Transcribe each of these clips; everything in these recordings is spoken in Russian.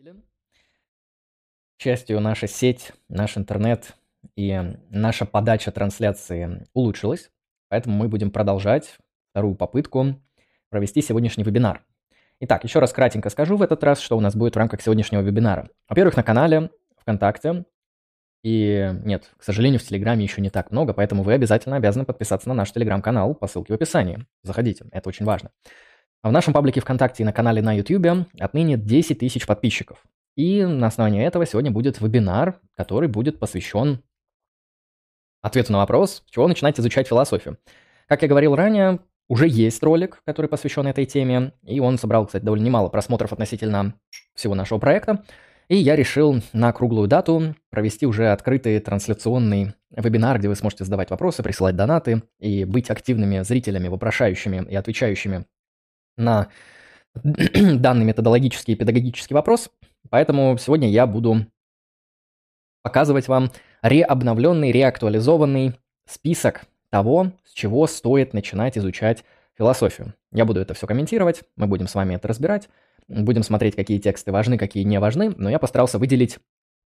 телезрители. К счастью, наша сеть, наш интернет и наша подача трансляции улучшилась, поэтому мы будем продолжать вторую попытку провести сегодняшний вебинар. Итак, еще раз кратенько скажу в этот раз, что у нас будет в рамках сегодняшнего вебинара. Во-первых, на канале ВКонтакте, и нет, к сожалению, в Телеграме еще не так много, поэтому вы обязательно обязаны подписаться на наш Телеграм-канал по ссылке в описании. Заходите, это очень важно. А в нашем паблике ВКонтакте и на канале на YouTube отныне 10 тысяч подписчиков. И на основании этого сегодня будет вебинар, который будет посвящен ответу на вопрос, с чего начинать изучать философию. Как я говорил ранее, уже есть ролик, который посвящен этой теме, и он собрал, кстати, довольно немало просмотров относительно всего нашего проекта. И я решил на круглую дату провести уже открытый трансляционный вебинар, где вы сможете задавать вопросы, присылать донаты и быть активными зрителями, вопрошающими и отвечающими на данный методологический и педагогический вопрос. Поэтому сегодня я буду показывать вам реобновленный, реактуализованный список того, с чего стоит начинать изучать философию. Я буду это все комментировать, мы будем с вами это разбирать, будем смотреть, какие тексты важны, какие не важны, но я постарался выделить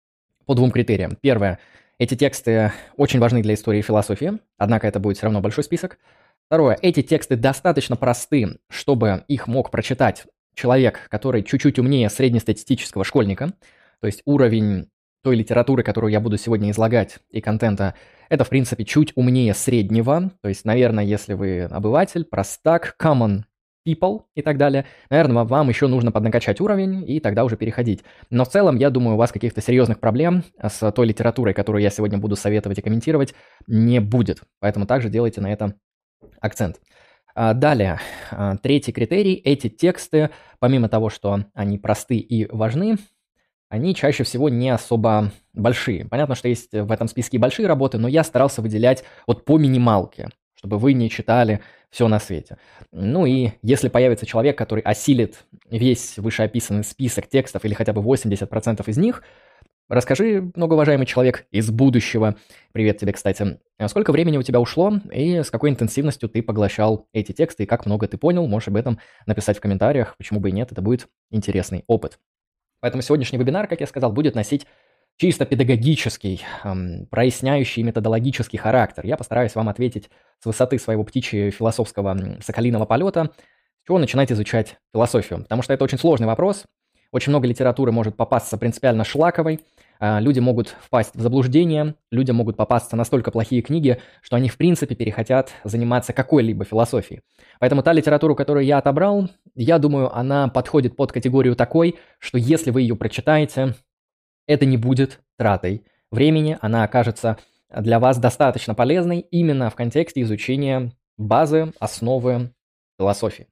по двум критериям. Первое, эти тексты очень важны для истории философии, однако это будет все равно большой список. Второе, эти тексты достаточно просты, чтобы их мог прочитать человек, который чуть-чуть умнее среднестатистического школьника, то есть уровень той литературы, которую я буду сегодня излагать, и контента, это, в принципе, чуть умнее среднего, то есть, наверное, если вы обыватель, простак, common people и так далее, наверное, вам еще нужно поднакачать уровень и тогда уже переходить. Но в целом, я думаю, у вас каких-то серьезных проблем с той литературой, которую я сегодня буду советовать и комментировать, не будет. Поэтому также делайте на это акцент. Далее, третий критерий. Эти тексты, помимо того, что они просты и важны, они чаще всего не особо большие. Понятно, что есть в этом списке и большие работы, но я старался выделять вот по минималке, чтобы вы не читали все на свете. Ну и если появится человек, который осилит весь вышеописанный список текстов или хотя бы 80% из них, расскажи, многоуважаемый человек из будущего, привет тебе, кстати, сколько времени у тебя ушло и с какой интенсивностью ты поглощал эти тексты и как много ты понял, можешь об этом написать в комментариях, почему бы и нет, это будет интересный опыт. Поэтому сегодняшний вебинар, как я сказал, будет носить чисто педагогический, проясняющий методологический характер. Я постараюсь вам ответить с высоты своего птичьего-философского соколиного полета, с чего начинать изучать философию. Потому что это очень сложный вопрос. Очень много литературы может попасться принципиально шлаковой, люди могут впасть в заблуждение, людям могут попасться настолько плохие книги, что они в принципе перехотят заниматься какой-либо философией. Поэтому та литература, которую я отобрал, я думаю, она подходит под категорию такой, что если вы ее прочитаете, это не будет тратой времени, она окажется для вас достаточно полезной именно в контексте изучения базы, основы философии.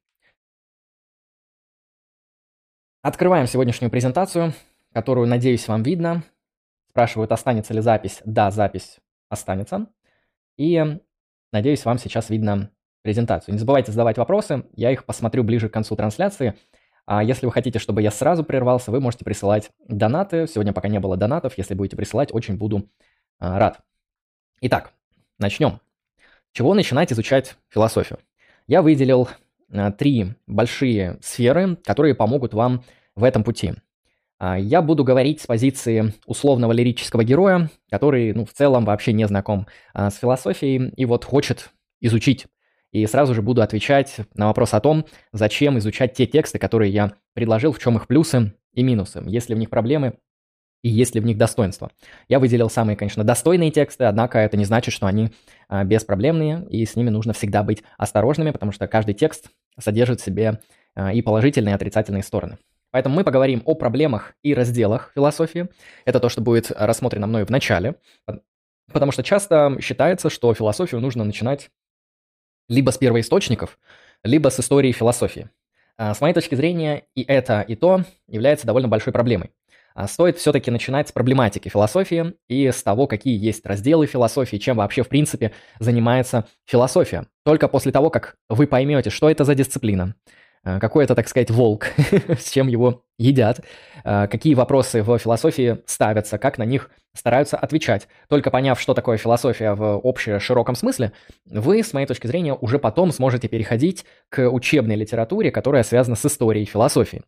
Открываем сегодняшнюю презентацию, которую, надеюсь, вам видно. Спрашивают, останется ли запись. Да, запись останется. И, надеюсь, вам сейчас видно презентацию. Не забывайте задавать вопросы, я их посмотрю ближе к концу трансляции. А если вы хотите, чтобы я сразу прервался, вы можете присылать донаты. Сегодня пока не было донатов, если будете присылать, очень буду рад. Итак, начнем. С чего начинать изучать философию? Я выделил 3 большие сферы, которые помогут вам в этом пути. Я буду говорить с позиции условного лирического героя, который, в целом вообще не знаком с философией и вот хочет изучить. И сразу же буду отвечать на вопрос о том, зачем изучать те тексты, которые я предложил, в чем их плюсы и минусы, есть ли в них проблемы и есть ли в них достоинства. Я выделил самые, конечно, достойные тексты, однако это не значит, что они беспроблемные, и с ними нужно всегда быть осторожными, потому что каждый текст содержит в себе и положительные, и отрицательные стороны. Поэтому мы поговорим о проблемах и разделах философии. Это то, что будет рассмотрено мною в начале, потому что часто считается, что философию нужно начинать либо с первоисточников, либо с истории философии. С моей точки зрения, и это, и то является довольно большой проблемой. Стоит все-таки начинать с проблематики философии и с того, какие есть разделы философии, чем вообще, в принципе, занимается философия. Только после того, как вы поймете, что это за дисциплина, какой это, так сказать, волк, с чем его едят, какие вопросы в философии ставятся, как на них стараются отвечать. Только поняв, что такое философия в широком смысле, вы, с моей точки зрения, уже потом сможете переходить к учебной литературе, которая связана с историей философии.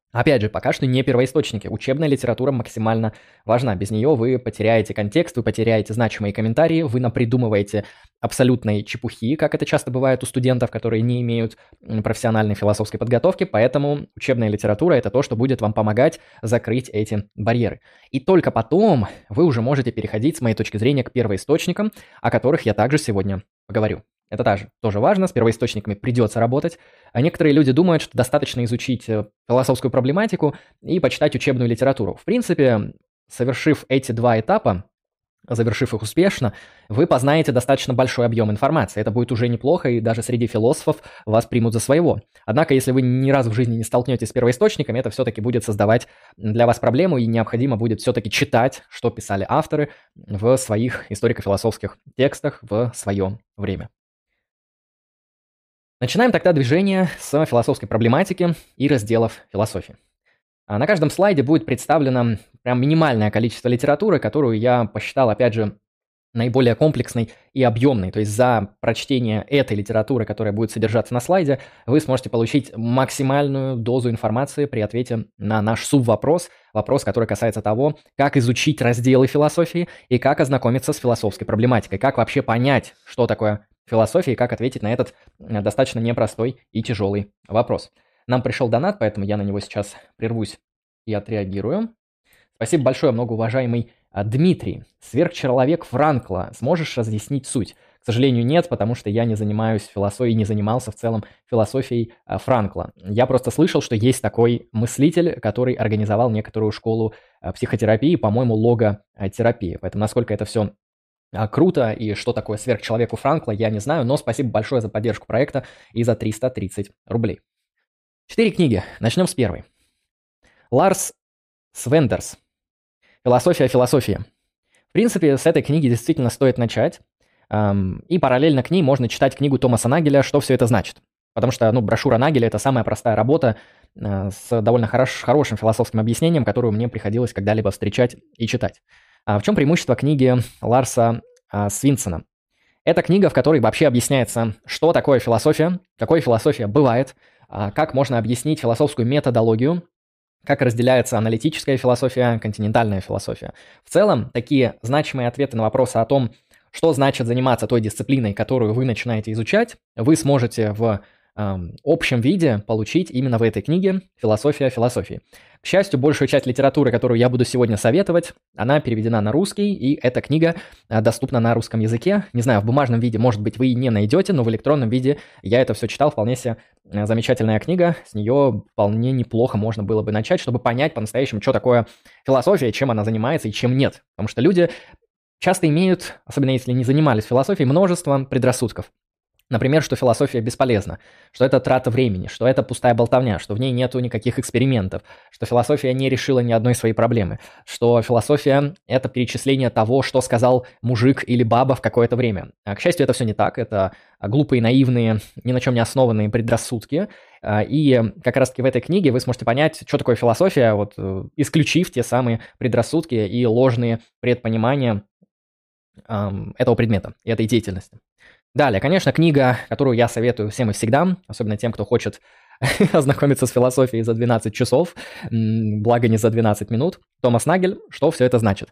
Опять же, пока что не первоисточники. Учебная литература максимально важна. Без нее вы потеряете контекст, вы потеряете значимые комментарии, вы напридумываете абсолютной чепухи, как это часто бывает у студентов, которые не имеют профессиональной философской подготовки. Поэтому учебная литература – это то, что будет вам помогать закрыть эти барьеры. И только потом вы уже можете переходить, с моей точки зрения, к первоисточникам, о которых я также сегодня поговорю. Это тоже важно, с первоисточниками придется работать. А некоторые люди думают, что достаточно изучить философскую проблематику и почитать учебную литературу. В принципе, совершив эти два этапа, завершив их успешно, вы познаете достаточно большой объем информации. Это будет уже неплохо, и даже среди философов вас примут за своего. Однако, если вы ни разу в жизни не столкнетесь с первоисточниками, это все-таки будет создавать для вас проблему, и необходимо будет все-таки читать, что писали авторы в своих историко-философских текстах в свое время. Начинаем тогда движение с философской проблематики и разделов философии. На каждом слайде будет представлено прям минимальное количество литературы, которую я посчитал, опять же, наиболее комплексной и объемной. То есть за прочтение этой литературы, которая будет содержаться на слайде, вы сможете получить максимальную дозу информации при ответе на наш субвопрос, вопрос, который касается того, как изучить разделы философии и как ознакомиться с философской проблематикой, как вообще понять, что такое философия и как ответить на этот достаточно непростой и тяжелый вопрос. Нам пришел донат, поэтому я на него сейчас прервусь и отреагирую. Спасибо большое, многоуважаемый Дмитрий. Сверхчеловек Франкла. Сможешь разъяснить суть? К сожалению, нет, потому что я не занимаюсь философией, не занимался в целом философией Франкла. Я просто слышал, что есть такой мыслитель, который организовал некоторую школу психотерапии, по-моему, логотерапии. Поэтому насколько это все круто и что такое сверхчеловек у Франкла, я не знаю, но спасибо большое за поддержку проекта и за 330 рублей. 4 книги. Начнем с первой. Ларс Свендерс. «Философия философии». В принципе, с этой книги действительно стоит начать. И параллельно к ней можно читать книгу Томаса Нагеля «Что все это значит?». Потому что брошюра Нагеля – это самая простая работа с довольно хорошим философским объяснением, которую мне приходилось когда-либо встречать и читать. В чем преимущество книги Ларса Свинсона? Это книга, в которой вообще объясняется, что такое философия, какой философия бывает, как можно объяснить философскую методологию, как разделяется аналитическая философия, континентальная философия. В целом, такие значимые ответы на вопросы о том, что значит заниматься той дисциплиной, которую вы начинаете изучать, вы сможете в общем виде получить именно в этой книге «Философия философии». К счастью, большую часть литературы, которую я буду сегодня советовать, она переведена на русский, и эта книга доступна на русском языке. Не знаю, в бумажном виде, может быть, вы и не найдете, но в электронном виде я это все читал, вполне себе замечательная книга. С нее вполне неплохо можно было бы начать, чтобы понять по-настоящему, что такое философия, чем она занимается и чем нет. Потому что люди часто имеют, особенно если не занимались философией, множество предрассудков. Например, что философия бесполезна, что это трата времени, что это пустая болтовня, что в ней нету никаких экспериментов, что философия не решила ни одной своей проблемы, что философия – это перечисление того, что сказал мужик или баба в какое-то время. К счастью, это все не так, это глупые, наивные, ни на чем не основанные предрассудки. И как раз-таки в этой книге вы сможете понять, что такое философия, исключив те самые предрассудки и ложные предпонимания этого предмета и этой деятельности. Далее, конечно, книга, которую я советую всем и всегда, особенно тем, кто хочет ознакомиться с философией за 12 часов, благо не за 12 минут. Томас Нагель «Что все это значит?».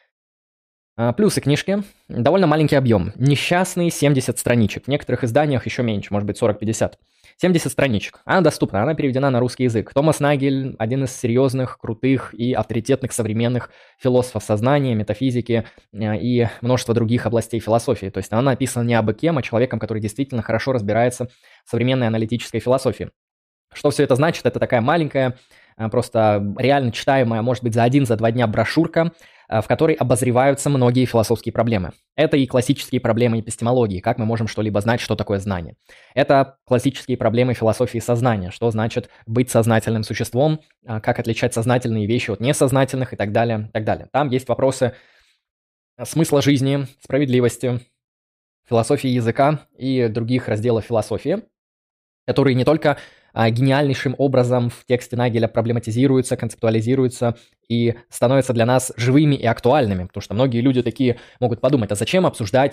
Плюсы книжки. Довольно маленький объем. Несчастные 70 страничек. В некоторых изданиях еще меньше, может быть 40-50. 70 страничек. Она доступна, она переведена на русский язык. Томас Нагель – один из серьезных, крутых и авторитетных современных философов сознания, метафизики и множества других областей философии. То есть она написана не абы кем, а человеком, который действительно хорошо разбирается в современной аналитической философии. Что все это значит? Это такая маленькая, просто реально читаемая, может быть, за 1-2 дня брошюрка, в которой обозреваются многие философские проблемы. Это и классические проблемы эпистемологии, как мы можем что-либо знать, что такое знание. Это классические проблемы философии сознания, что значит быть сознательным существом, как отличать сознательные вещи от несознательных и так далее, так далее. Там есть вопросы смысла жизни, справедливости, философии языка и других разделов философии, которые не только гениальнейшим образом в тексте Нагеля проблематизируются, концептуализируются и становятся для нас живыми и актуальными. Потому что многие люди такие могут подумать, а зачем обсуждать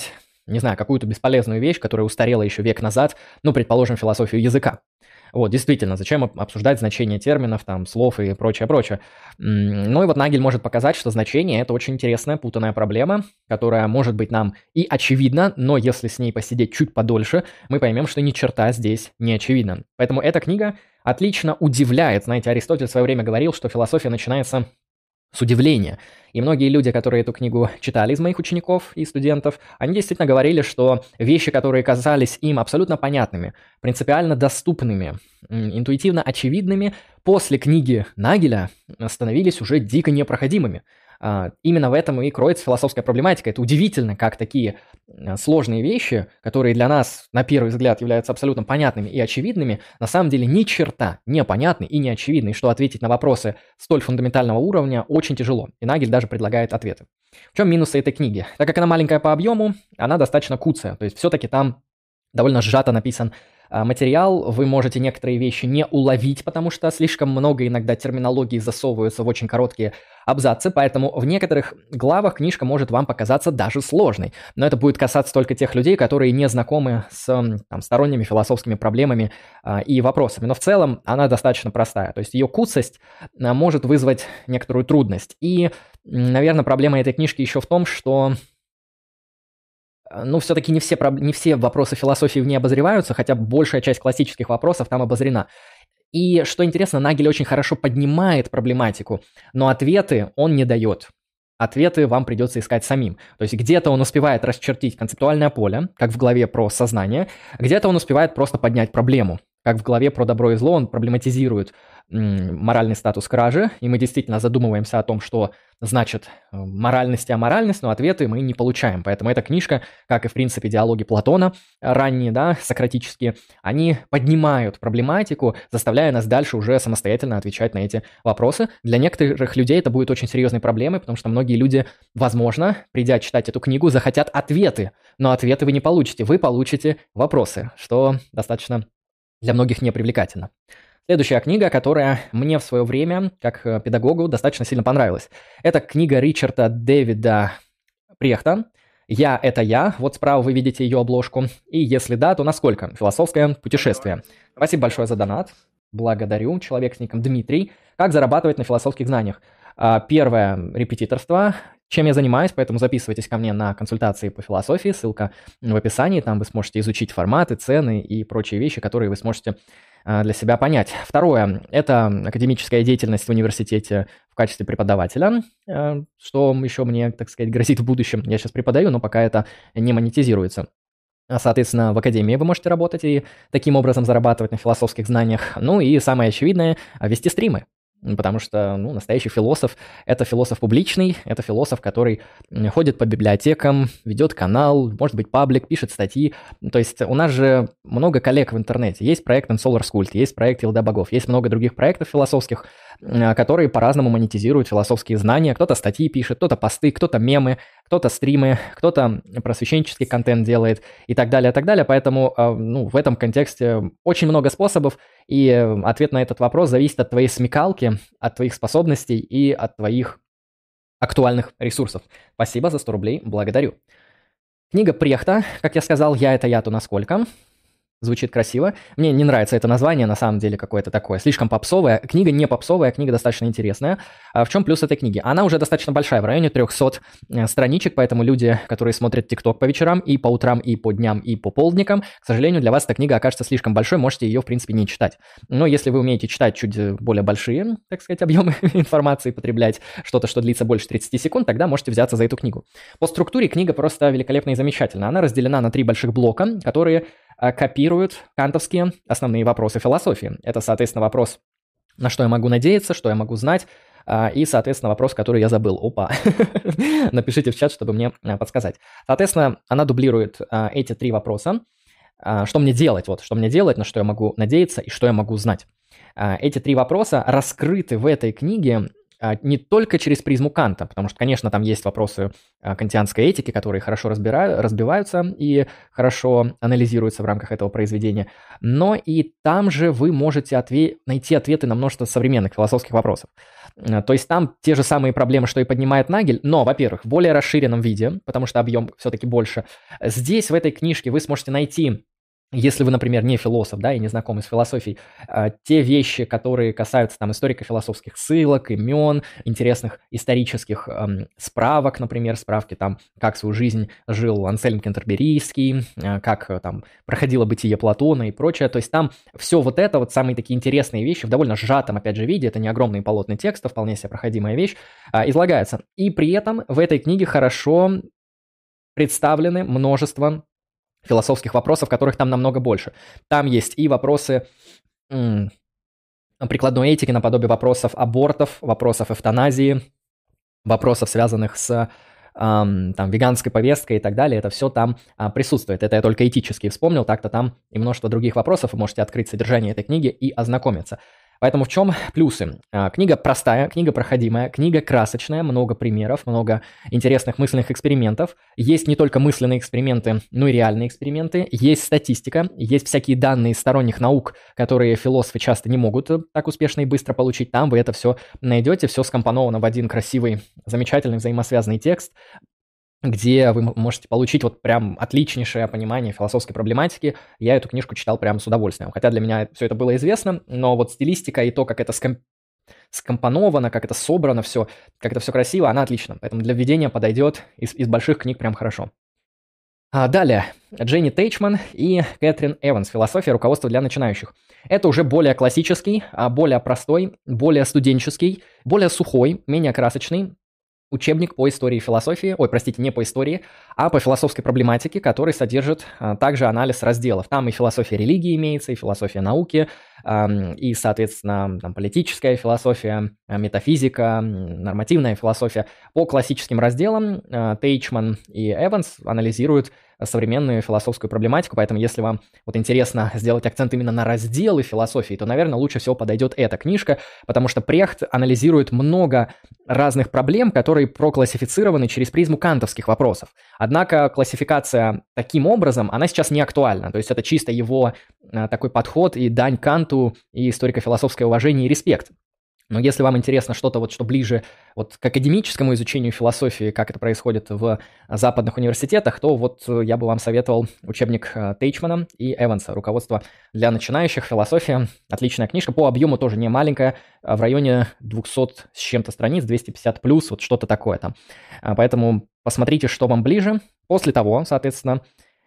не знаю, какую-то бесполезную вещь, которая устарела еще век назад, ну, предположим, философию языка. Вот, действительно, зачем обсуждать значение терминов, там, слов и прочее. Ну и вот Нагель может показать, что значение – это очень интересная, путанная проблема, которая может быть нам и очевидна, но если с ней посидеть чуть подольше, мы поймем, что ни черта здесь не очевидна. Поэтому эта книга отлично удивляет. Знаете, Аристотель в свое время говорил, что философия начинается с удивления. И многие люди, которые эту книгу читали из моих учеников и студентов, они действительно говорили, что вещи, которые казались им абсолютно понятными, принципиально доступными, интуитивно очевидными, после книги Нагеля становились уже дико непроходимыми. Именно в этом и кроется философская проблематика. Это удивительно, как такие сложные вещи, которые для нас на первый взгляд являются абсолютно понятными и очевидными, на самом деле ни черта не понятны и не очевидны, и что ответить на вопросы столь фундаментального уровня очень тяжело. И Нагель даже предлагает ответы. В чем минусы этой книги? Так как она маленькая по объему, она достаточно куцая, то есть все-таки там довольно сжато написан материал, вы можете некоторые вещи не уловить, потому что слишком много иногда терминологии засовываются в очень короткие абзацы, поэтому в некоторых главах книжка может вам показаться даже сложной. Но это будет касаться только тех людей, которые не знакомы с там, сторонними философскими проблемами и вопросами. Но в целом она достаточно простая, то есть ее куцость может вызвать некоторую трудность. И, наверное, проблема этой книжки еще в том, что ну, все-таки не все вопросы философии в ней обозреваются, хотя большая часть классических вопросов там обозрена. И, что интересно, Нагель очень хорошо поднимает проблематику, но ответы он не дает. Ответы вам придется искать самим. То есть где-то он успевает расчертить концептуальное поле, как в главе про сознание, где-то он успевает просто поднять проблему. Как в главе про добро и зло он проблематизирует моральный статус кражи, и мы действительно задумываемся о том, что значит моральность и аморальность, но ответы мы не получаем. Поэтому эта книжка, как и в принципе диалоги Платона, ранние, да, сократические, они поднимают проблематику, заставляя нас дальше уже самостоятельно отвечать на эти вопросы. Для некоторых людей это будет очень серьезной проблемой, потому что многие люди, возможно, придя читать эту книгу, захотят ответы, но ответы вы не получите, вы получите вопросы, что достаточно для многих непривлекательно. Следующая книга, которая мне в свое время, как педагогу, достаточно сильно понравилась. Это книга Ричарда Дэвида Прехта «Я – это я». Вот справа вы видите ее обложку. И если да, то насколько? Философское путешествие. Спасибо большое за донат. Благодарю. Человек с ником Дмитрий. Как зарабатывать на философских знаниях? Первое – репетиторство. Чем я занимаюсь, поэтому записывайтесь ко мне на консультации по философии. Ссылка в описании. Там вы сможете изучить форматы, цены и прочие вещи, которые вы сможете для себя понять. Второе – это академическая деятельность в университете в качестве преподавателя, что еще мне, так сказать, грозит в будущем. Я сейчас преподаю, но пока это не монетизируется. Соответственно, в академии вы можете работать и таким образом зарабатывать на философских знаниях. Ну и самое очевидное – вести стримы. Потому что настоящий философ – это философ публичный, это философ, который ходит по библиотекам, ведет канал, может быть, паблик, пишет статьи. То есть у нас же много коллег в интернете. Есть проект Solar Cult, есть проект Илда Богов, есть много других проектов философских, которые по-разному монетизируют философские знания. Кто-то статьи пишет, кто-то посты, кто-то мемы, кто-то стримы, кто-то просвещенческий контент делает и так далее, и так далее. Поэтому в этом контексте очень много способов, и ответ на этот вопрос зависит от твоей смекалки, от твоих способностей и от твоих актуальных ресурсов. Спасибо за 100 рублей, благодарю. Книга Прехта, как я сказал, «Я – это я, то насколько». Звучит красиво. Мне не нравится это название, на самом деле, какое-то такое. Слишком попсовое. Книга не попсовая, книга достаточно интересная. В чем плюс этой книги? Она уже достаточно большая, в районе 300 страничек, поэтому люди, которые смотрят TikTok по вечерам, и по утрам, и по дням, и по полдникам, к сожалению, для вас эта книга окажется слишком большой, можете ее, в принципе, не читать. Но если вы умеете читать чуть более большие, так сказать, объемы информации, потреблять что-то, что длится больше 30 секунд, тогда можете взяться за эту книгу. По структуре книга просто великолепна и замечательна. Она разделена на 3 больших блока, которые копируют кантовские основные вопросы философии. Это, соответственно, вопрос, на что я могу надеяться, что я могу знать, и, соответственно, вопрос, который я забыл. Опа! Напишите в чат, чтобы мне подсказать. Соответственно, она дублирует эти 3 вопроса. Что мне делать? Вот, что мне делать, на что я могу надеяться и что я могу знать. Эти 3 вопроса раскрыты в этой книге не только через призму Канта, потому что, конечно, там есть вопросы кантианской этики, которые хорошо разбиваются и хорошо анализируются в рамках этого произведения, но и там же вы можете найти ответы на множество современных философских вопросов. То есть там те же самые проблемы, что и поднимает Нагель, но, во-первых, в более расширенном виде, потому что объем все-таки больше. Здесь, в этой книжке, вы сможете найти, если вы, например, не философ, да, и не знакомы с философией, те вещи, которые касаются там историко-философских ссылок, имен, интересных исторических справок, например, справки там, как свою жизнь жил Ансельм Кентерберийский, как там проходило бытие Платона и прочее. То есть там все вот это, вот самые такие интересные вещи в довольно сжатом, опять же, виде, это не огромные полотна текста, вполне себе проходимая вещь, излагается. И при этом в этой книге хорошо представлены множество философских вопросов, которых там намного больше. Там есть и вопросы прикладной этики, наподобие вопросов абортов, вопросов эвтаназии, вопросов, связанных с там, веганской повесткой и так далее. Это все там присутствует. Это я только этически вспомнил, так-то там и множество других вопросов. Вы можете открыть содержание этой книги и ознакомиться. Поэтому в чем плюсы? Книга простая, книга проходимая, книга красочная, много примеров, много интересных мысленных экспериментов. Есть не только мысленные эксперименты, но и реальные эксперименты. Есть статистика, есть всякие данные из сторонних наук, которые философы часто не могут так успешно и быстро получить. Там вы это все найдете, все скомпоновано в один красивый, замечательный взаимосвязанный текст, где вы можете получить вот прям отличнейшее понимание философской проблематики. Я эту книжку читал прям с удовольствием. Хотя для меня все это было известно, но вот стилистика и то, как это скомпоновано, как это собрано все, как это все красиво, она отлична. Поэтому для введения подойдет из больших книг прям хорошо. Далее. Дженни Тейчман и Кэтрин Эванс. «Философия. Руководство для начинающих». Это уже более классический, более простой, более студенческий, более сухой, менее красочный учебник по истории и философии, не по истории, а по философской проблематике, который содержит также анализ разделов. Там и философия религии имеется, и философия науки, и, соответственно, там политическая философия, метафизика, нормативная философия. По классическим разделам Тейчман и Эванс анализируют современную философскую проблематику, поэтому если вам вот интересно сделать акцент именно на разделы философии, то, наверное, лучше всего подойдет эта книжка, потому что Прехт анализирует много разных проблем, которые проклассифицированы через призму кантовских вопросов. Однако классификация таким образом, она сейчас не актуальна, то есть это чисто его такой подход и дань Канту, и историко-философское уважение и респект. Но если вам интересно что-то, вот, что ближе вот, к академическому изучению философии, как это происходит в западных университетах, то вот я бы вам советовал учебник Тейчмана и Эванса «Руководство для начинающих. Философия». Отличная книжка, по объему тоже не маленькая, в районе 200 с чем-то страниц, 250 плюс, вот что-то такое там. Поэтому посмотрите, что вам ближе. После того, соответственно,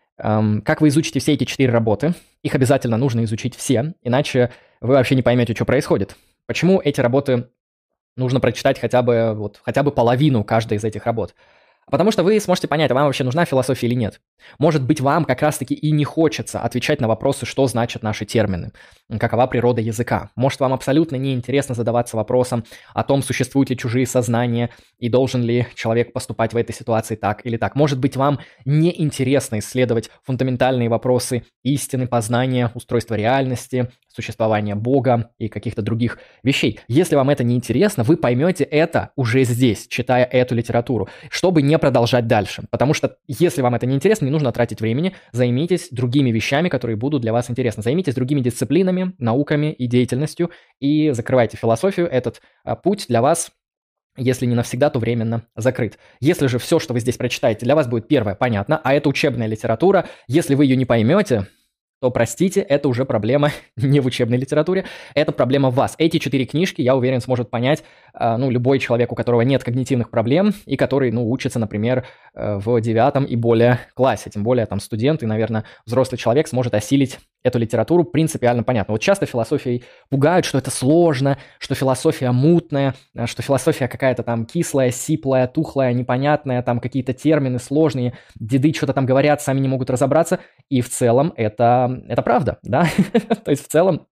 как вы изучите все эти 4 работы, их обязательно нужно изучить все, иначе вы вообще не поймете, что происходит. Почему эти работы нужно прочитать хотя бы половину каждой из этих работ? Потому что вы сможете понять, а вам вообще нужна философия или нет. Может быть, вам как раз-таки и не хочется отвечать на вопросы, что значат наши термины, какова природа языка. Может, вам абсолютно неинтересно задаваться вопросом о том, существуют ли чужие сознания и должен ли человек поступать в этой ситуации так или так. Может быть, вам неинтересно исследовать фундаментальные вопросы истины, познания, устройства реальности, существования Бога и каких-то других вещей. Если вам это не интересно, вы поймете это уже здесь, читая эту литературу, чтобы не продолжать дальше. Потому что если вам это не интересно, не нужно тратить времени, займитесь другими вещами, которые будут для вас интересны. Займитесь другими дисциплинами, науками и деятельностью и закрывайте философию. Этот путь для вас, если не навсегда, то временно закрыт. Если же все, что вы здесь прочитаете, для вас будет первое понятно, а это учебная литература, если вы ее не поймете, то, простите, это уже проблема не в учебной литературе, это проблема в вас. Эти 4 книжки, я уверен, сможет понять любой человек, у которого нет когнитивных проблем и который, учится, например, в 9 и более классе. Тем более там студент и, наверное, взрослый человек сможет осилить эту литературу принципиально понятно. Вот часто философией пугают, что это сложно, что философия мутная, что философия какая-то там кислая, сиплая, тухлая, непонятная, там какие-то термины сложные, деды что-то там говорят, сами не могут разобраться. И в целом это правда, да? То есть в целом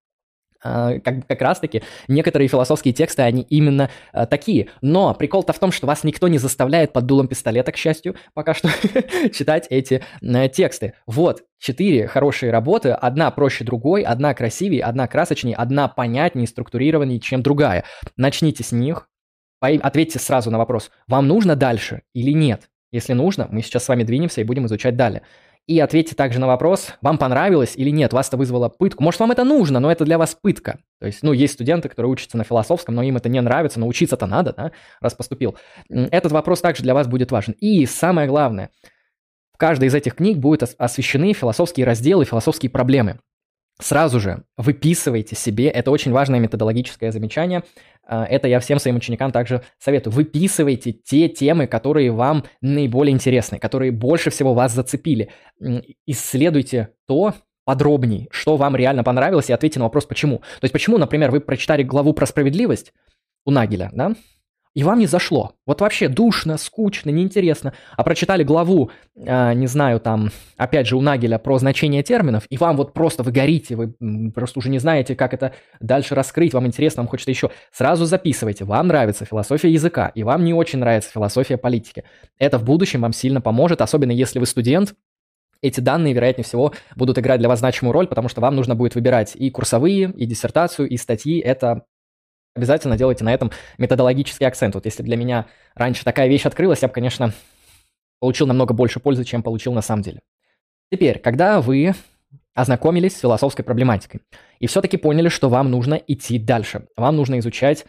как раз-таки некоторые философские тексты, они именно такие. Но прикол-то в том, что вас никто не заставляет под дулом пистолета, к счастью, пока что читать эти тексты. Вот, 4 хорошие работы, одна проще другой, одна красивее, одна красочнее, одна понятнее, структурированнее, чем другая. Начните с них. Ответьте сразу на вопрос, вам нужно дальше или нет. Если нужно, мы сейчас с вами двинемся и будем изучать далее. И ответьте также на вопрос, вам понравилось или нет, вас это вызвало пытку. Может, вам это нужно, но это для вас пытка. То есть, есть студенты, которые учатся на философском, но им это не нравится, но учиться-то надо, да, раз поступил. Этот вопрос также для вас будет важен. И самое главное, в каждой из этих книг будут освещены философские разделы, философские проблемы. Сразу же выписывайте себе, это очень важное методологическое замечание, это я всем своим ученикам также советую, выписывайте те темы, которые вам наиболее интересны, которые больше всего вас зацепили. Исследуйте то подробнее, что вам реально понравилось, и ответьте на вопрос, почему. То есть, почему, например, вы прочитали главу про справедливость у Нагеля, да, и вам не зашло. Вот вообще душно, скучно, неинтересно. А прочитали главу, не знаю, там, опять же, у Нагеля про значение терминов, и вам вот просто вы горите, вы просто уже не знаете, как это дальше раскрыть, вам интересно, вам хочется еще. Сразу записывайте, вам нравится философия языка, и вам не очень нравится философия политики. Это в будущем вам сильно поможет, особенно если вы студент. Эти данные, вероятнее всего, будут играть для вас значимую роль, потому что вам нужно будет выбирать и курсовые, и диссертацию, и статьи. Это обязательно делайте на этом методологический акцент. Вот если для меня раньше такая вещь открылась, я бы, конечно, получил намного больше пользы, чем получил на самом деле. Теперь, когда вы ознакомились с философской проблематикой и все-таки поняли, что вам нужно идти дальше, вам нужно изучать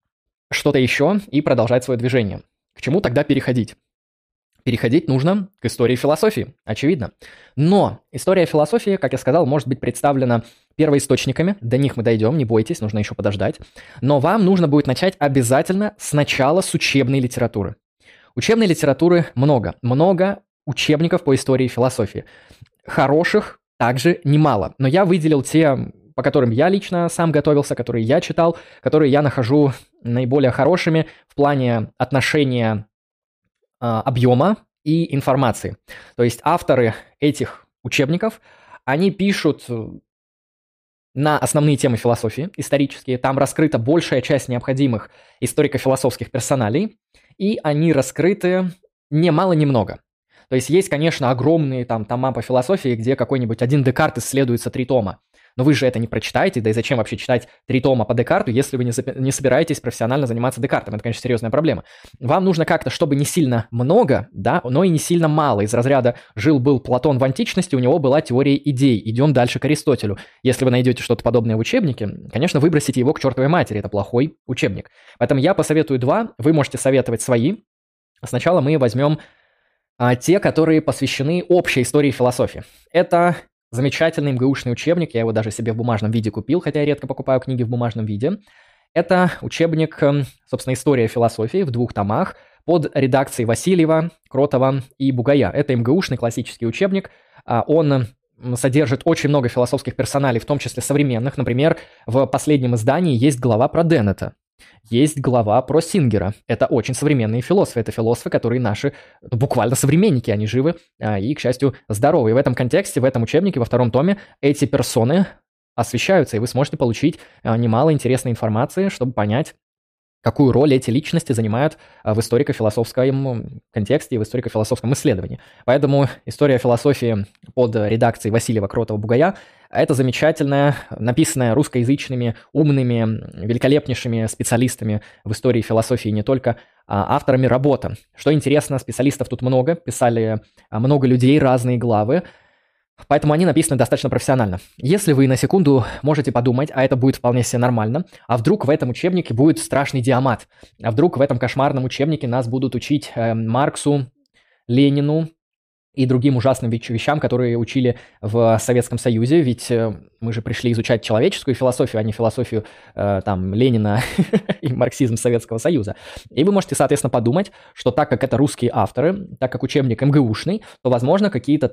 что-то еще и продолжать свое движение. К чему тогда переходить? Переходить нужно к истории философии, очевидно. Но история философии, как я сказал, может быть представлена первоисточниками. До них мы дойдем, не бойтесь, нужно еще подождать. Но вам нужно будет начать обязательно сначала с учебной литературы. Учебной литературы много. Много учебников по истории философии. Хороших также немало. Но я выделил те, по которым я лично сам готовился, которые я читал, которые я нахожу наиболее хорошими в плане отношения объема и информации. То есть авторы этих учебников, они пишут на основные темы философии исторические, там раскрыта большая часть необходимых историко-философских персоналей, и они раскрыты ни мало ни много. То есть есть, конечно, огромные там тома по философии, где какой-нибудь один Декарт исследуется 3 тома. Но вы же это не прочитаете, да и зачем вообще читать 3 тома по Декарту, если вы не собираетесь профессионально заниматься Декартом? Это, конечно, серьезная проблема. Вам нужно как-то, чтобы не сильно много, да, но и не сильно мало. Из разряда «жил-был Платон в античности, у него была теория идей, идем дальше к Аристотелю». Если вы найдете что-то подобное в учебнике, конечно, выбросите его к чертовой матери, это плохой учебник. Поэтому я посоветую 2, вы можете советовать свои. Сначала мы возьмем те, которые посвящены общей истории философии. Это замечательный МГУшный учебник, я его даже себе в бумажном виде купил, хотя я редко покупаю книги в бумажном виде. Это учебник, собственно, «История философии» в 2 томах под редакцией Васильева, Кротова и Бугая. Это МГУшный классический учебник, он содержит очень много философских персоналей, в том числе современных. Например, в последнем издании есть глава про Деннета. Есть глава про Сингера. Это очень современные философы. Это философы, которые наши, буквально современники, они живы и, к счастью, здоровы. И в этом контексте, в этом учебнике, во 2 томе, эти персоны освещаются, и вы сможете получить немало интересной информации, чтобы понять, какую роль эти личности занимают в историко-философском контексте и в историко-философском исследовании. Поэтому история философии под редакцией Васильева, Кротова, Бугая – это замечательная, написанная русскоязычными, умными, великолепнейшими специалистами в истории философии, не только авторами работа. Что интересно, специалистов тут много, писали много людей, разные главы, поэтому они написаны достаточно профессионально. Если вы на секунду можете подумать, а это будет вполне себе нормально, а вдруг в этом учебнике будет страшный диамат, а вдруг в этом кошмарном учебнике нас будут учить Марксу, Ленину и другим ужасным вещам, которые учили в Советском Союзе, ведь мы же пришли изучать человеческую философию, а не философию там Ленина и марксизм Советского Союза. И вы можете, соответственно, подумать, что так как это русские авторы, так как учебник МГУшный, то, возможно, какие-то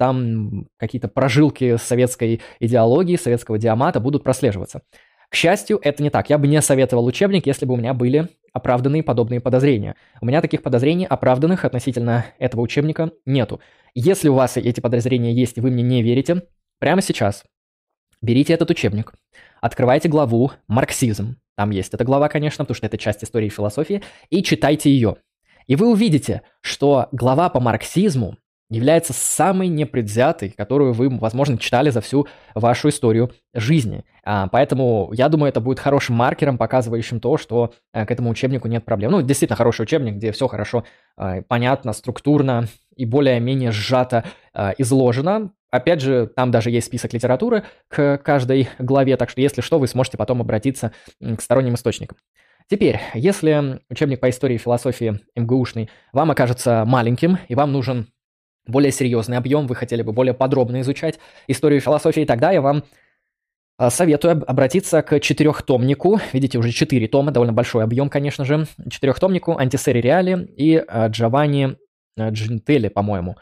прожилки советской идеологии, советского диамата будут прослеживаться. К счастью, это не так. Я бы не советовал учебник, если бы у меня были оправданные подобные подозрения. У меня таких подозрений оправданных относительно этого учебника нету. Если у вас эти подозрения есть, и вы мне не верите, прямо сейчас берите этот учебник, открывайте главу «Марксизм». Там есть эта глава, конечно, потому что это часть истории философии, и читайте ее. И вы увидите, что глава по марксизму является самой непредвзятой, которую вы, возможно, читали за всю вашу историю жизни. Поэтому я думаю, это будет хорошим маркером, показывающим то, что к этому учебнику нет проблем. Ну, действительно хороший учебник, где все хорошо, понятно, структурно и более-менее сжато изложено. Опять же, там даже есть список литературы к каждой главе, так что, если что, вы сможете потом обратиться к сторонним источникам. Теперь, если учебник по истории и философии МГУшный вам окажется маленьким, и вам нужен более серьезный объем, вы хотели бы более подробно изучать историю и философии, тогда я вам советую обратиться к четырехтомнику. Видите, уже 4 тома, довольно большой объем, конечно же. Четырехтомнику Антисери Реали и Джованни Джентелли, по-моему.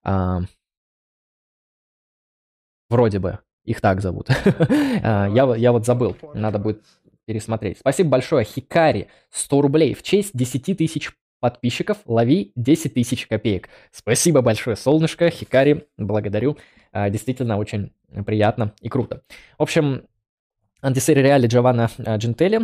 Вроде бы их так зовут. Я вот забыл, надо будет пересмотреть. Спасибо большое, Хикари, 100 рублей. В честь 10 тысяч подписчиков лови 10 тысяч копеек. Спасибо большое, солнышко, Хикари, благодарю. Действительно очень приятно и круто. В общем, Антисери Реали Джованна Джентелли.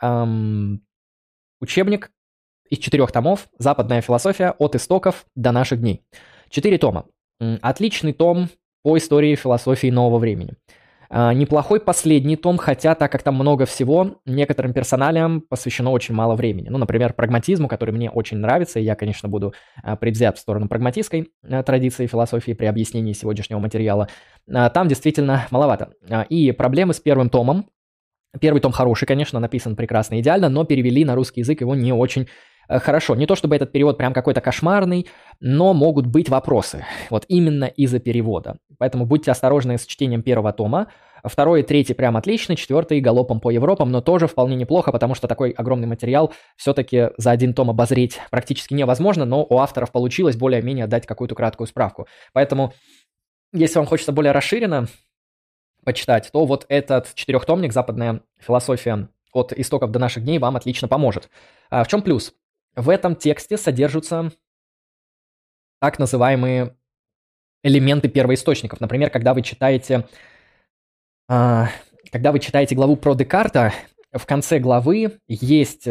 Учебник из 4 томов «Западная философия от истоков до наших дней». 4 тома. Отличный том по истории философии нового времени. Неплохой последний том, хотя, так как там много всего, некоторым персоналиям посвящено очень мало времени. Ну, например, прагматизму, который мне очень нравится, и я, конечно, буду предвзят в сторону прагматистской традиции философии при объяснении сегодняшнего материала. Там действительно маловато. И проблемы с первым томом. Первый том хороший, конечно, написан прекрасно, идеально, но перевели на русский язык его не очень хорошо. Не то чтобы этот перевод прям какой-то кошмарный, но могут быть вопросы. Вот именно из-за перевода. Поэтому будьте осторожны с чтением первого тома. Второй и третий прям отлично, четвертый галопом по Европам, но тоже вполне неплохо, потому что такой огромный материал все-таки за один том обозреть практически невозможно, но у авторов получилось более-менее дать какую-то краткую справку. Поэтому, если вам хочется более расширенно почитать, то вот этот четырехтомник «Западная философия от истоков до наших дней» вам отлично поможет. В чем плюс? В этом тексте содержатся так называемые элементы первоисточников. Например, когда вы читаете главу про Декарта, в конце главы есть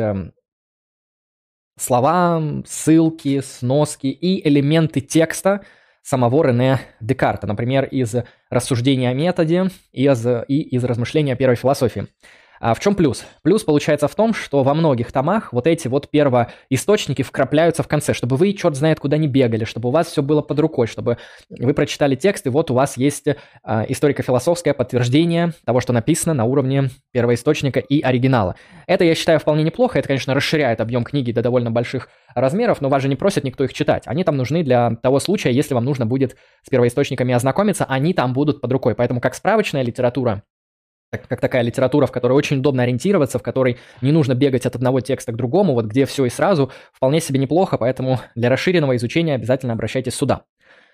слова, ссылки, сноски и элементы текста самого Рене Декарта, например, из рассуждения о методе и из размышления о первой философии. А в чем плюс? Плюс получается в том, что во многих томах вот эти вот первоисточники вкрапляются в конце, чтобы вы черт знает куда не бегали, чтобы у вас все было под рукой, чтобы вы прочитали текст, и вот у вас есть историко-философское подтверждение того, что написано на уровне первоисточника и оригинала. Это, я считаю, вполне неплохо. Это, конечно, расширяет объем книги до довольно больших размеров, но вас же не просит никто их читать. Они там нужны для того случая, если вам нужно будет с первоисточниками ознакомиться, они там будут под рукой. Поэтому как справочная литература, как такая литература, в которой очень удобно ориентироваться, в которой не нужно бегать от одного текста к другому, вот где все и сразу, вполне себе неплохо, поэтому для расширенного изучения обязательно обращайтесь сюда.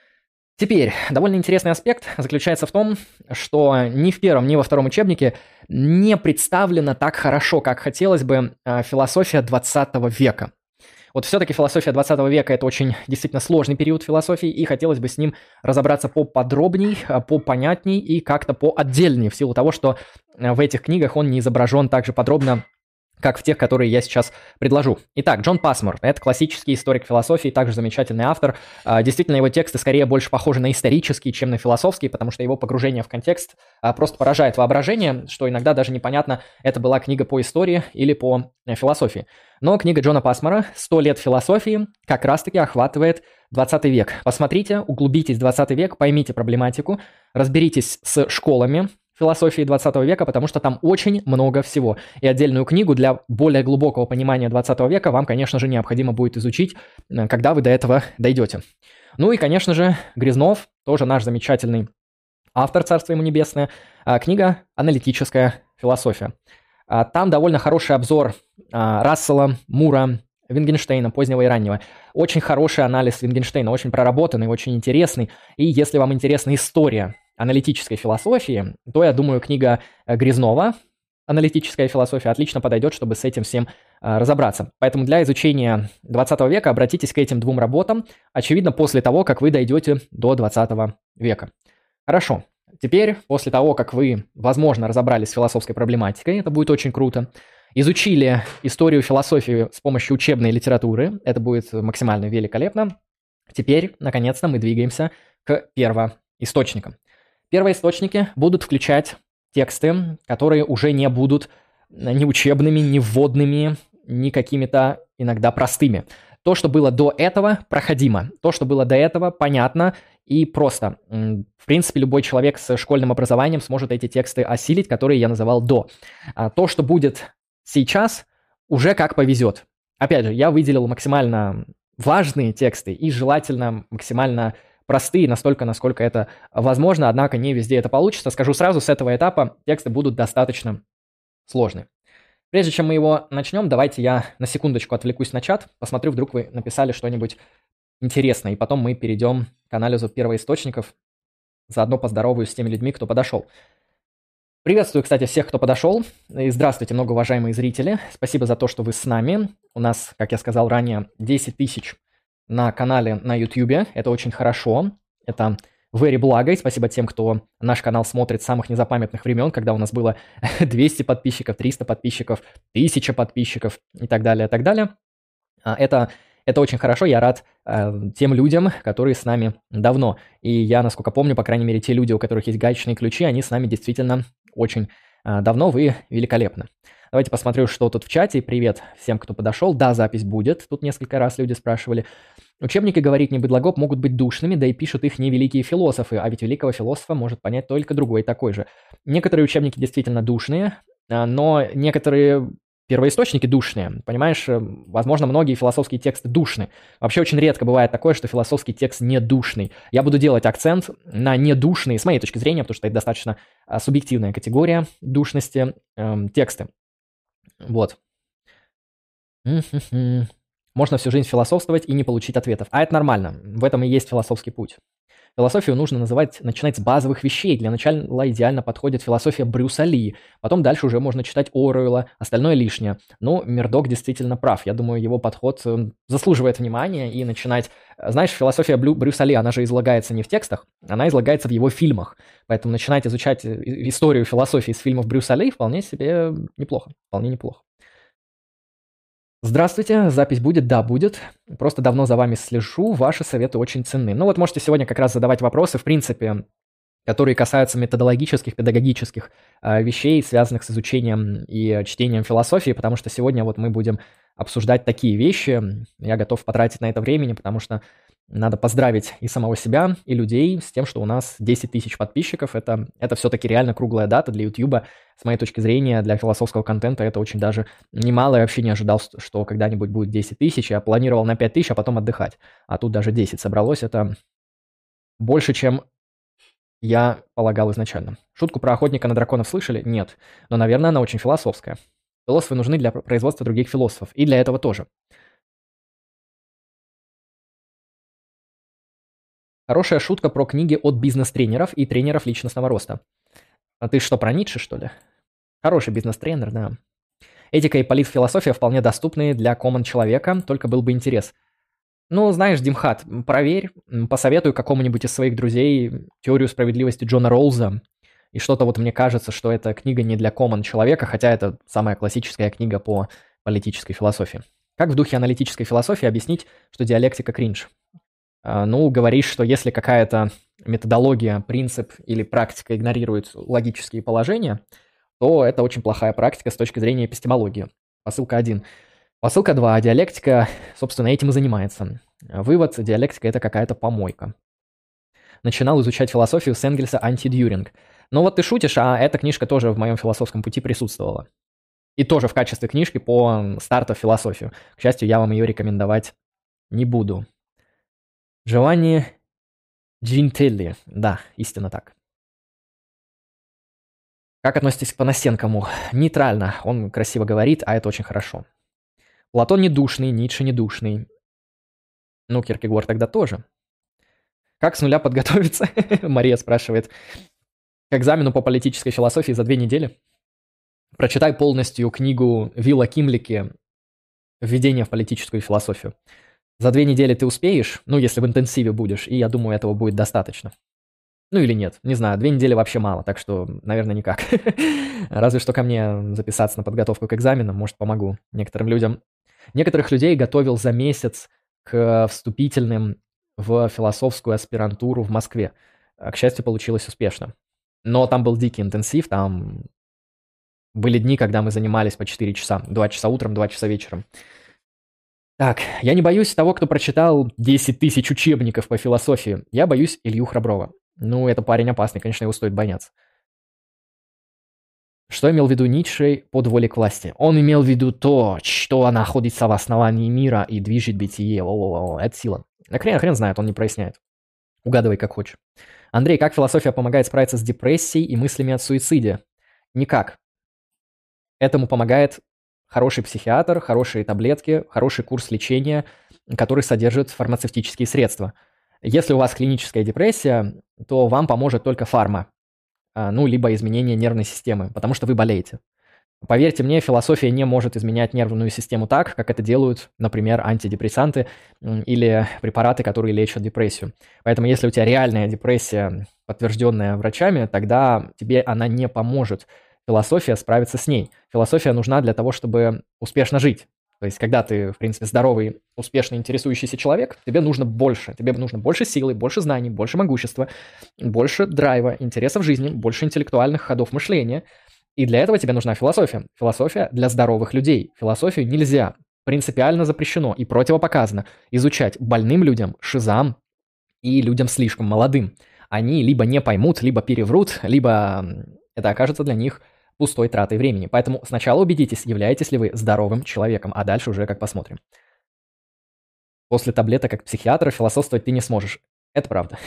Теперь, довольно интересный аспект заключается в том, что ни в первом, ни во втором учебнике не представлена так хорошо, как хотелось бы, философия 20 века. Вот все-таки философия 20 века – это очень действительно сложный период философии, и хотелось бы с ним разобраться поподробней, попонятней и как-то поотдельнее, в силу того, что в этих книгах он не изображен так же подробно, как в тех, которые я сейчас предложу. Итак, Джон Пассмор – это классический историк философии, также замечательный автор. Действительно, его тексты скорее больше похожи на исторические, чем на философские, потому что его погружение в контекст просто поражает воображение, что иногда даже непонятно, это была книга по истории или по философии. Но книга Джона Пассмора «100 лет философии» как раз-таки охватывает 20 век. Посмотрите, углубитесь в 20 век, поймите проблематику, разберитесь с школами философии 20 века, потому что там очень много всего. И отдельную книгу для более глубокого понимания 20 века вам, конечно же, необходимо будет изучить, когда вы до этого дойдете. Ну и, конечно же, Грязнов, тоже наш замечательный автор, царство ему небесное, книга «Аналитическая философия». Там довольно хороший обзор Рассела, Мура, Вингенштейна, позднего и раннего. Очень хороший анализ Вингенштейна, очень проработанный, очень интересный. И если вам интересна история аналитической философии, то, я думаю, книга Грязнова «Аналитическая философия» отлично подойдет, чтобы с этим всем разобраться. Поэтому для изучения 20 века обратитесь к этим двум работам, очевидно, после того, как вы дойдете до 20 века. Хорошо. Теперь, после того, как вы, возможно, разобрались с философской проблематикой, это будет очень круто, изучили историю философии с помощью учебной литературы, это будет максимально великолепно, Теперь, наконец-то, мы двигаемся к первоисточникам. Первоисточники будут включать тексты, которые уже не будут ни учебными, ни вводными, ни какими-то иногда простыми. То, что было до этого, проходимо. То, что было до этого, понятно и просто. В принципе, любой человек с школьным образованием сможет эти тексты осилить, которые я называл до. А то, что будет сейчас, уже как повезет. Опять же, я выделил максимально важные тексты и желательно максимально простые, настолько, насколько это возможно, однако не везде это получится. Скажу сразу, с этого этапа тексты будут достаточно сложные. Прежде чем мы его начнем, давайте я на секундочку отвлекусь на чат, посмотрю, вдруг вы написали что-нибудь интересное, и потом мы перейдем к анализу первоисточников, заодно поздороваюсь с теми людьми, кто подошел. Приветствую, кстати, всех, кто подошел, и здравствуйте, многоуважаемые зрители, спасибо за то, что вы с нами. У нас, как я сказал ранее, 10 тысяч на канале на YouTube, это очень хорошо, это very благо, и спасибо тем, кто наш канал смотрит с самых незапамятных времен, когда у нас было 200 подписчиков, 300 подписчиков, 1000 подписчиков и так далее, и так далее. Это очень хорошо, я рад тем людям, которые с нами давно. И я, насколько помню, по крайней мере, те люди, у которых есть гаечные ключи, они с нами действительно очень давно, вы великолепны. Давайте посмотрю, что тут в чате. Привет всем, кто подошел. Да, запись будет. Тут несколько раз люди спрашивали. Учебники, говорит не быдлогоп, могут быть душными, да и пишут их не великие философы, а ведь великого философа может понять только другой такой же. Некоторые учебники действительно душные, но некоторые первоисточники душные, понимаешь, возможно, многие философские тексты душны. Вообще очень редко бывает такое, что философский текст не душный. Я буду делать акцент на недушные, с моей точки зрения, потому что это достаточно субъективная категория душности, тексты. Вот. Можно всю жизнь философствовать и не получить ответов. А это нормально. В этом и есть философский путь. Философию нужно начинать с базовых вещей. Для начала идеально подходит философия Брюса Ли. Потом дальше уже можно читать Оруэлла, остальное лишнее. Ну, Мердок действительно прав. Я думаю, его подход заслуживает внимания и начинать... Знаешь, философия Брюса Ли, она же излагается не в текстах, она излагается в его фильмах. Поэтому начинать изучать историю философии из фильмов Брюса Ли вполне себе неплохо. Вполне неплохо. Здравствуйте, запись будет? Да, будет. Просто давно за вами слежу, ваши советы очень ценны. Ну вот можете сегодня как раз задавать вопросы, в принципе, которые касаются методологических, педагогических вещей, связанных с изучением и чтением философии, потому что сегодня вот мы будем обсуждать такие вещи. Я готов потратить на это времени, потому что надо поздравить и самого себя, и людей с тем, что у нас 10 тысяч подписчиков. Это все-таки реально круглая дата для YouTube. С моей точки зрения, для философского контента это очень даже немало. Я вообще не ожидал, что когда-нибудь будет 10 тысяч. Я планировал на 5 тысяч, а потом отдыхать. А тут даже 10 собралось. Это больше, чем я полагал изначально. Шутку про охотника на драконов слышали? Нет. Но, наверное, она очень философская. Философы нужны для производства других философов. И для этого тоже. Хорошая шутка про книги от бизнес-тренеров и тренеров личностного роста. А ты что, про Ницше, что ли? Хороший бизнес-тренер, да. Этика и политфилософия вполне доступны для common человека, только был бы интерес. Ну, знаешь, Димхат, проверь, посоветуй какому-нибудь из своих друзей теорию справедливости Джона Роуза. И что-то вот мне кажется, что эта книга не для common человека, хотя это самая классическая книга по политической философии. Как в духе аналитической философии объяснить, что диалектика кринж? Ну, говоришь, что если какая-то методология, принцип или практика игнорирует логические положения, то это очень плохая практика с точки зрения эпистемологии. Посылка 1. Посылка 2. Диалектика, собственно, этим и занимается. Вывод. Диалектика – это какая-то помойка. Начинал изучать философию с Энгельса «Антидьюринг». Ну вот ты шутишь, а эта книжка тоже в моем философском пути присутствовала. И тоже в качестве книжки по старту в философию. К счастью, я вам ее рекомендовать не буду. Джованни Джинтелли. Да, истинно так. Как относитесь к Панасенкому? Нейтрально. Он красиво говорит, а это очень хорошо. Платон не душный, Ницше не душный. Ну, Киркегор тогда тоже. Как с нуля подготовиться? Мария спрашивает. К экзамену по политической философии за 2 недели. Прочитай полностью книгу Вилла Кимлики «Введение в политическую философию». За 2 недели ты успеешь, ну, если в интенсиве будешь, и я думаю, этого будет достаточно. Ну или нет, не знаю, 2 недели вообще мало, так что, наверное, никак. Разве что ко мне записаться на подготовку к экзаменам, может, помогу некоторым людям. Некоторых людей готовил за месяц к вступительным в философскую аспирантуру в Москве. К счастью, получилось успешно. Но там был дикий интенсив, там были дни, когда мы занимались по 4 часа. 2 часа утром, 2 часа вечером. Так, я не боюсь того, кто прочитал 10 тысяч учебников по философии. Я боюсь Илью Храброва. Ну, это парень опасный, конечно, его стоит бояться. Что имел в виду Ницше под волей к власти? Он имел в виду то, что находится в основании мира и движет бытие. О, это сила. А хрен знает, он не проясняет. Угадывай, как хочешь. Андрей, как философия помогает справиться с депрессией и мыслями о суициде? Никак. Этому помогает хороший психиатр, хорошие таблетки, хороший курс лечения, который содержит фармацевтические средства. Если у вас клиническая депрессия, то вам поможет только фарма, либо изменение нервной системы, потому что вы болеете. Поверьте мне, философия не может изменять нервную систему так, как это делают, например, антидепрессанты или препараты, которые лечат депрессию. Поэтому если у тебя реальная депрессия, подтвержденная врачами, тогда тебе она не поможет. Философия справится с ней. Философия нужна для того, чтобы успешно жить. То есть, когда ты, в принципе, здоровый, успешно интересующийся человек, тебе нужно больше. Тебе нужно больше силы, больше знаний, больше могущества, больше драйва, интереса в жизни, больше интеллектуальных ходов мышления. И для этого тебе нужна философия. Философия для здоровых людей. Философию нельзя, принципиально запрещено и противопоказано изучать больным людям, шизам и людям слишком молодым. Они либо не поймут, либо переврут, либо это окажется для них пустой тратой времени. Поэтому сначала убедитесь, являетесь ли вы здоровым человеком, а дальше уже как посмотрим. После таблеток как психиатра философствовать ты не сможешь. Это правда.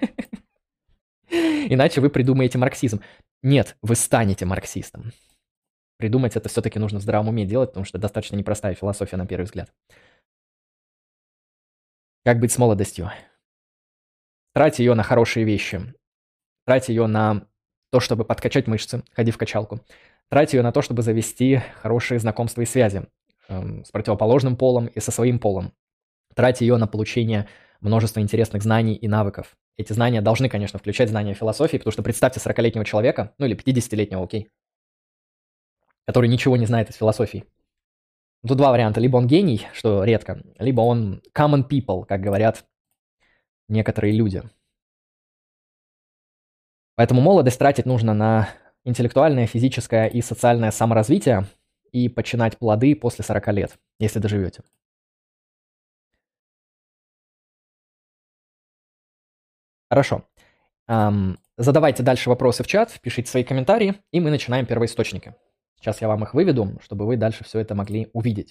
Иначе вы придумаете марксизм. Нет, вы станете марксистом. Придумать это все-таки нужно в здравом уме делать, потому что достаточно непростая философия на первый взгляд. Как быть с молодостью? Трать ее на хорошие вещи. Трать ее на то, чтобы подкачать мышцы, ходи в качалку. Трать ее на то, чтобы завести хорошие знакомства и связи с противоположным полом и со своим полом. Трать ее на получение множества интересных знаний и навыков. Эти знания должны, конечно, включать знания философии, потому что представьте 40-летнего человека, или 50-летнего, окей, который ничего не знает из философии. Тут два варианта. Либо он гений, что редко, либо он common people, как говорят некоторые люди. Поэтому молодость тратить нужно на интеллектуальное, физическое и социальное саморазвитие и починать плоды после 40 лет, если доживете. Хорошо. Задавайте дальше вопросы в чат, пишите свои комментарии, и мы начинаем первоисточники. Сейчас я вам их выведу, чтобы вы дальше все это могли увидеть.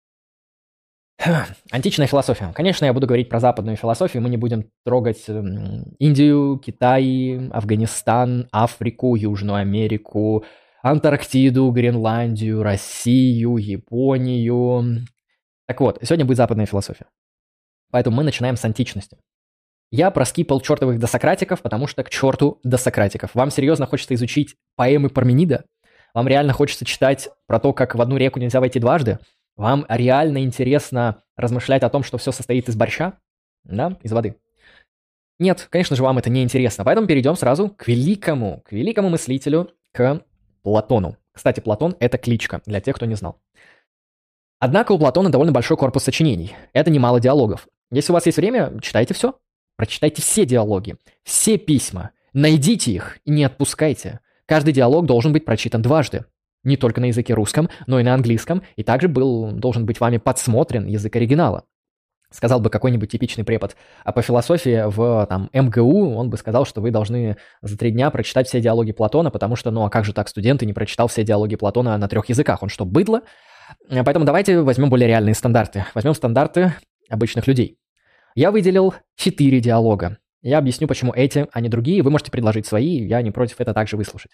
Античная философия. Конечно, я буду говорить про западную философию, мы не будем трогать Индию, Китай, Афганистан, Африку, Южную Америку, Антарктиду, Гренландию, Россию, Японию. Так вот, сегодня будет западная философия. Поэтому мы начинаем с античности. Я проскипал чертовых досократиков, потому что к черту досократиков. Вам серьезно хочется изучить поэмы Парменида? Вам реально хочется читать про то, как в одну реку нельзя войти дважды? Вам реально интересно размышлять о том, что все состоит из борща? Да, из воды? Нет, конечно же, вам это не интересно. Поэтому перейдем сразу к великому мыслителю, к Платону. Кстати, Платон – это кличка, для тех, кто не знал. Однако у Платона довольно большой корпус сочинений. Это немало диалогов. Если у вас есть время, читайте все. Прочитайте все диалоги, все письма. Найдите их и не отпускайте. Каждый диалог должен быть прочитан дважды. Не только на языке русском, но и на английском. И также должен быть вами подсмотрен язык оригинала. Сказал бы какой-нибудь типичный препод. А по философии в МГУ он бы сказал, что вы должны за 3 дня прочитать все диалоги Платона, потому что, а как же так студент и не прочитал все диалоги Платона на 3 языках? Он что, быдло? Поэтому давайте возьмем более реальные стандарты. Возьмем стандарты обычных людей. Я выделил 4 диалога. Я объясню, почему эти, а не другие. Вы можете предложить свои, я не против это также выслушать.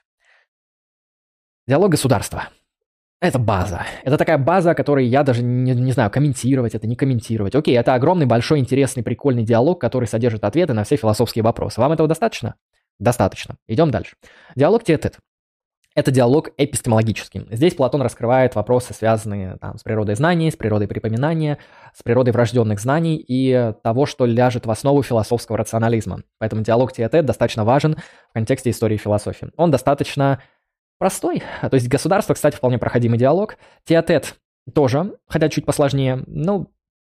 Диалог государства. Это база. Это такая база, которой я даже не знаю, комментировать это, не комментировать. Окей, это огромный, большой, интересный, прикольный диалог, который содержит ответы на все философские вопросы. Вам этого достаточно? Достаточно. Идем дальше. Диалог тет-а-тет. Это диалог эпистемологический. Здесь Платон раскрывает вопросы, связанные с природой знаний, с природой припоминания, с природой врожденных знаний и того, что ляжет в основу философского рационализма. Поэтому диалог тет-а-тет достаточно важен в контексте истории философии. Он достаточно простой. То есть государство, кстати, вполне проходимый диалог. Тет-а-тет тоже, хотя чуть посложнее.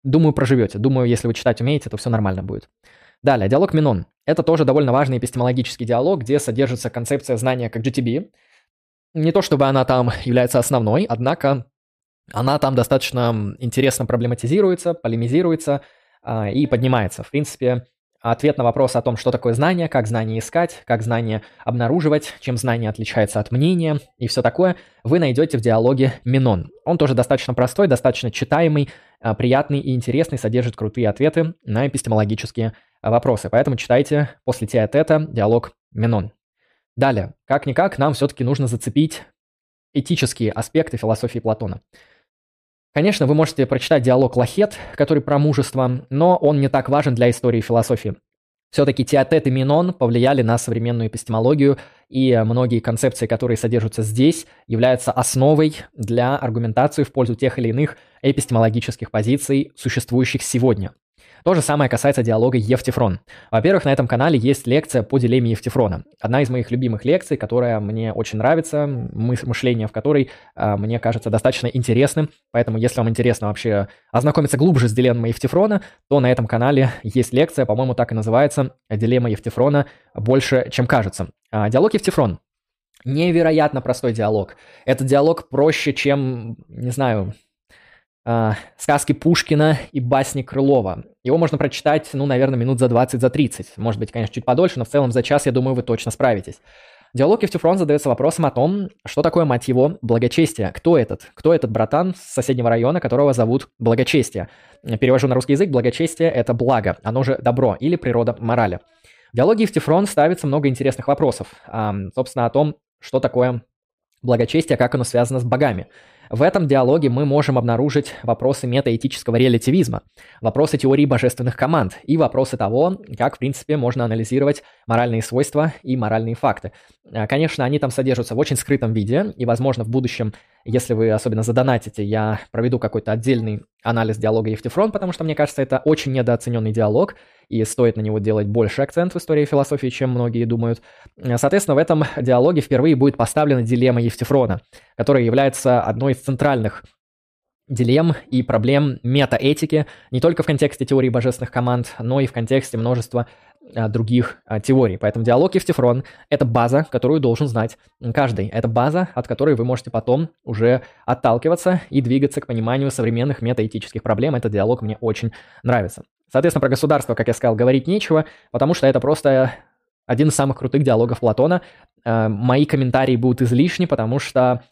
думаю, проживете. Думаю, если вы читать умеете, то все нормально будет. Далее, диалог Минон. Это тоже довольно важный эпистемологический диалог, где содержится концепция знания как GTB. Не то чтобы она там является основной, однако она там достаточно интересно проблематизируется, полемизируется и поднимается. В принципе, ответ на вопрос о том, что такое знание, как знание искать, как знание обнаруживать, чем знание отличается от мнения и все такое, вы найдете в диалоге Минон. Он тоже достаточно простой, достаточно читаемый, приятный и интересный, содержит крутые ответы на эпистемологические вопросы. Поэтому читайте после тет-а-тета диалог Минон. Далее, как-никак, нам все-таки нужно зацепить этические аспекты философии Платона. Конечно, вы можете прочитать диалог Лахет, который про мужество, но он не так важен для истории философии. Все-таки Теотет и Минон повлияли на современную эпистемологию, и многие концепции, которые содержатся здесь, являются основой для аргументации в пользу тех или иных эпистемологических позиций, существующих сегодня. То же самое касается диалога Евтифрон. Во-первых, на этом канале есть лекция по дилемме Евтифрона. Одна из моих любимых лекций, которая мне очень нравится, мышление в которой мне кажется достаточно интересным. Поэтому, если вам интересно вообще ознакомиться глубже с дилеммой Евтифрона, то на этом канале есть лекция, по-моему, так и называется, «Дилемма Евтифрона больше, чем кажется». Диалог Евтифрон. Невероятно простой диалог. Этот диалог проще, чем, не знаю, сказки Пушкина и басни Крылова. Его можно прочитать, наверное, минут за 20, за 30. Может быть, конечно, чуть подольше, но в целом за час, я думаю, вы точно справитесь. Диалог Евтифрон задается вопросом о том, что такое, мать его, благочестие. Кто этот? Кто этот братан с соседнего района, которого зовут благочестие? Перевожу на русский язык. Благочестие – это благо, оно же добро или природа морали. В диалоге Евтифрон ставится много интересных вопросов. Собственно, о том, что такое благочестие, как оно связано с богами. В этом диалоге мы можем обнаружить вопросы метаэтического релятивизма, вопросы теории божественных команд и вопросы того, как, в принципе, можно анализировать моральные свойства и моральные факты. Конечно, они там содержатся в очень скрытом виде, и, возможно, в будущем, если вы особенно задонатите, я проведу какой-то отдельный анализ диалога Евтифрон, потому что, мне кажется, это очень недооцененный диалог, и стоит на него делать больше акцент в истории философии, чем многие думают. Соответственно, в этом диалоге впервые будет поставлена дилемма Евтифрона, которая является одной из центральных дилемм и проблем метаэтики, не только в контексте теории божественных команд, но и в контексте множества других теорий. Поэтому диалог Евтифрон – это база, которую должен знать каждый. Это база, от которой вы можете потом уже отталкиваться и двигаться к пониманию современных метаэтических проблем. Этот диалог мне очень нравится. Соответственно, про государство, как я сказал, говорить нечего, потому что это просто один из самых крутых диалогов Платона. Мои комментарии будут излишни, потому что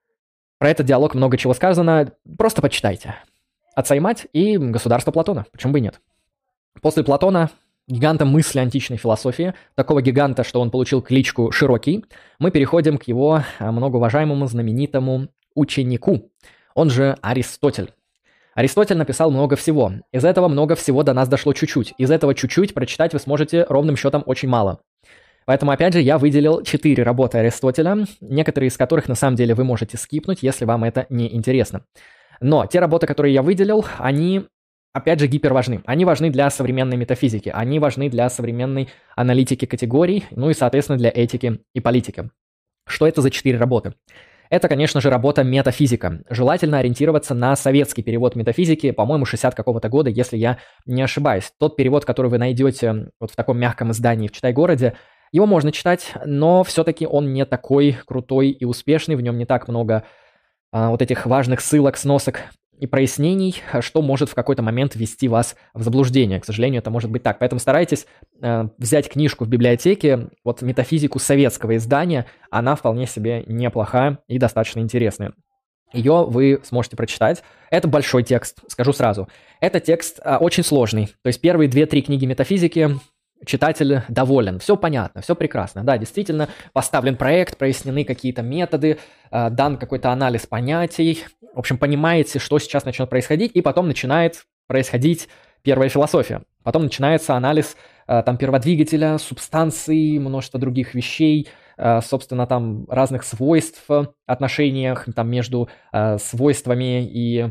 про этот диалог много чего сказано. Просто почитайте. Отца и мать и государство Платона. Почему бы и нет? После Платона, гиганта мысли античной философии, такого гиганта, что он получил кличку Широкий, мы переходим к его многоуважаемому знаменитому ученику, он же Аристотель. Аристотель написал много всего. Из этого много всего до нас дошло чуть-чуть. Из этого чуть-чуть прочитать вы сможете ровным счетом очень мало. Поэтому, опять же, я выделил 4 работы Аристотеля, некоторые из которых, на самом деле, вы можете скипнуть, если вам это не интересно. Но те работы, которые я выделил, они, опять же, гиперважны. Они важны для современной метафизики, они важны для современной аналитики категорий, ну и, соответственно, для этики и политики. Что это за 4 работы? Это, конечно же, работа метафизика. Желательно ориентироваться на советский перевод метафизики, по-моему, 60 какого-то года, если я не ошибаюсь. Тот перевод, который вы найдете вот в таком мягком издании в «Читай-городе», его можно читать, но все-таки он не такой крутой и успешный, в нем не так много вот этих важных ссылок, сносок и прояснений, что может в какой-то момент ввести вас в заблуждение. К сожалению, это может быть так. Поэтому старайтесь взять книжку в библиотеке, вот метафизику советского издания, она вполне себе неплохая и достаточно интересная. Ее вы сможете прочитать. Это большой текст, скажу сразу. Это текст очень сложный. То есть первые 2-3 книги метафизики читатель доволен, все понятно, все прекрасно. Да, действительно, поставлен проект, прояснены какие-то методы, дан какой-то анализ понятий. В общем, понимаете, что сейчас начнет происходить, и потом начинает происходить первая философия. Потом начинается анализ там перводвигателя, субстанции, множество других вещей, собственно, там разных свойств, отношениях там между свойствами и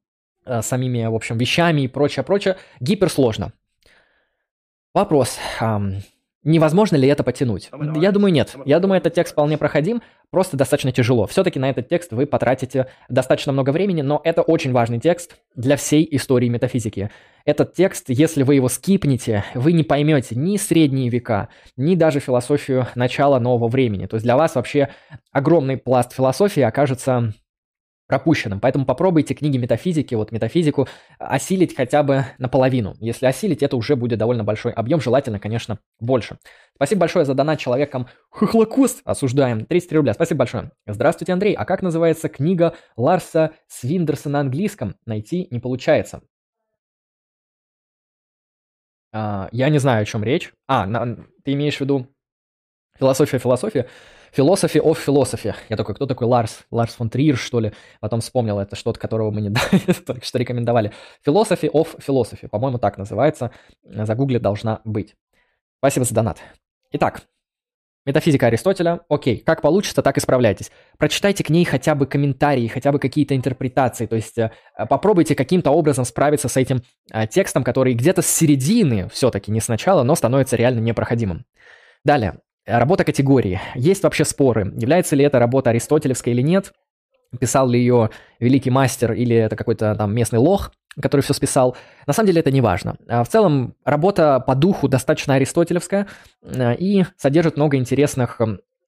самими, в общем, вещами и прочее, прочее. Гиперсложно. Вопрос. Невозможно ли это потянуть? Я думаю, нет. Я думаю, этот текст вполне проходим, просто достаточно тяжело. Все-таки на этот текст вы потратите достаточно много времени, но это очень важный текст для всей истории метафизики. Этот текст, если вы его скипнете, вы не поймете ни средние века, ни даже философию начала нового времени. То есть для вас вообще огромный пласт философии окажется пропущенным. Поэтому попробуйте книги метафизики, вот метафизику, осилить хотя бы наполовину. Если осилить, это уже будет довольно большой объем, желательно, конечно, больше. Спасибо большое за донат человеком Хохлокост. Осуждаем. 33 рубля. Спасибо большое. Здравствуйте, Андрей. А как называется книга Ларса Свиндерса на английском? Найти не получается. Я не знаю, о чем речь. Ты имеешь в виду философия? Philosophy of Philosophy. Я такой, кто такой Ларс? Ларс фон Триер, что ли? Потом вспомнил, это что-то, которого мы только что рекомендовали. Philosophy of Philosophy. По-моему, так называется. Загуглить должна быть. Спасибо за донат. Итак, метафизика Аристотеля. Окей, как получится, так и справляйтесь. Прочитайте к ней хотя бы комментарии, хотя бы какие-то интерпретации. То есть попробуйте каким-то образом справиться с этим текстом, который где-то с середины, все-таки не сначала, но становится реально непроходимым. Далее. Работа категории. Есть вообще споры, является ли эта работа аристотелевской или нет, писал ли ее великий мастер или это какой-то там местный лох, который все списал. На самом деле это не важно. В целом работа по духу достаточно аристотелевская и содержит много интересных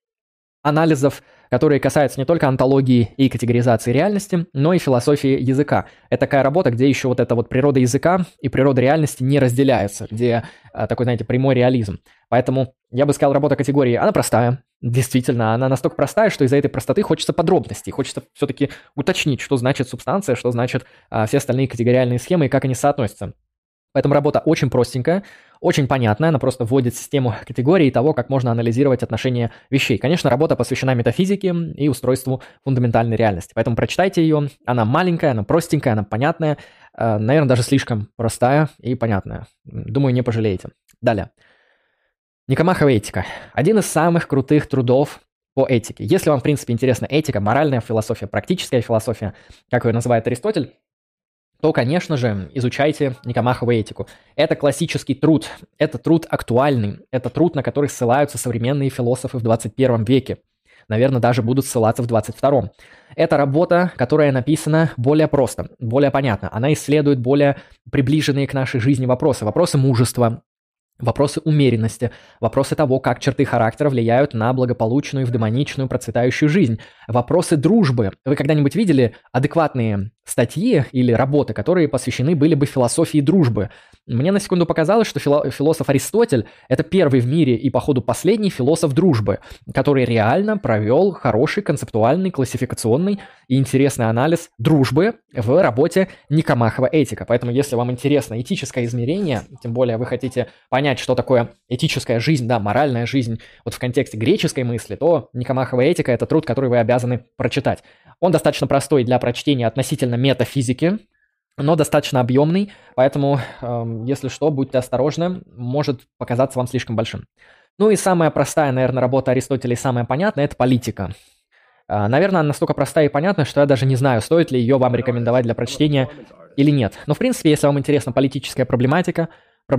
анализов, которые касаются не только онтологии и категоризации реальности, но и философии языка. Это такая работа, где еще вот эта вот природа языка и природа реальности не разделяются, где такой, знаете, прямой реализм. Поэтому я бы сказал, работа категории, она простая, действительно, она настолько простая, что из-за этой простоты хочется подробностей, хочется все-таки уточнить, что значит субстанция, что значит все остальные категориальные схемы и как они соотносятся. Поэтому работа очень простенькая, очень понятная, она просто вводит систему категорий и того, как можно анализировать отношения вещей. Конечно, работа посвящена метафизике и устройству фундаментальной реальности, поэтому прочитайте ее, она маленькая, она простенькая, она понятная, наверное, даже слишком простая и понятная. Думаю, не пожалеете. Далее. Никомахова этика. Один из самых крутых трудов по этике. Если вам, в принципе, интересна этика, моральная философия, практическая философия, как ее называет Аристотель, то, конечно же, изучайте Никомахову этику. Это классический труд, это труд актуальный, это труд, на который ссылаются современные философы в 21 веке. Наверное, даже будут ссылаться в 22-м. Это работа, которая написана более просто, более понятно. Она исследует более приближенные к нашей жизни вопросы. Вопросы мужества, вопросы умеренности, вопросы того, как черты характера влияют на благополучную, евдемоничную, процветающую жизнь, вопросы дружбы. Вы когда-нибудь видели адекватные статьи или работы, которые посвящены были бы философии дружбы? Мне на секунду показалось, что философ Аристотель – это первый в мире и, походу, последний философ дружбы, который реально провел хороший, концептуальный, классификационный и интересный анализ дружбы в работе Никомахова этика. Поэтому, если вам интересно этическое измерение, тем более вы хотите понять, что такое этическая жизнь, да, моральная жизнь, вот в контексте греческой мысли, то Никомахова этика – это труд, который вы обязаны прочитать. Он достаточно простой для прочтения относительно метафизики, но достаточно объемный, поэтому, если что, будьте осторожны, может показаться вам слишком большим. Ну и самая простая, наверное, работа Аристотеля и самая понятная – это политика. Наверное, она настолько простая и понятная, что я даже не знаю, стоит ли ее вам рекомендовать для прочтения или нет. Но, в принципе, если вам интересна политическая проблематика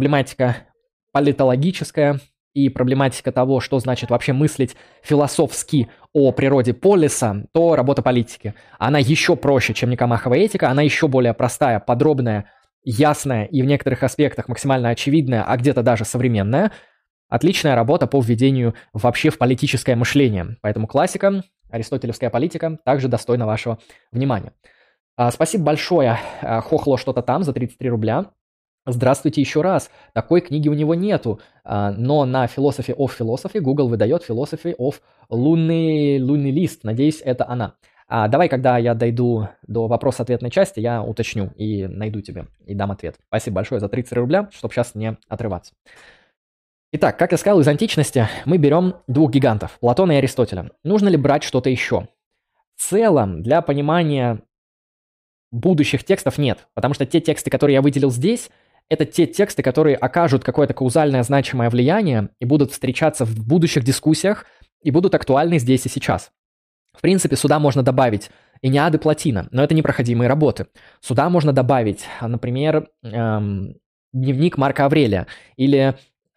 политологическая и проблематика того, что значит вообще мыслить философски о природе полиса, то работа политики. Она еще проще, чем Никомахова этика, она еще более простая, подробная, ясная и в некоторых аспектах максимально очевидная, а где-то даже современная. Отличная работа по введению вообще в политическое мышление. Поэтому классика, аристотелевская политика, также достойна вашего внимания. Спасибо большое, Хохло что-то там за 33 рубля. Здравствуйте еще раз. Такой книги у него нету, но на Philosophy of Philosophy Google выдает Philosophy of лунный лист. Надеюсь, это она. Давай, когда я дойду до вопроса-ответной части, я уточню и найду тебе, и дам ответ. Спасибо большое за 30 рубля, чтобы сейчас не отрываться. Итак, как я сказал, из античности мы берем двух гигантов, Платона и Аристотеля. Нужно ли брать что-то еще? В целом, для понимания будущих текстов нет, потому что те тексты, которые я выделил здесь, это те тексты, которые окажут какое-то каузальное значимое влияние и будут встречаться в будущих дискуссиях и будут актуальны здесь и сейчас. В принципе, сюда можно добавить Энеады Платина, но это непроходимые работы. Сюда можно добавить, например, дневник Марка Аврелия или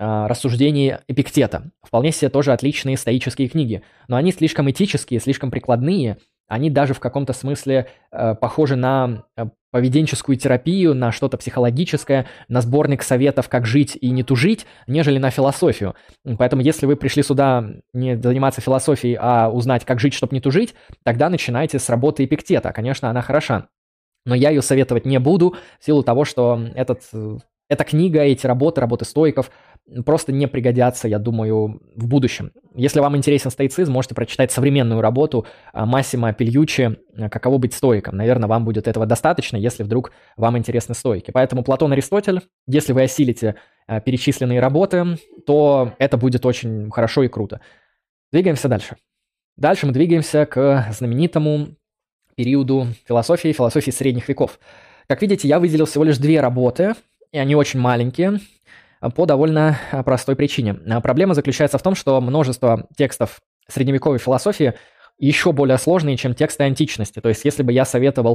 рассуждений Эпиктета. Вполне себе тоже отличные стоические книги. Но они слишком этические, слишком прикладные. Они даже в каком-то смысле похожи на поведенческую терапию, на что-то психологическое, на сборник советов, как жить и не тужить, нежели на философию. Поэтому если вы пришли сюда не заниматься философией, а узнать, как жить, чтобы не тужить, тогда начинайте с работы Эпиктета. Конечно, она хороша. Но я ее советовать не буду в силу того, что эта книга, эти работы стоиков просто не пригодятся, я думаю, в будущем. Если вам интересен стоицизм, можете прочитать современную работу Массимо Пильюччи «Каково быть стоиком». Наверное, вам будет этого достаточно, если вдруг вам интересны стоики. Поэтому Платон, Аристотель, если вы осилите перечисленные работы, то это будет очень хорошо и круто. Двигаемся дальше. Дальше мы двигаемся к знаменитому периоду философии средних веков. Как видите, я выделил всего лишь 2 работы, и они очень маленькие, по довольно простой причине. Проблема заключается в том, что множество текстов средневековой философии еще более сложные, чем тексты античности. То есть, если бы я советовал,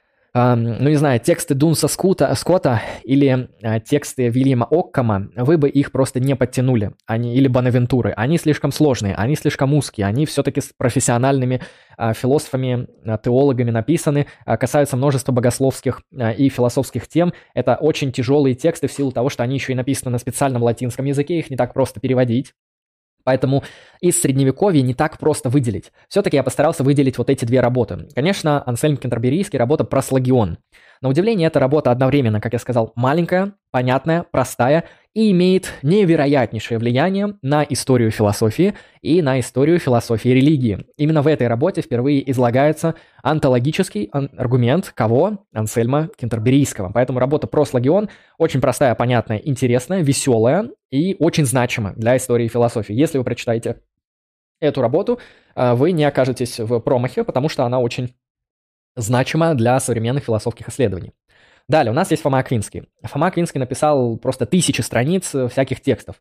тексты Дунса Скотта или тексты Вильяма Оккама, вы бы их просто не подтянули, или Бонавентуры. Они слишком сложные, они слишком узкие, они все-таки с профессиональными философами, теологами написаны, касаются множества богословских и философских тем. Это очень тяжелые тексты в силу того, что они еще и написаны на специальном латинском языке, их не так просто переводить. Поэтому из Средневековья не так просто выделить. Все-таки я постарался выделить вот эти 2 работы. Конечно, Ансельм Кентерберийский, работа «Прослагион». На удивление, эта работа одновременно, как я сказал, маленькая, понятная, простая и имеет невероятнейшее влияние на историю философии и на историю философии и религии. Именно в этой работе впервые излагается онтологический аргумент кого? Ансельма Кентерберийского. Поэтому работа «Прослагион» очень простая, понятная, интересная, веселая и очень значима для истории философии. Если вы прочитаете эту работу, вы не окажетесь в промахе, потому что она очень значима для современных философских исследований. Далее, у нас есть Фома Аквинский. Фома Аквинский написал просто 1000 страниц всяких текстов.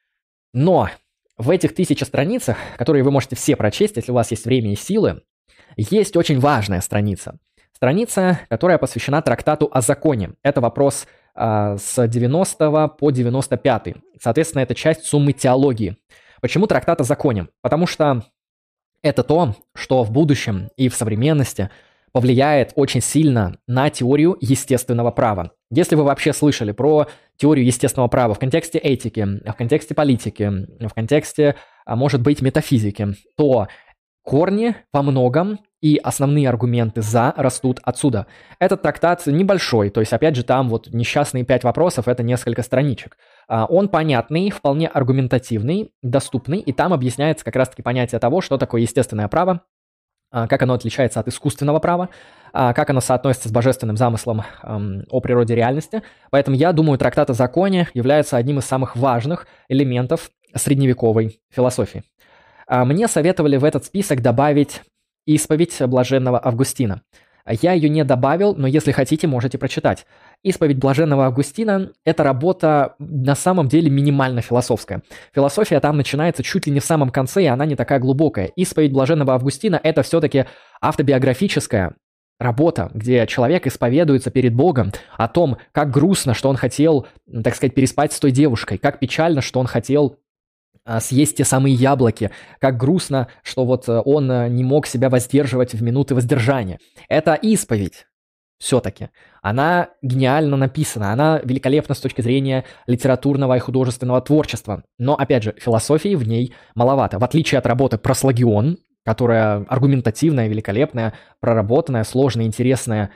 Но в этих 1000 страницах, которые вы можете все прочесть, если у вас есть время и силы, есть очень важная страница. Страница, которая посвящена трактату о законе. Это вопрос с 90 по 95. Соответственно, это часть суммы теологии. Почему трактат о законе? Потому что это то, что в будущем и в современности повлияет очень сильно на теорию естественного права. Если вы вообще слышали про теорию естественного права в контексте этики, в контексте политики, в контексте, может быть, метафизики, то корни во многом и основные аргументы «за» растут отсюда. Этот трактат небольшой, то есть, опять же, там вот несчастные 5 вопросов, это несколько страничек. Он понятный, вполне аргументативный, доступный, и там объясняется как раз-таки понятие того, что такое естественное право, как оно отличается от искусственного права, как оно соотносится с божественным замыслом о природе реальности. Поэтому я думаю, трактат о законе является одним из самых важных элементов средневековой философии. Мне советовали в этот список добавить исповедь блаженного Августина. Я ее не добавил, но если хотите, можете прочитать. Исповедь блаженного Августина – это работа на самом деле минимально философская. Философия там начинается чуть ли не в самом конце, и она не такая глубокая. Исповедь блаженного Августина – это все-таки автобиографическая работа, где человек исповедуется перед Богом о том, как грустно, что он хотел, так сказать, переспать с той девушкой, как печально, что он хотел съесть те самые яблоки, как грустно, что вот он не мог себя воздерживать в минуты воздержания. Это исповедь все-таки. Она гениально написана, она великолепна с точки зрения литературного и художественного творчества. Но, опять же, философии в ней маловато. В отличие от работы «Прослагион», которая аргументативная, великолепная, проработанная, сложная, интересная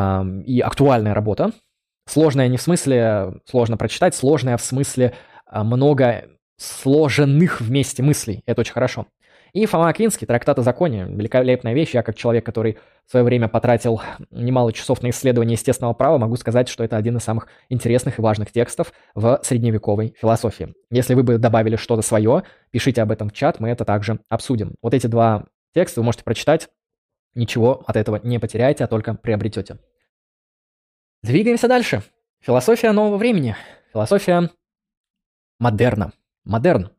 и актуальная работа. Сложная не в смысле сложно прочитать, сложная в смысле много сложенных вместе мыслей. Это очень хорошо. И Фома Аквинский, трактат о законе, великолепная вещь. Я, как человек, который в свое время потратил немало часов на исследование естественного права, могу сказать, что это один из самых интересных и важных текстов в средневековой философии. Если вы бы добавили что-то свое, пишите об этом в чат, мы это также обсудим. Вот эти 2 текста вы можете прочитать, ничего от этого не потеряете, а только приобретете. Двигаемся дальше. Философия нового времени. Философия модерна. Модерн.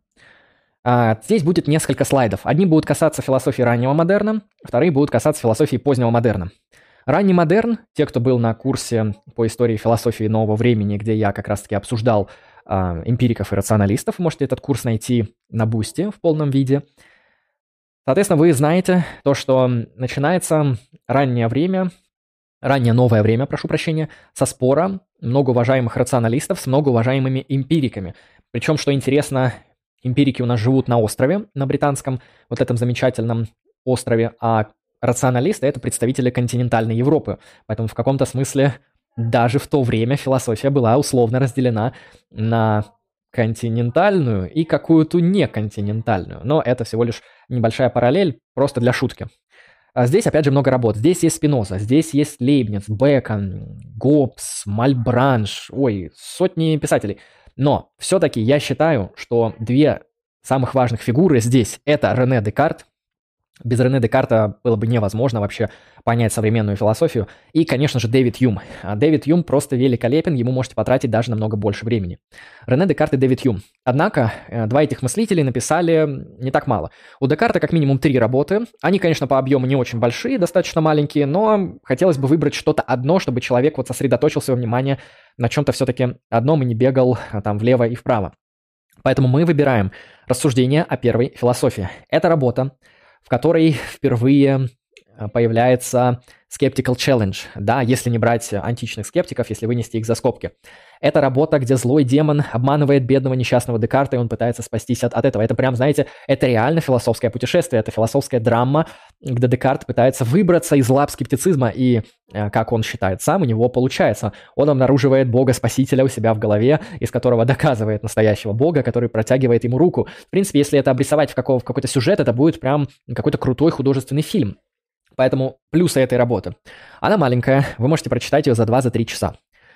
Здесь будет несколько слайдов. Одни будут касаться философии раннего модерна, вторые будут касаться философии позднего модерна. Ранний модерн, те, кто был на курсе по истории философии нового времени, где я как раз-таки обсуждал эмпириков и рационалистов. Вы можете этот курс найти на Бусти в полном виде. Соответственно, вы знаете то, что начинается раннее новое время, прошу прощения, со спора многоуважаемых рационалистов с многоуважаемыми эмпириками. Причем, что интересно, эмпирики у нас живут на острове, на британском, вот этом замечательном острове, а рационалисты – это представители континентальной Европы. Поэтому в каком-то смысле даже в то время философия была условно разделена на континентальную и какую-то неконтинентальную. Но это всего лишь небольшая параллель, просто для шутки. А здесь, опять же, много работ. Здесь есть Спиноза, здесь есть Лейбниц, Бэкон, Гоббс, Мальбранш, сотни писателей. Но все-таки я считаю, что две самых важных фигуры здесь – это Рене Декарт. Без Рене Декарта было бы невозможно вообще понять современную философию. И, конечно же, Дэвид Юм. Дэвид Юм просто великолепен, ему можете потратить даже намного больше времени. Рене Декарт и Дэвид Юм. Однако, два этих мыслителей написали не так мало. У Декарта как минимум 3 работы. Они, конечно, по объему не очень большие, достаточно маленькие, но хотелось бы выбрать что-то одно, чтобы человек вот сосредоточил свое внимание на чем-то все-таки одном и не бегал там влево и вправо. Поэтому мы выбираем рассуждение о первой философии. Это работа, в которой впервые появляется Skeptical Challenge, да, если не брать античных скептиков, если вынести их за скобки. Это работа, где злой демон обманывает бедного несчастного Декарта, и он пытается спастись от этого. Это прям, знаете, это реально философское путешествие, это философская драма, где Декарт пытается выбраться из лап скептицизма, и, как он считает сам, у него получается. Он обнаруживает Бога-спасителя у себя в голове, из которого доказывает настоящего Бога, который протягивает ему руку. В принципе, если это обрисовать в какой-то сюжет, это будет прям какой-то крутой художественный фильм. Поэтому плюсы этой работы. Она маленькая, вы можете прочитать ее за 2-3 часа.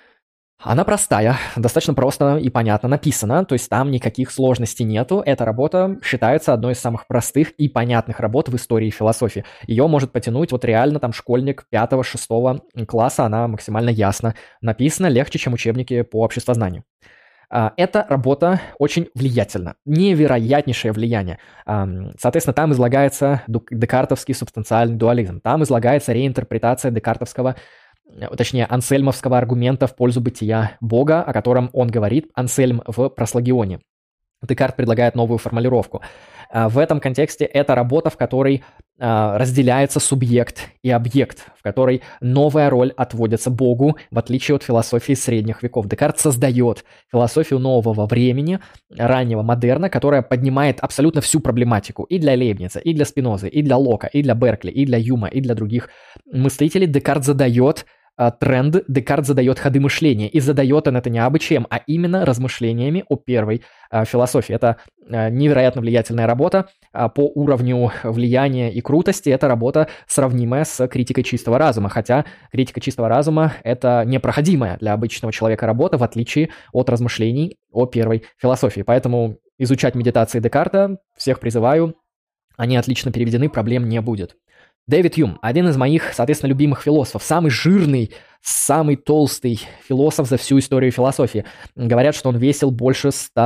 Она простая, достаточно просто и понятно написана, то есть там никаких сложностей нету. Эта работа считается одной из самых простых и понятных работ в истории философии. Ее может потянуть вот реально там школьник 5-6 класса, она максимально ясно написана, легче, чем учебники по обществознанию. Эта работа очень влиятельна, невероятнейшее влияние. Соответственно, там излагается декартовский субстанциальный дуализм, там излагается реинтерпретация декартовского, точнее, ансельмовского аргумента в пользу бытия Бога, о котором он говорит, Ансельм в Прослагионе. Декарт предлагает новую формулировку. В этом контексте это работа, в которой разделяется субъект и объект, в которой новая роль отводится Богу, в отличие от философии средних веков. Декарт создает философию нового времени, раннего модерна, которая поднимает абсолютно всю проблематику и для Лейбница, и для Спинозы, и для Лока, и для Беркли, и для Юма, и для других мыслителей. Декарт задает тренд, Декарт задает ходы мышления, и задает он это не абы чем, а именно размышлениями о первой философии. Это невероятно влиятельная работа по уровню влияния и крутости. Это работа, сравнимая с критикой чистого разума, хотя критика чистого разума – это непроходимая для обычного человека работа, в отличие от размышлений о первой философии. Поэтому изучать медитации Декарта всех призываю, они отлично переведены, проблем не будет. Дэвид Юм, один из моих, соответственно, любимых философов, самый жирный, самый толстый философ за всю историю философии. Говорят, что он весил больше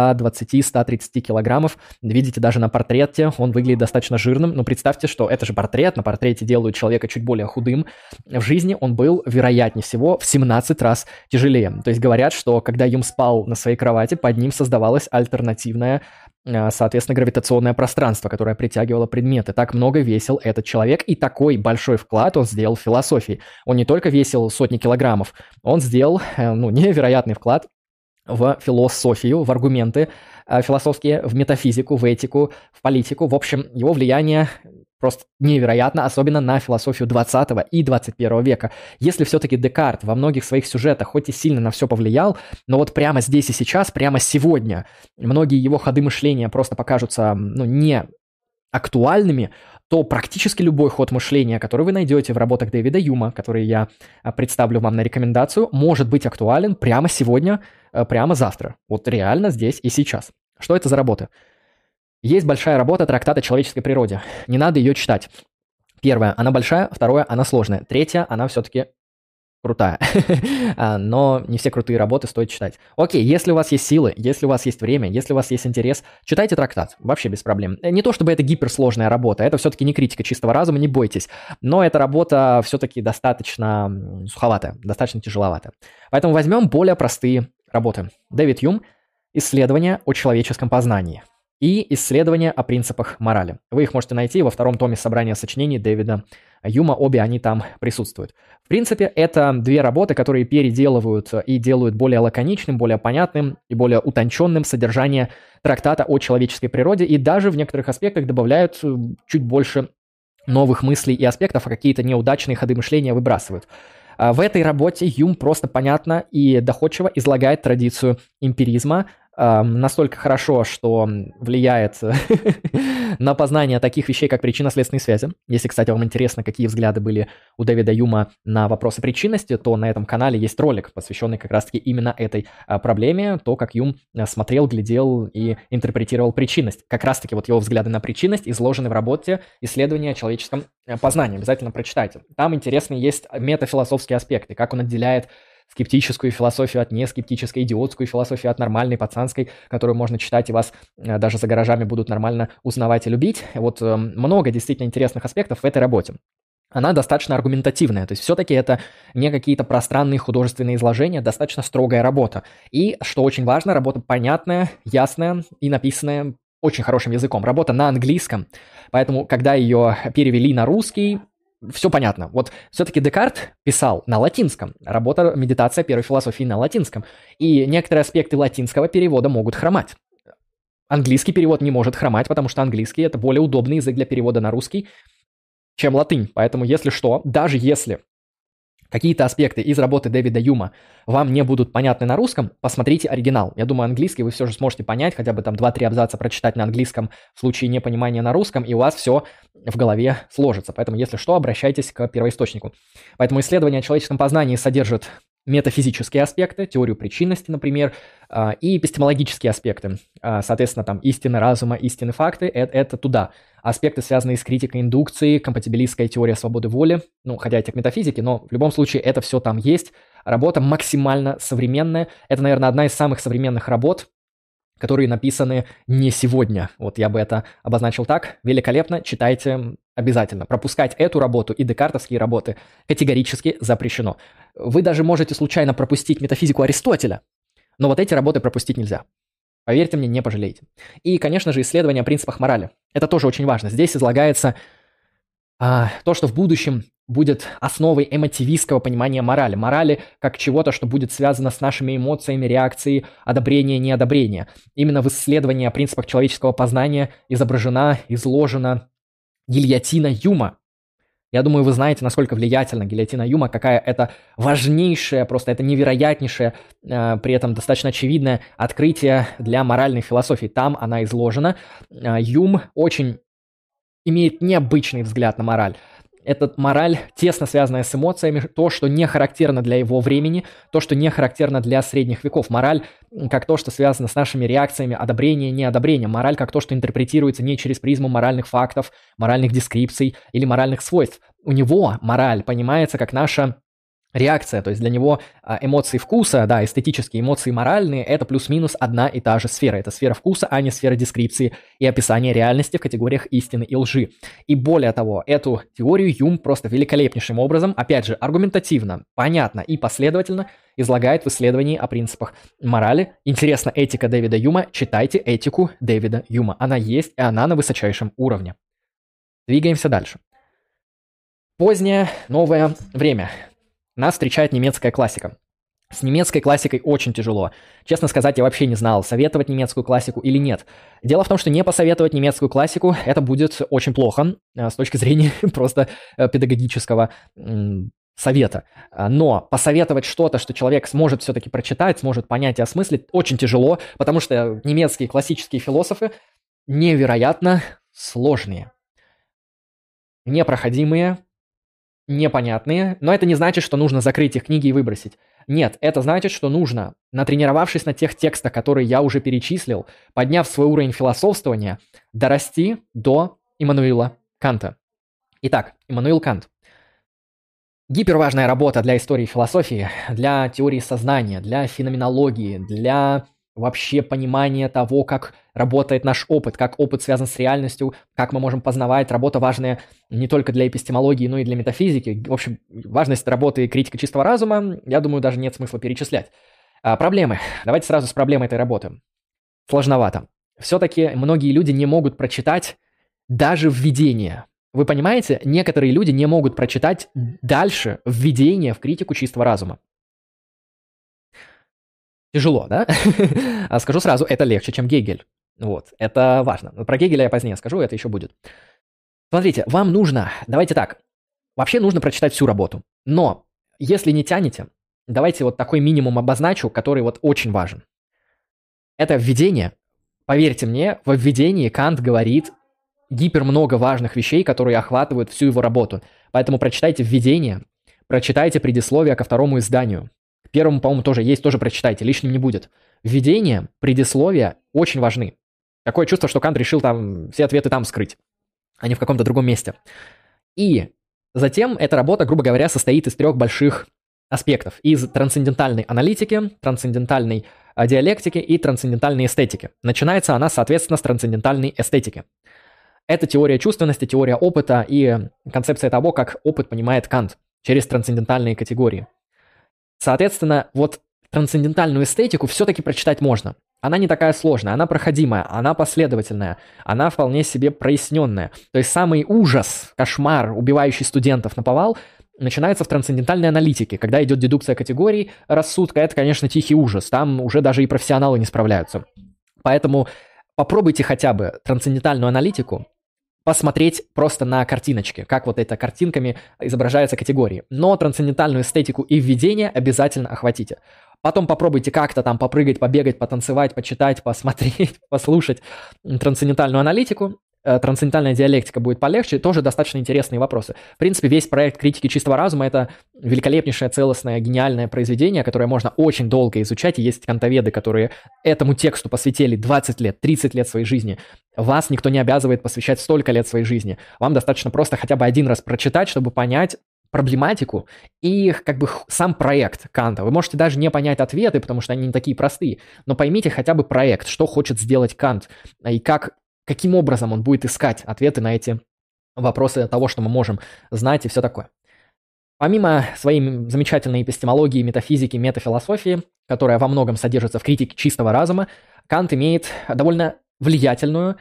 120-130 килограммов. Видите, даже на портрете он выглядит достаточно жирным. Но представьте, что это же портрет, на портрете делают человека чуть более худым. В жизни он был, вероятнее всего, в 17 раз тяжелее. То есть говорят, что когда Юм спал на своей кровати, под ним создавалась альтернативная, соответственно, гравитационное пространство, которое притягивало предметы. Так много весил этот человек, и такой большой вклад он сделал в философии. Он не только весил сотни килограммов, он сделал невероятный вклад в философию, в аргументы философские, в метафизику, в этику, в политику. В общем, его влияние просто невероятно, особенно на философию 20 и 21 века. Если все-таки Декарт во многих своих сюжетах хоть и сильно на все повлиял, но вот прямо здесь и сейчас, прямо сегодня, многие его ходы мышления просто покажутся не актуальными, то практически любой ход мышления, который вы найдете в работах Дэвида Юма, которые я представлю вам на рекомендацию, может быть актуален прямо сегодня, прямо завтра. Вот реально здесь и сейчас. Что это за работа? Есть большая работа «Трактат о человеческой природе». Не надо ее читать. Первое, она большая. Второе, она сложная. Третье, она все-таки крутая. Но не все крутые работы стоит читать. Окей, если у вас есть силы, если у вас есть время, если у вас есть интерес, читайте трактат. Вообще без проблем. Не то чтобы это гиперсложная работа, это все-таки не критика чистого разума, не бойтесь. Но эта работа все-таки достаточно суховатая, достаточно тяжеловатая. Поэтому возьмем более простые работы. Дэвид Юм. исследования о человеческом познании и исследования о принципах морали. Вы их можете найти во втором томе собрания сочинений Дэвида Юма, обе они там присутствуют. В принципе, это две работы, которые переделывают и делают более лаконичным, более понятным и более утонченным содержание трактата о человеческой природе, и даже в некоторых аспектах добавляют чуть больше новых мыслей и аспектов, а какие-то неудачные ходы мышления выбрасывают. В этой работе Юм просто понятно и доходчиво излагает традицию эмпиризма, настолько хорошо, что влияет на познание таких вещей, как причинно-следственные связи. Если, кстати, вам интересно, какие взгляды были у Дэвида Юма на вопросы причинности, то на этом канале есть ролик, посвященный как раз-таки именно этой проблеме, то, как Юм смотрел, глядел и интерпретировал причинность. Как раз-таки вот его взгляды на причинность изложены в работе «Исследование о человеческом познании». Обязательно прочитайте. Там интересные есть метафилософские аспекты, как он отделяет скептическую философию от нескептической, идиотскую философию от нормальной, пацанской, которую можно читать, и вас даже за гаражами будут нормально узнавать и любить. Вот много действительно интересных аспектов в этой работе. Она достаточно аргументативная, то есть все-таки это не какие-то пространные художественные изложения, достаточно строгая работа. И, что очень важно, работа понятная, ясная и написанная очень хорошим языком. Работа на английском, поэтому, когда ее перевели на русский, все понятно. Вот все-таки Декарт писал на латинском. Работа «Медитация первой философии» на латинском. И некоторые аспекты латинского перевода могут хромать. Английский перевод не может хромать, потому что английский – это более удобный язык для перевода на русский, чем латынь. Поэтому, если что, даже если какие-то аспекты из работы Дэвида Юма вам не будут понятны на русском, посмотрите оригинал. Я думаю, английский вы все же сможете понять, хотя бы там 2-3 абзаца прочитать на английском в случае непонимания на русском, и у вас все в голове сложится. Поэтому, если что, обращайтесь к первоисточнику. Поэтому исследование о человеческом познании содержит метафизические аспекты, теорию причинности, например, и эпистемологические аспекты. Соответственно, там истины разума, истины факты – это туда. Аспекты, связанные с критикой индукции, компатибилистская теория свободы воли, ну, хотя это к метафизике, но в любом случае это все там есть. Работа максимально современная. Это, наверное, одна из самых современных работ, которые написаны не сегодня. Вот я бы это обозначил так. Великолепно, читайте обязательно. Пропускать эту работу и декартовские работы категорически запрещено. Вы даже можете случайно пропустить метафизику Аристотеля, но вот эти работы пропустить нельзя. Поверьте мне, не пожалеете. И, конечно же, исследование о принципах морали. Это тоже очень важно. Здесь излагается то, что в будущем будет основой эмотивистского понимания морали. Морали как чего-то, что будет связано с нашими эмоциями, реакцией, одобрения, неодобрения. Именно в исследовании о принципах человеческого познания изложена гильотина Юма. Я думаю, вы знаете, насколько влиятельна гильотина Юма, какая это важнейшая, просто это невероятнейшее, при этом достаточно очевидное открытие для моральной философии. Там она изложена. Юм очень имеет необычный взгляд на мораль. Эта мораль тесно связанная с эмоциями, то, что не характерно для его времени, то, что не характерно для средних веков. Мораль как то, что связано с нашими реакциями, одобрение, неодобрение. Мораль как то, что интерпретируется не через призму моральных фактов, моральных дескрипций или моральных свойств. У него мораль понимается как наша реакция, то есть для него эмоции вкуса, да, эстетические эмоции моральные, это плюс-минус одна и та же сфера. Это сфера вкуса, а не сфера дескрипции и описания реальности в категориях истины и лжи. И более того, эту теорию Юм просто великолепнейшим образом, опять же, аргументативно, понятно и последовательно излагает в исследовании о принципах морали. Интересна этика Дэвида Юма, читайте этику Дэвида Юма. Она есть, и она на высочайшем уровне. Двигаемся дальше. Позднее новое время. Нас встречает немецкая классика. С немецкой классикой очень тяжело. Честно сказать, я вообще не знал, советовать немецкую классику или нет. Дело в том, что не посоветовать немецкую классику, это будет очень плохо с точки зрения просто педагогического совета. Но посоветовать что-то, что человек сможет все-таки прочитать, сможет понять и осмыслить, очень тяжело, потому что немецкие классические философы невероятно сложные, непроходимые, непонятные, но это не значит, что нужно закрыть их книги и выбросить. Нет, это значит, что нужно, натренировавшись на тех текстах, которые я уже перечислил, подняв свой уровень философствования, дорасти до Иммануила Канта. Итак, Иммануил Кант. Гиперважная работа для истории философии, для теории сознания, для феноменологии, для вообще понимания того, как работает наш опыт, как опыт связан с реальностью, как мы можем познавать. Работа важная не только для эпистемологии, но и для метафизики. В общем, важность работы и критика чистого разума, я думаю, даже нет смысла перечислять. Проблемы. Давайте сразу с проблемой этой работы. сложновато. Все-таки многие люди не могут прочитать даже введение. Вы понимаете, некоторые люди не могут прочитать дальше введение в критику чистого разума. Тяжело, да? А скажу сразу, это легче, чем Гегель. Вот, это важно. Про Гегеля я позднее скажу, это еще будет. Смотрите, вам нужно, давайте так, вообще нужно прочитать всю работу. Но если не тянете, давайте вот такой минимум обозначу, который вот очень важен. Это введение. Поверьте мне, во введении Кант говорит гипер много важных вещей, которые охватывают всю его работу. Поэтому прочитайте введение, прочитайте предисловие ко второму изданию. К первому, по-моему, тоже есть, тоже прочитайте, лишним не будет. Введение, предисловие очень важны. Такое чувство, что Кант решил там все ответы там скрыть, а не в каком-то другом месте. И затем эта работа, грубо говоря, состоит из 3 больших аспектов. Из трансцендентальной аналитики, трансцендентальной диалектики и трансцендентальной эстетики. Начинается она, соответственно, с трансцендентальной эстетики. Это теория чувственности, теория опыта и концепция того, как опыт понимает Кант через трансцендентальные категории. Соответственно, вот трансцендентальную эстетику все-таки прочитать можно. Она не такая сложная, она проходимая, она последовательная, она вполне себе проясненная. То есть самый ужас, кошмар, убивающий студентов наповал, начинается в трансцендентальной аналитике. Когда идет дедукция категорий рассудка, это, конечно, тихий ужас. Там уже даже и профессионалы не справляются. Поэтому попробуйте хотя бы трансцендентальную аналитику посмотреть просто на картиночки, как вот это картинками изображаются категории. Но трансцендентальную эстетику и введение обязательно охватите. Потом попробуйте как-то там попрыгать, побегать, потанцевать, почитать, посмотреть, послушать трансцендентальную аналитику. Трансцендентальная диалектика будет полегче, тоже достаточно интересные вопросы. В принципе, весь проект критики чистого разума – это великолепнейшее, целостное, гениальное произведение, которое можно очень долго изучать. И есть кантоведы, которые этому тексту посвятили 20 лет, 30 лет своей жизни. Вас никто не обязывает посвящать столько лет своей жизни. Вам достаточно просто хотя бы один раз прочитать, чтобы понять проблематику и как бы сам проект Канта. Вы можете даже не понять ответы, потому что они не такие простые, но поймите хотя бы проект, что хочет сделать Кант и каким образом он будет искать ответы на эти вопросы того, что мы можем знать и все такое. Помимо своей замечательной эпистемологии, метафизики, метафилософии, которая во многом содержится в критике чистого разума, Кант имеет довольно влиятельную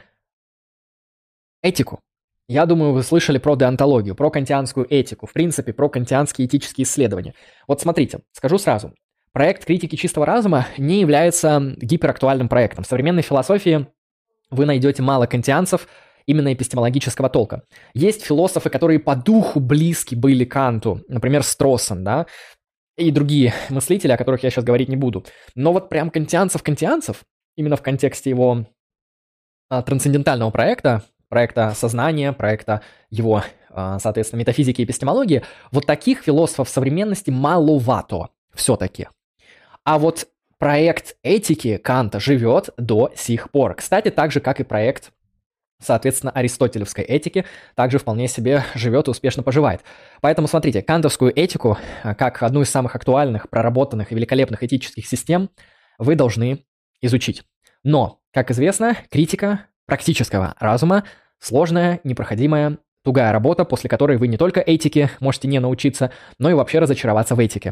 этику. Я думаю, вы слышали про деонтологию, про кантианскую этику, в принципе, про кантианские этические исследования. Вот смотрите, скажу сразу. Проект критики чистого разума не является гиперактуальным проектом. В современной философии вы найдете мало кантианцев именно эпистемологического толка. Есть философы, которые по духу близки были Канту, например, Строссен, да, и другие мыслители, о которых я сейчас говорить не буду. Но вот прям кантианцев, именно в контексте его трансцендентального проекта сознания, проекта его, соответственно, метафизики и эпистемологии, вот таких философов современности маловато все-таки. А вот проект этики Канта живет до сих пор. Кстати, так же, как и проект, соответственно, аристотелевской этики, также вполне себе живет и успешно поживает. Поэтому смотрите, кантовскую этику, как одну из самых актуальных, проработанных и великолепных этических систем, вы должны изучить. Но, как известно, критика практического разума сложная, непроходимая, тугая работа, после которой вы не только этике можете не научиться, но и вообще разочароваться в этике.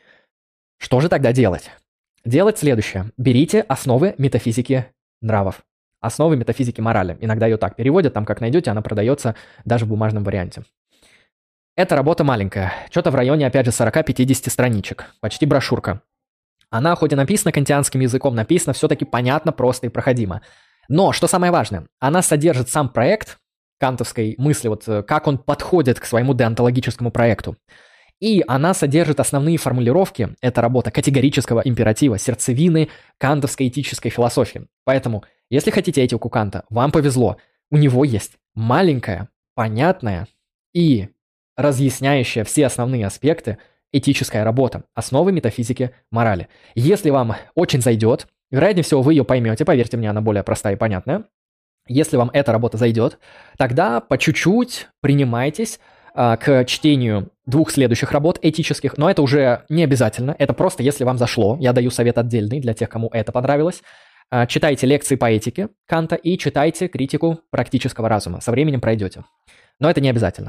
Что же тогда делать? Делать следующее. Берите основы метафизики нравов, основы метафизики морали. Иногда ее так переводят, там как найдете, она продается даже в бумажном варианте. Эта работа маленькая, что-то в районе, опять же, 40-50 страничек, почти брошюрка. Она хоть и написана кантианским языком, написана все-таки понятно, просто и проходимо. Но, что самое важное, она содержит сам проект кантовской мысли, вот как он подходит к своему деонтологическому проекту. И она содержит основные формулировки, это работа категорического императива, сердцевины кантовской этической философии. Поэтому, если хотите этику Канта, вам повезло. У него есть маленькая, понятная и разъясняющая все основные аспекты этическая работа, основы метафизики морали. Если вам очень зайдет, вероятнее всего, вы ее поймете, поверьте мне, она более простая и понятная. Если вам эта работа зайдет, тогда по чуть-чуть принимайтесь к чтению 2 следующих работ этических, но это уже не обязательно, это просто если вам зашло, я даю совет отдельный для тех, кому это понравилось. Читайте лекции по этике Канта и читайте критику практического разума, со временем пройдете. Но это не обязательно.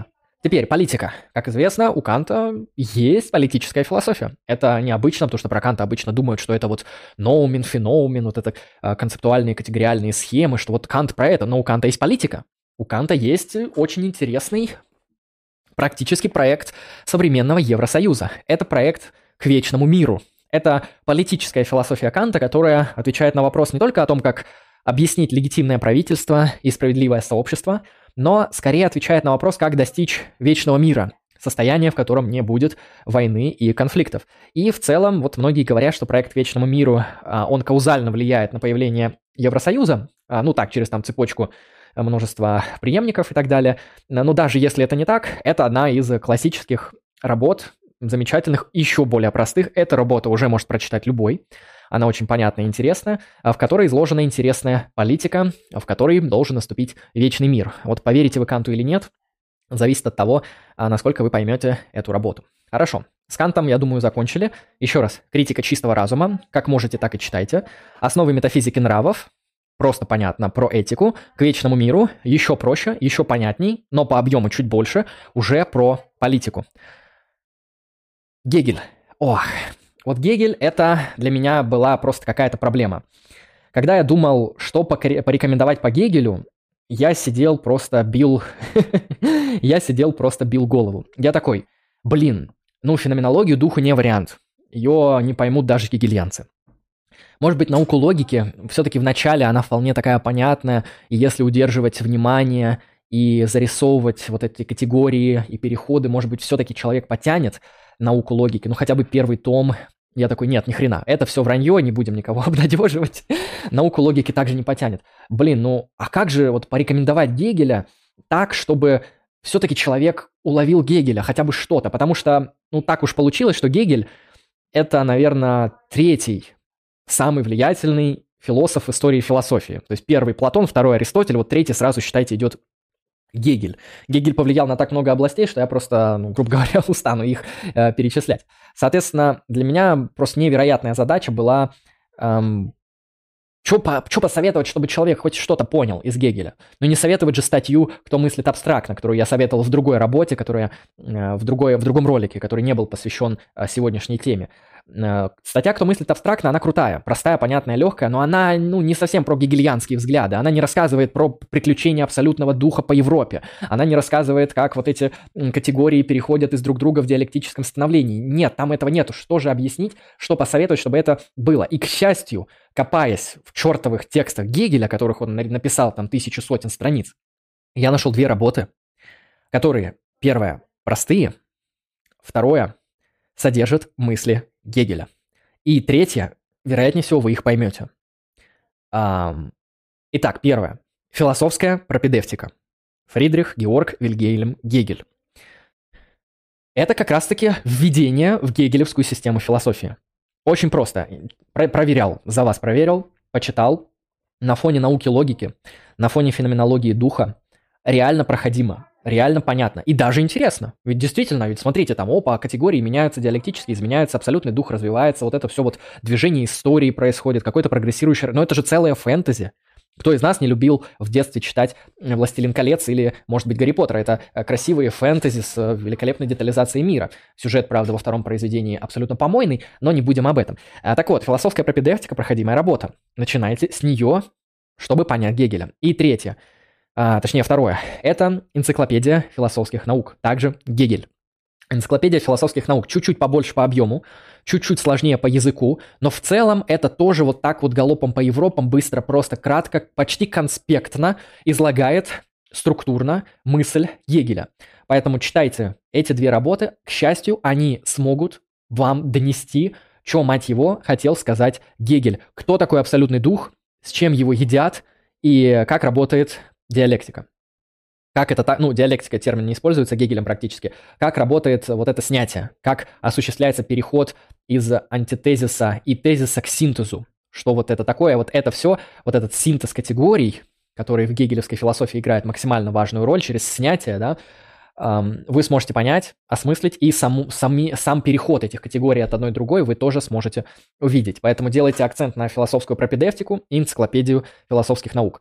Теперь политика. Как известно, у Канта есть политическая философия. Это необычно, потому что про Канта обычно думают, что это вот ноумен, феноумен, вот это концептуальные категориальные схемы, что вот Кант про это, но у Канта есть политика. У Канта есть очень интересный практический проект современного Евросоюза. Это проект к вечному миру. Это политическая философия Канта, которая отвечает на вопрос не только о том, как объяснить легитимное правительство и справедливое сообщество, но скорее отвечает на вопрос, как достичь вечного мира, состояния, в котором не будет войны и конфликтов. И в целом, вот многие говорят, что проект к вечному миру, он каузально влияет на появление Евросоюза, ну так, через там цепочку множества преемников и так далее. Но даже если это не так, это одна из классических работ, замечательных, еще более простых. Эта работа уже может прочитать любой. Она очень понятная и интересная, в которой изложена интересная политика, в которой должен наступить вечный мир. Вот поверите вы Канту или нет, зависит от того, насколько вы поймете эту работу. Хорошо, с Кантом, я думаю, закончили. Еще раз, критика чистого разума, как можете, так и читайте. Основы метафизики нравов, просто понятно, про этику, к вечному миру, еще проще, еще понятней, но по объему чуть больше, уже про политику. Гегель. Ох, вот Гегель, это для меня была просто какая-то проблема. Когда я думал, что порекомендовать по Гегелю, я сидел просто бил голову. Я такой, феноменологию духа не вариант. Ее не поймут даже гегельянцы. Может быть, науку логики все-таки в начале она вполне такая понятная, и если удерживать внимание и зарисовывать вот эти категории и переходы, может быть, все-таки человек потянет науку логики, хотя бы первый том. Я такой, нет, ни хрена, это все вранье, не будем никого обнадеживать. Науку логики также не потянет. А как же вот порекомендовать Гегеля так, чтобы все-таки человек уловил Гегеля, хотя бы что-то? Потому что, так уж получилось, что Гегель – это, наверное, третий самый влиятельный философ в истории философии. То есть первый Платон, второй Аристотель, вот третий сразу, считайте, идет Гегель. Гегель повлиял на так много областей, что я просто, грубо говоря, устану их перечислять. Соответственно, для меня просто невероятная задача была, что посоветовать, чтобы человек хоть что-то понял из Гегеля. Но не советовать же статью «Кто мыслит абстрактно», которую я советовал в другой работе, которая в другом ролике, который не был посвящен сегодняшней теме. Статья «Кто мыслит абстрактно», она крутая, простая, понятная, легкая, но она не совсем про гегельянские взгляды. Она не рассказывает про приключения абсолютного духа по Европе. Она не рассказывает, как вот эти категории переходят из друг друга в диалектическом становлении. Нет, там этого нету. Что же объяснить, что посоветовать, чтобы это было? И, к счастью, копаясь в чертовых текстах Гегеля, которых он написал там 1000 сотен страниц, я нашел две работы, которые, первое, простые, второе, содержат мысли Гегеля. И третье, вероятнее всего, вы их поймете. Итак, первое. Философская пропедевтика. Фридрих Георг Вильгельм Гегель. Это как раз-таки введение в гегелевскую систему философии. Очень просто. Проверял, за вас проверил, почитал. На фоне науки логики, на фоне феноменологии духа реально проходимо, реально понятно и даже интересно. Ведь действительно, смотрите, там, категории меняются диалектически, изменяются, абсолютный дух развивается, вот это все вот движение истории происходит, какой-то прогрессирующий... Но это же целая фэнтези. Кто из нас не любил в детстве читать «Властелин колец» или, может быть, «Гарри Поттер»? Это красивые фэнтези с великолепной детализацией мира. Сюжет, правда, во втором произведении абсолютно помойный, но не будем об этом. Так вот, философская пропедевтика – проходимая работа. Начинайте с нее, чтобы понять Гегеля. И третье, второе, это энциклопедия философских наук, также Гегель. Энциклопедия философских наук чуть-чуть побольше по объему, чуть-чуть сложнее по языку, но в целом это тоже вот так вот галопом по Европам, быстро, просто, кратко, почти конспектно излагает структурно мысль Гегеля. Поэтому читайте эти две работы. К счастью, они смогут вам донести, что, мать его, хотел сказать Гегель. Кто такой абсолютный дух, с чем его едят и как работает диалектика. Как это так, диалектика, термин не используется Гегелем практически. Как работает вот это снятие, как осуществляется переход из антитезиса и тезиса к синтезу. Что вот это такое, вот это все, вот этот синтез категорий, который в гегелевской философии играет максимально важную роль через снятие, да, вы сможете понять, осмыслить, и сам переход этих категорий от одной к другой вы тоже сможете увидеть. Поэтому делайте акцент на философскую пропедевтику и энциклопедию философских наук.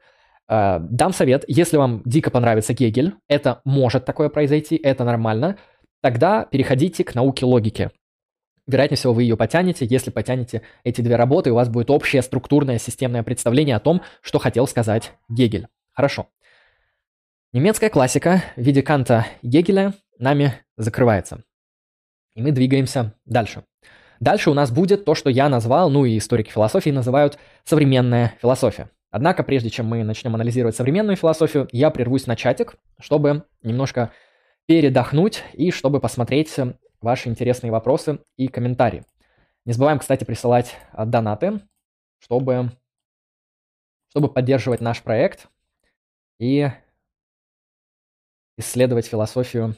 Дам совет, если вам дико понравится Гегель, это может такое произойти, это нормально, тогда переходите к науке логики. Вероятнее всего, вы ее потянете. Если потянете эти две работы, у вас будет общее структурное системное представление о том, что хотел сказать Гегель. Хорошо. Немецкая классика в виде Канта и Гегеля нами закрывается. И мы двигаемся дальше. Дальше у нас будет то, что я назвал, ну и историки философии называют современная философия. Однако, прежде чем мы начнем анализировать современную философию, я прервусь на чатик, чтобы немножко передохнуть и чтобы посмотреть ваши интересные вопросы и комментарии. Не забываем, кстати, присылать донаты, чтобы поддерживать наш проект и исследовать философию.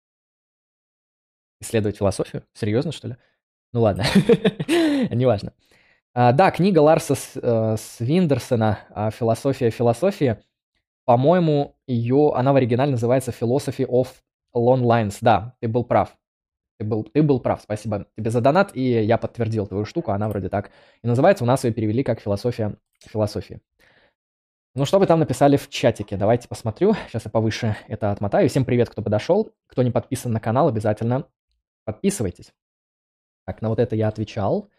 Исследовать философию? Серьезно, что ли? Ну ладно, неважно. Да, книга Ларса Свиндерсона «Философия философии», по-моему, она в оригинале называется «Philosophy of Long Lines». Да, ты был прав. Ты был прав, спасибо тебе за донат, и я подтвердил твою штуку, она вроде так и называется, у нас ее перевели как «Философия философии». Ну, что вы там написали в чатике? Давайте посмотрю. Сейчас я повыше это отмотаю. Всем привет, кто подошел. Кто не подписан на канал, обязательно подписывайтесь. Так, на вот это я отвечал.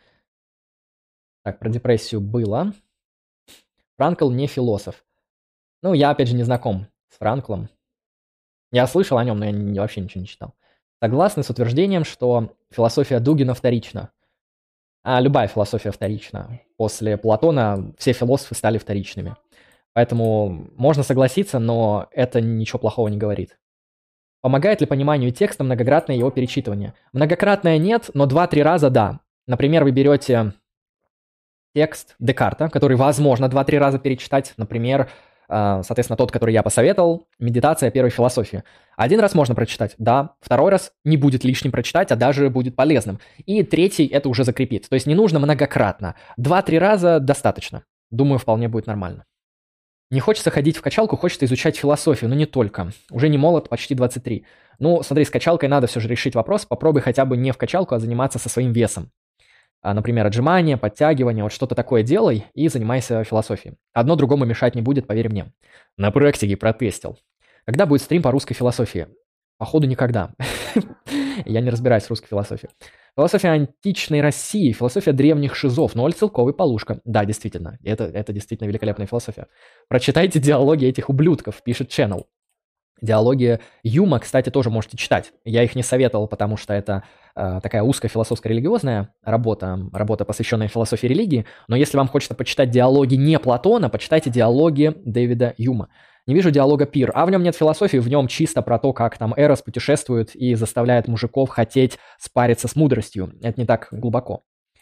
Так, про депрессию было. Франкл не философ. Ну, я, опять же, не знаком с Франклом. Я слышал о нем, но я вообще ничего не читал. Согласны с утверждением, что философия Дугина вторична? Любая философия вторична. После Платона все философы стали вторичными. Поэтому можно согласиться, но это ничего плохого не говорит. Помогает ли пониманию текста многократное его перечитывание? Многократное нет, но 2-3 раза да. Например, вы берете текст Декарта, который возможно 2-3 раза перечитать. Например, соответственно, тот, который я посоветовал, «Медитация первой философии». 1 раз можно прочитать, да. 2 раз не будет лишним прочитать, а даже будет полезным. И 3 это уже закрепит. То есть не нужно многократно. 2-3 раза достаточно. Думаю, вполне будет нормально. Не хочется ходить в качалку, хочется изучать философию, но не только. Уже не молод, почти 23. Ну, смотри, с качалкой надо все же решить вопрос. Попробуй хотя бы не в качалку, а заниматься со своим весом. Например, отжимания, подтягивания, вот что-то такое делай и занимайся философией. Одно другому мешать не будет, поверь мне. На практике протестил. Когда будет стрим по русской философии? Походу, никогда. Я не разбираюсь в русской философии. Философия античной России, философия древних шизов, Ноль, Целков и Полушка. Да, действительно, это действительно великолепная философия. Прочитайте диалоги этих ублюдков, пишет Channel. Диалоги Юма, кстати, тоже можете читать. Я их не советовал, потому что это такая узкая философско-религиозная работа, посвященная философии религии. Но если вам хочется почитать диалоги не Платона, почитайте диалоги Дэвида Юма. Не вижу диалога Пир, а в нем нет философии, в нем чисто про то, как там Эрос путешествует и заставляет мужиков хотеть спариться с мудростью. Это не так глубоко.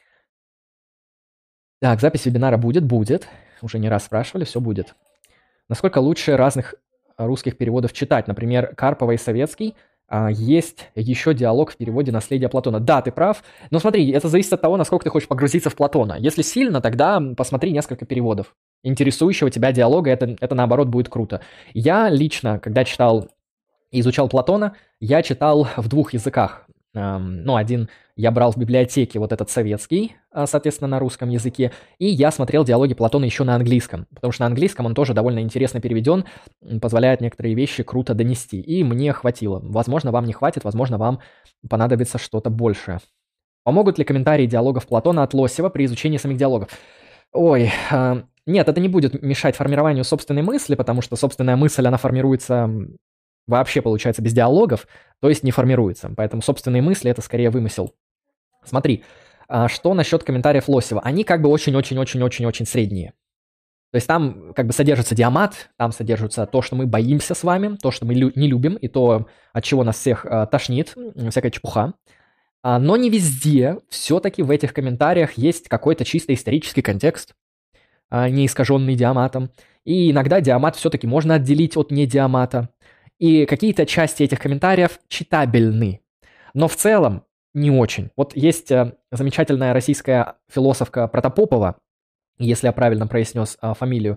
Так, запись вебинара будет. Уже не раз спрашивали, все будет. Насколько лучше разных русских переводов читать? Например, Карпова и Советский. Есть еще диалог в переводе «Наследие Платона». Да, ты прав. Но смотри, это зависит от того, насколько ты хочешь погрузиться в Платона. Если сильно, тогда посмотри несколько переводов интересующего тебя диалога. Это наоборот будет круто. Я лично, когда читал и изучал Платона, я читал в 2 языках. Один я брал в библиотеке, вот этот советский, соответственно, на русском языке, и я смотрел диалоги Платона еще на английском, потому что на английском он тоже довольно интересно переведен, позволяет некоторые вещи круто донести, и мне хватило. Возможно, вам не хватит, возможно, вам понадобится что-то большее. Помогут ли комментарии диалогов Платона от Лосева при изучении самих диалогов? Нет, это не будет мешать формированию собственной мысли, потому что собственная мысль, она формируется вообще, получается, без диалогов, то есть не формируется. Поэтому собственные мысли – это скорее вымысел. Смотри, что насчет комментариев Лосева? Они как бы очень-очень-очень-очень-очень средние. То есть там как бы содержится диамат, там содержится то, что мы боимся с вами, то, что мы не любим, и то, от чего нас всех тошнит, всякая чепуха. Но не везде все-таки в этих комментариях есть какой-то чисто исторический контекст, не искаженный диаматом. И иногда диамат все-таки можно отделить от недиамата. И какие-то части этих комментариев читабельны. Но в целом не очень. Вот есть замечательная российская философка Протопопова, если я правильно произнес фамилию.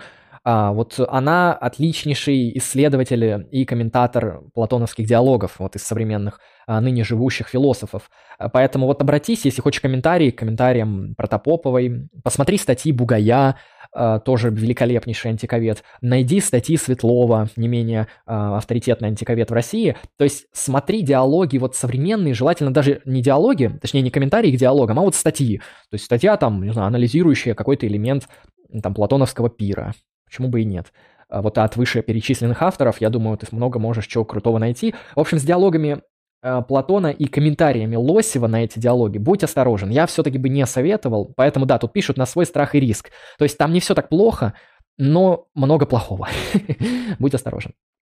Вот она отличнейший исследователь и комментатор платоновских диалогов, вот из современных ныне живущих философов. Поэтому вот обратись, если хочешь комментарий, к комментариям Протопоповой, посмотри статьи Бугая, тоже великолепнейший антиковед, найди статьи Светлова, не менее авторитетный антиковед в России. То есть смотри диалоги вот современные, желательно даже не диалоги, точнее не комментарии к диалогам, а вот статьи. То есть статья там, не знаю, анализирующая какой-то элемент там платоновского пира. Почему бы и нет? Вот от вышеперечисленных авторов, я думаю, ты много можешь чего крутого найти. В общем, с диалогами Платона и комментариями Лосева на эти диалоги будь осторожен. Я все-таки бы не советовал, поэтому да, тут пишут на свой страх и риск. То есть там не все так плохо, но много плохого. Будь осторожен.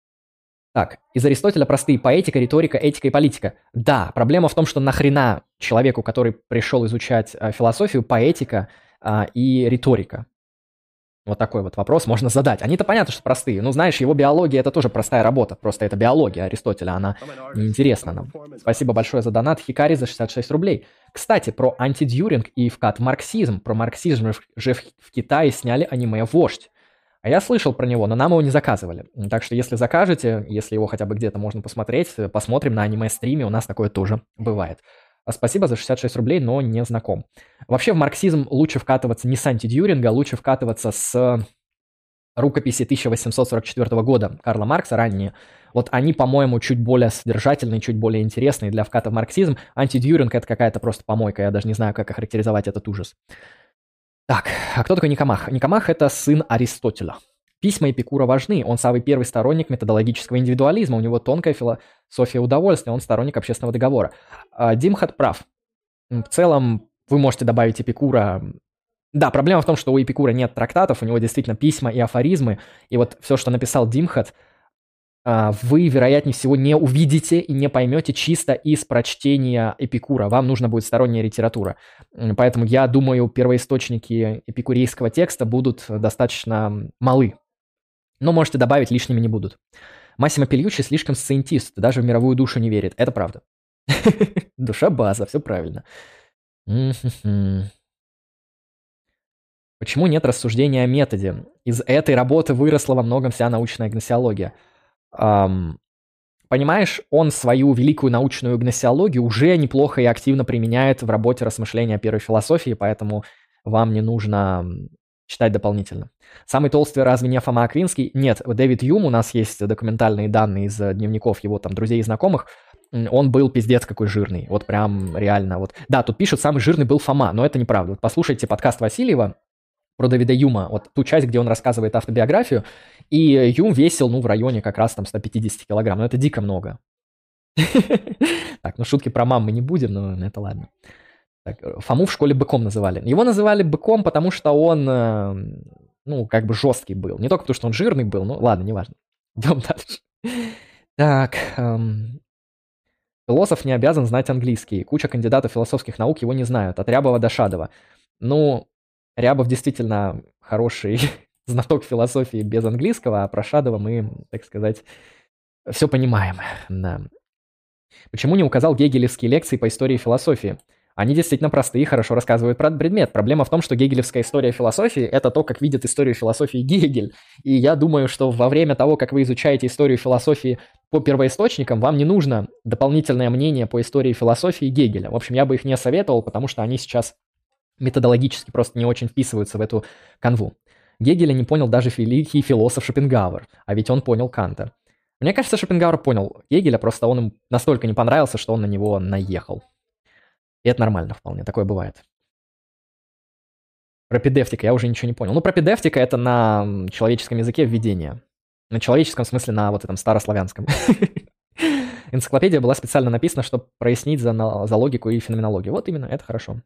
Так, из Аристотеля простые поэтика, риторика, этика и политика. Да, проблема в том, что нахрена человеку, который пришел изучать философию, поэтика и риторика. Вот такой вот вопрос можно задать. Они-то понятно, что простые. Ну, знаешь, его биология – это тоже простая работа. Просто это биология Аристотеля, она неинтересна нам. Спасибо большое за донат. Хикари за 66 рублей. Кстати, про антидьюринг и вкат в марксизм. Про марксизм же в Китае сняли аниме «Вождь». А я слышал про него, но нам его не заказывали. Так что если закажете, если его хотя бы где-то можно посмотреть, посмотрим на аниме-стриме, у нас такое тоже бывает. Спасибо за 66 рублей, но не знаком. Вообще в марксизм лучше вкатываться не с антидьюринга, лучше вкатываться с рукописи 1844 года Карла Маркса, ранние. Вот они, по-моему, чуть более содержательные, чуть более интересные для вката в марксизм. Антидьюринг – это какая-то просто помойка, я даже не знаю, как охарактеризовать этот ужас. Так, а кто такой Никомах? Никомах – это сын Аристотеля. Письма Эпикура важны, он самый первый сторонник методологического индивидуализма, у него тонкая философия удовольствия, он сторонник общественного договора. Димхат прав. В целом, вы можете добавить Эпикура. Да, проблема в том, что у Эпикура нет трактатов, у него действительно письма и афоризмы, и вот все, что написал Димхат, вы, вероятнее всего, не увидите и не поймете чисто из прочтения Эпикура. Вам нужна будет сторонняя литература. Поэтому я думаю, первоисточники эпикурейского текста будут достаточно малы. Но можете добавить, лишними не будут. Массимо Пельюччи слишком сциентист, даже в мировую душу не верит. Это правда. Душа база, все правильно. Почему нет рассуждения о методе? Из этой работы выросла во многом вся научная гносеология. Понимаешь, он свою великую научную гносеологию уже неплохо и активно применяет в работе размышления о первой философии, поэтому вам не нужно читать дополнительно. Самый толстый разве не Фома Аквинский? Нет, Дэвид Юм, у нас есть документальные данные из дневников его там друзей и знакомых, он был пиздец какой жирный, вот прям реально. Вот. Да, тут пишут, самый жирный был Фома, но это неправда. Вот послушайте подкаст Васильева про Дэвида Юма, вот ту часть, где он рассказывает автобиографию, и Юм весил, в районе как раз там 150 килограмм, но это дико много. Так, шутки про мам мы не будем, но это ладно. Так, Фому в школе быком называли. Его называли быком, потому что он, как бы жесткий был. Не только потому, что он жирный был, ладно, неважно. Идем дальше. Так, философ не обязан знать английский. Куча кандидатов философских наук его не знают, от Рябова до Шадова. Рябов действительно хороший знаток философии без английского, а про Шадова мы, так сказать, все понимаем. Да. Почему не указал гегелевские лекции по истории философии? Они действительно простые, хорошо рассказывают про предмет. Проблема в том, что гегелевская история философии – это то, как видит историю философии Гегель. И я думаю, что во время того, как вы изучаете историю философии по первоисточникам, вам не нужно дополнительное мнение по истории философии Гегеля. В общем, я бы их не советовал, потому что они сейчас методологически просто не очень вписываются в эту канву. Гегеля не понял даже великий философ Шопенгауэр, а ведь он понял Канта. Мне кажется, Шопенгауэр понял Гегеля, просто он им настолько не понравился, что он на него наехал. И это нормально вполне, такое бывает. Пропедевтика, я уже ничего не понял. Пропедевтика – это на человеческом языке введение. На человеческом, в смысле, на вот этом старославянском. Энциклопедия была специально написана, чтобы прояснить за логику и феноменологию. Вот именно, это хорошо.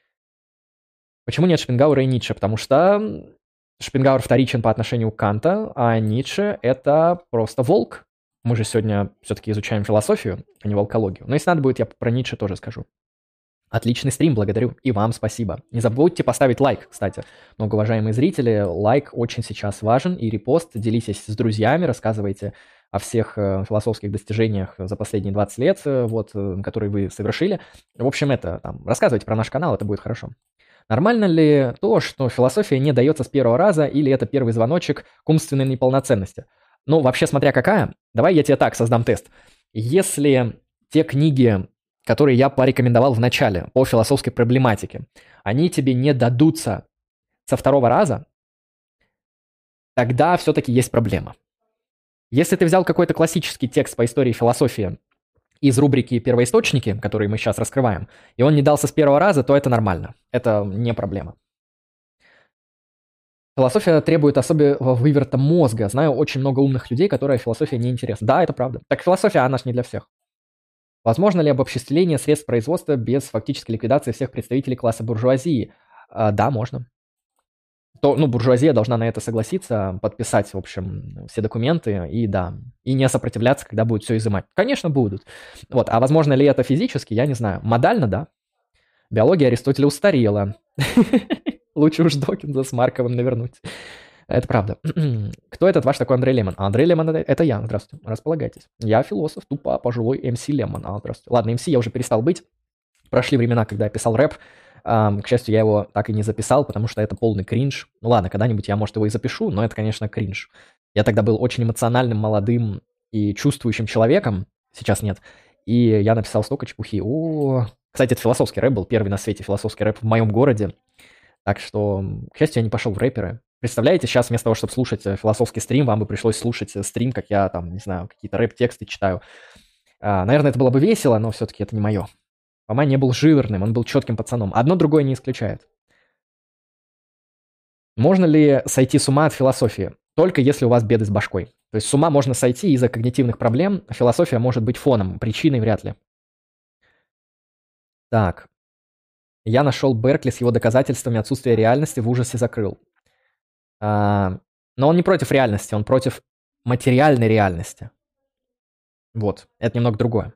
Почему нет Шопенгауэра и Ницше? Потому что Шопенгауэр вторичен по отношению к Канта, а Ницше – это просто волк. Мы же сегодня все-таки изучаем философию, а не волкологию. Но если надо будет, я про Ницше тоже скажу. Отличный стрим, благодарю. И вам спасибо. Не забудьте поставить лайк, кстати. Многоуважаемые зрители, лайк очень сейчас важен. И репост. Делитесь с друзьями, рассказывайте о всех философских достижениях за последние 20 лет, которые вы совершили. В общем, рассказывайте про наш канал, это будет хорошо. Нормально ли то, что философия не дается с первого раза, или это первый звоночек к умственной неполноценности? Ну, вообще, смотря какая, давай я тебе так создам тест. Если те книги, которые я порекомендовал в начале по философской проблематике, они тебе не дадутся со второго раза, тогда все-таки есть проблема. Если ты взял какой-то классический текст по истории философии из рубрики «Первоисточники», которые мы сейчас раскрываем, и он не дался с первого раза, то это нормально. Это не проблема. Философия требует особого выверта мозга. Знаю очень много умных людей, которые философия не интересна. Да, это правда. Так философия, она ж не для всех. Возможно ли обобществление средств производства без фактической ликвидации всех представителей класса буржуазии? Да, можно. Буржуазия должна на это согласиться, подписать, в общем, все документы и не сопротивляться, когда будут все изымать. Конечно, будут. Вот, а возможно ли это физически, я не знаю. Модально, да. Биология Аристотеля устарела. Лучше уж Докинза с Марковым навернуть. Это правда. Кто этот ваш такой Андрей Лемон? Андрей Лемон — это я. Здравствуйте. Располагайтесь. Я философ, тупо пожилой МС Лемон. Здравствуйте. Ладно, МС я уже перестал быть. Прошли времена, когда я писал рэп. К счастью, я его так и не записал, потому что это полный кринж. Ну ладно, когда-нибудь я, может, его и запишу, но это, конечно, кринж. Я тогда был очень эмоциональным, молодым и чувствующим человеком. Сейчас нет. И я написал столько чепухи. Кстати, это философский рэп был, первый на свете философский рэп в моем городе. Так что, к счастью, я не пошел в рэперы. Представляете, сейчас вместо того, чтобы слушать философский стрим, вам бы пришлось слушать стрим, как я там, не знаю, какие-то рэп-тексты читаю. Наверное, это было бы весело, но все-таки это не мое. Фома не был жирным, он был четким пацаном. Одно другое не исключает. Можно ли сойти с ума от философии? Только если у вас беды с башкой. То есть с ума можно сойти из-за когнитивных проблем, а философия может быть фоном, причиной вряд ли. Так. Я нашел Беркли с его доказательствами отсутствия реальности, в ужасе закрыл. Но он не против реальности, он против материальной реальности. Вот, это немного другое.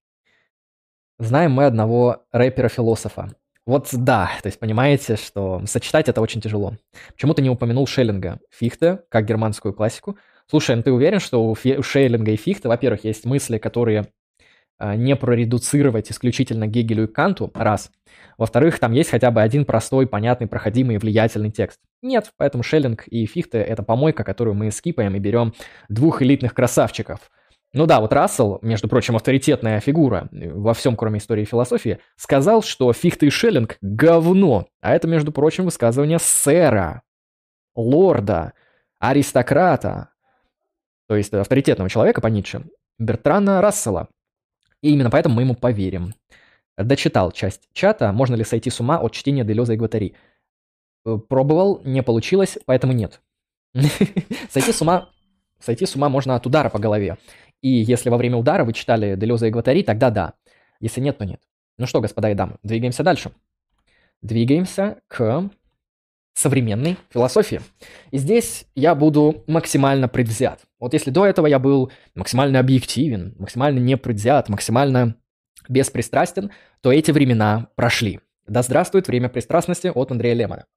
Знаем мы одного рэпера-философа. Вот да, то есть понимаете, что сочетать это очень тяжело. Почему ты не упомянул Шеллинга, Фихте, как германскую классику? Слушай, ты уверен, что у Шеллинга и Фихте, во-первых, есть мысли, которые не проредуцировать исключительно Гегелю и Канту, раз. Во-вторых, там есть хотя бы один простой, понятный, проходимый и влиятельный текст. Нет, поэтому Шеллинг и Фихте — это помойка, которую мы скипаем и берем двух элитных красавчиков. Ну да, вот Рассел, между прочим, авторитетная фигура во всем, кроме истории и философии, сказал, что Фихте и Шеллинг — говно. А это, между прочим, высказывание сэра, лорда, аристократа, то есть авторитетного человека по Ницше, Бертрана Рассела. И именно поэтому мы ему поверим. Дочитал часть чата. Можно ли сойти с ума от чтения Делеза и Гваттари? Пробовал, не получилось, поэтому нет. Сойти с ума можно от удара по голове. И если во время удара вы читали Делеза и Гваттари, тогда да. Если нет, то нет. Ну что, господа и дамы, двигаемся дальше. Двигаемся к современной философии. И здесь я буду максимально предвзят. Вот если до этого я был максимально объективен, максимально непредвзят, максимально беспристрастен, то эти времена прошли. Да здравствует время пристрастности от Андрея Лемона.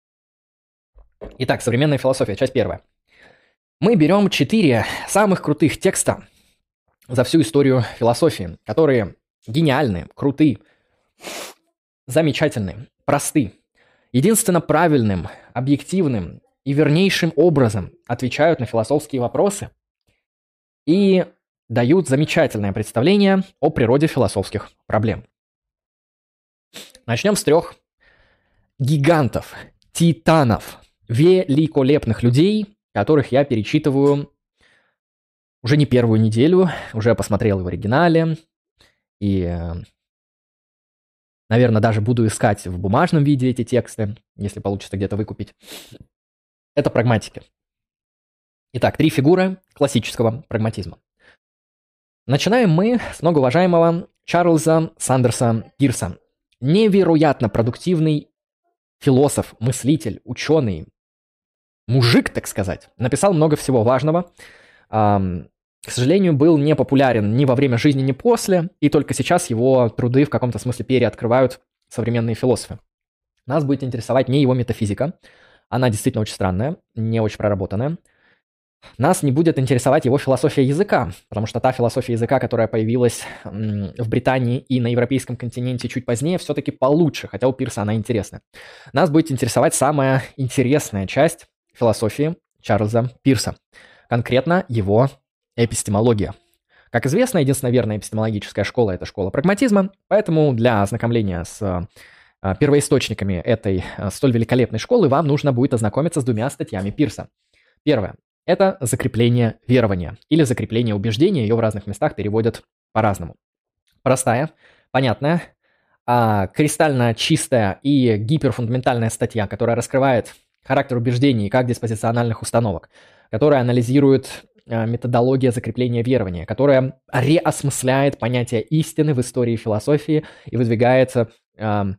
Итак, современная философия, часть первая. Мы берем 4 самых крутых текста за всю историю философии, которые гениальны, круты, замечательны, просты. Единственно правильным, объективным и вернейшим образом отвечают на философские вопросы и дают замечательное представление о природе философских проблем. Начнем с 3 гигантов, титанов, великолепных людей, которых я перечитываю уже не первую неделю, уже посмотрел в оригинале и, наверное, даже буду искать в бумажном виде эти тексты, если получится где-то выкупить. Это прагматики. Итак, 3 фигуры классического прагматизма. Начинаем мы с многоуважаемого Чарльза Сандерса Пирса. Невероятно продуктивный философ, мыслитель, ученый, мужик, так сказать. Написал много всего важного. К сожалению, был не популярен ни во время жизни, ни после, и только сейчас его труды в каком-то смысле переоткрывают современные философы. Нас будет интересовать не его метафизика. Она действительно очень странная, не очень проработанная. Нас не будет интересовать его философия языка, потому что та философия языка, которая появилась в Британии и на европейском континенте чуть позднее, все-таки получше, хотя у Пирса она интересная. Нас будет интересовать самая интересная часть философии Чарльза Пирса, конкретно его эпистемология. Как известно, единственная верная эпистемологическая школа – это школа прагматизма, поэтому для ознакомления с первоисточниками этой столь великолепной школы вам нужно будет ознакомиться с двумя статьями Пирса. Первое – это закрепление верования или закрепление убеждения, ее в разных местах переводят по-разному. Простая, понятная, кристально чистая и гиперфундаментальная статья, которая раскрывает характер убеждений как диспозициональных установок, которая анализирует методология закрепления верования, которая реосмысляет понятие истины в истории философии и выдвигает в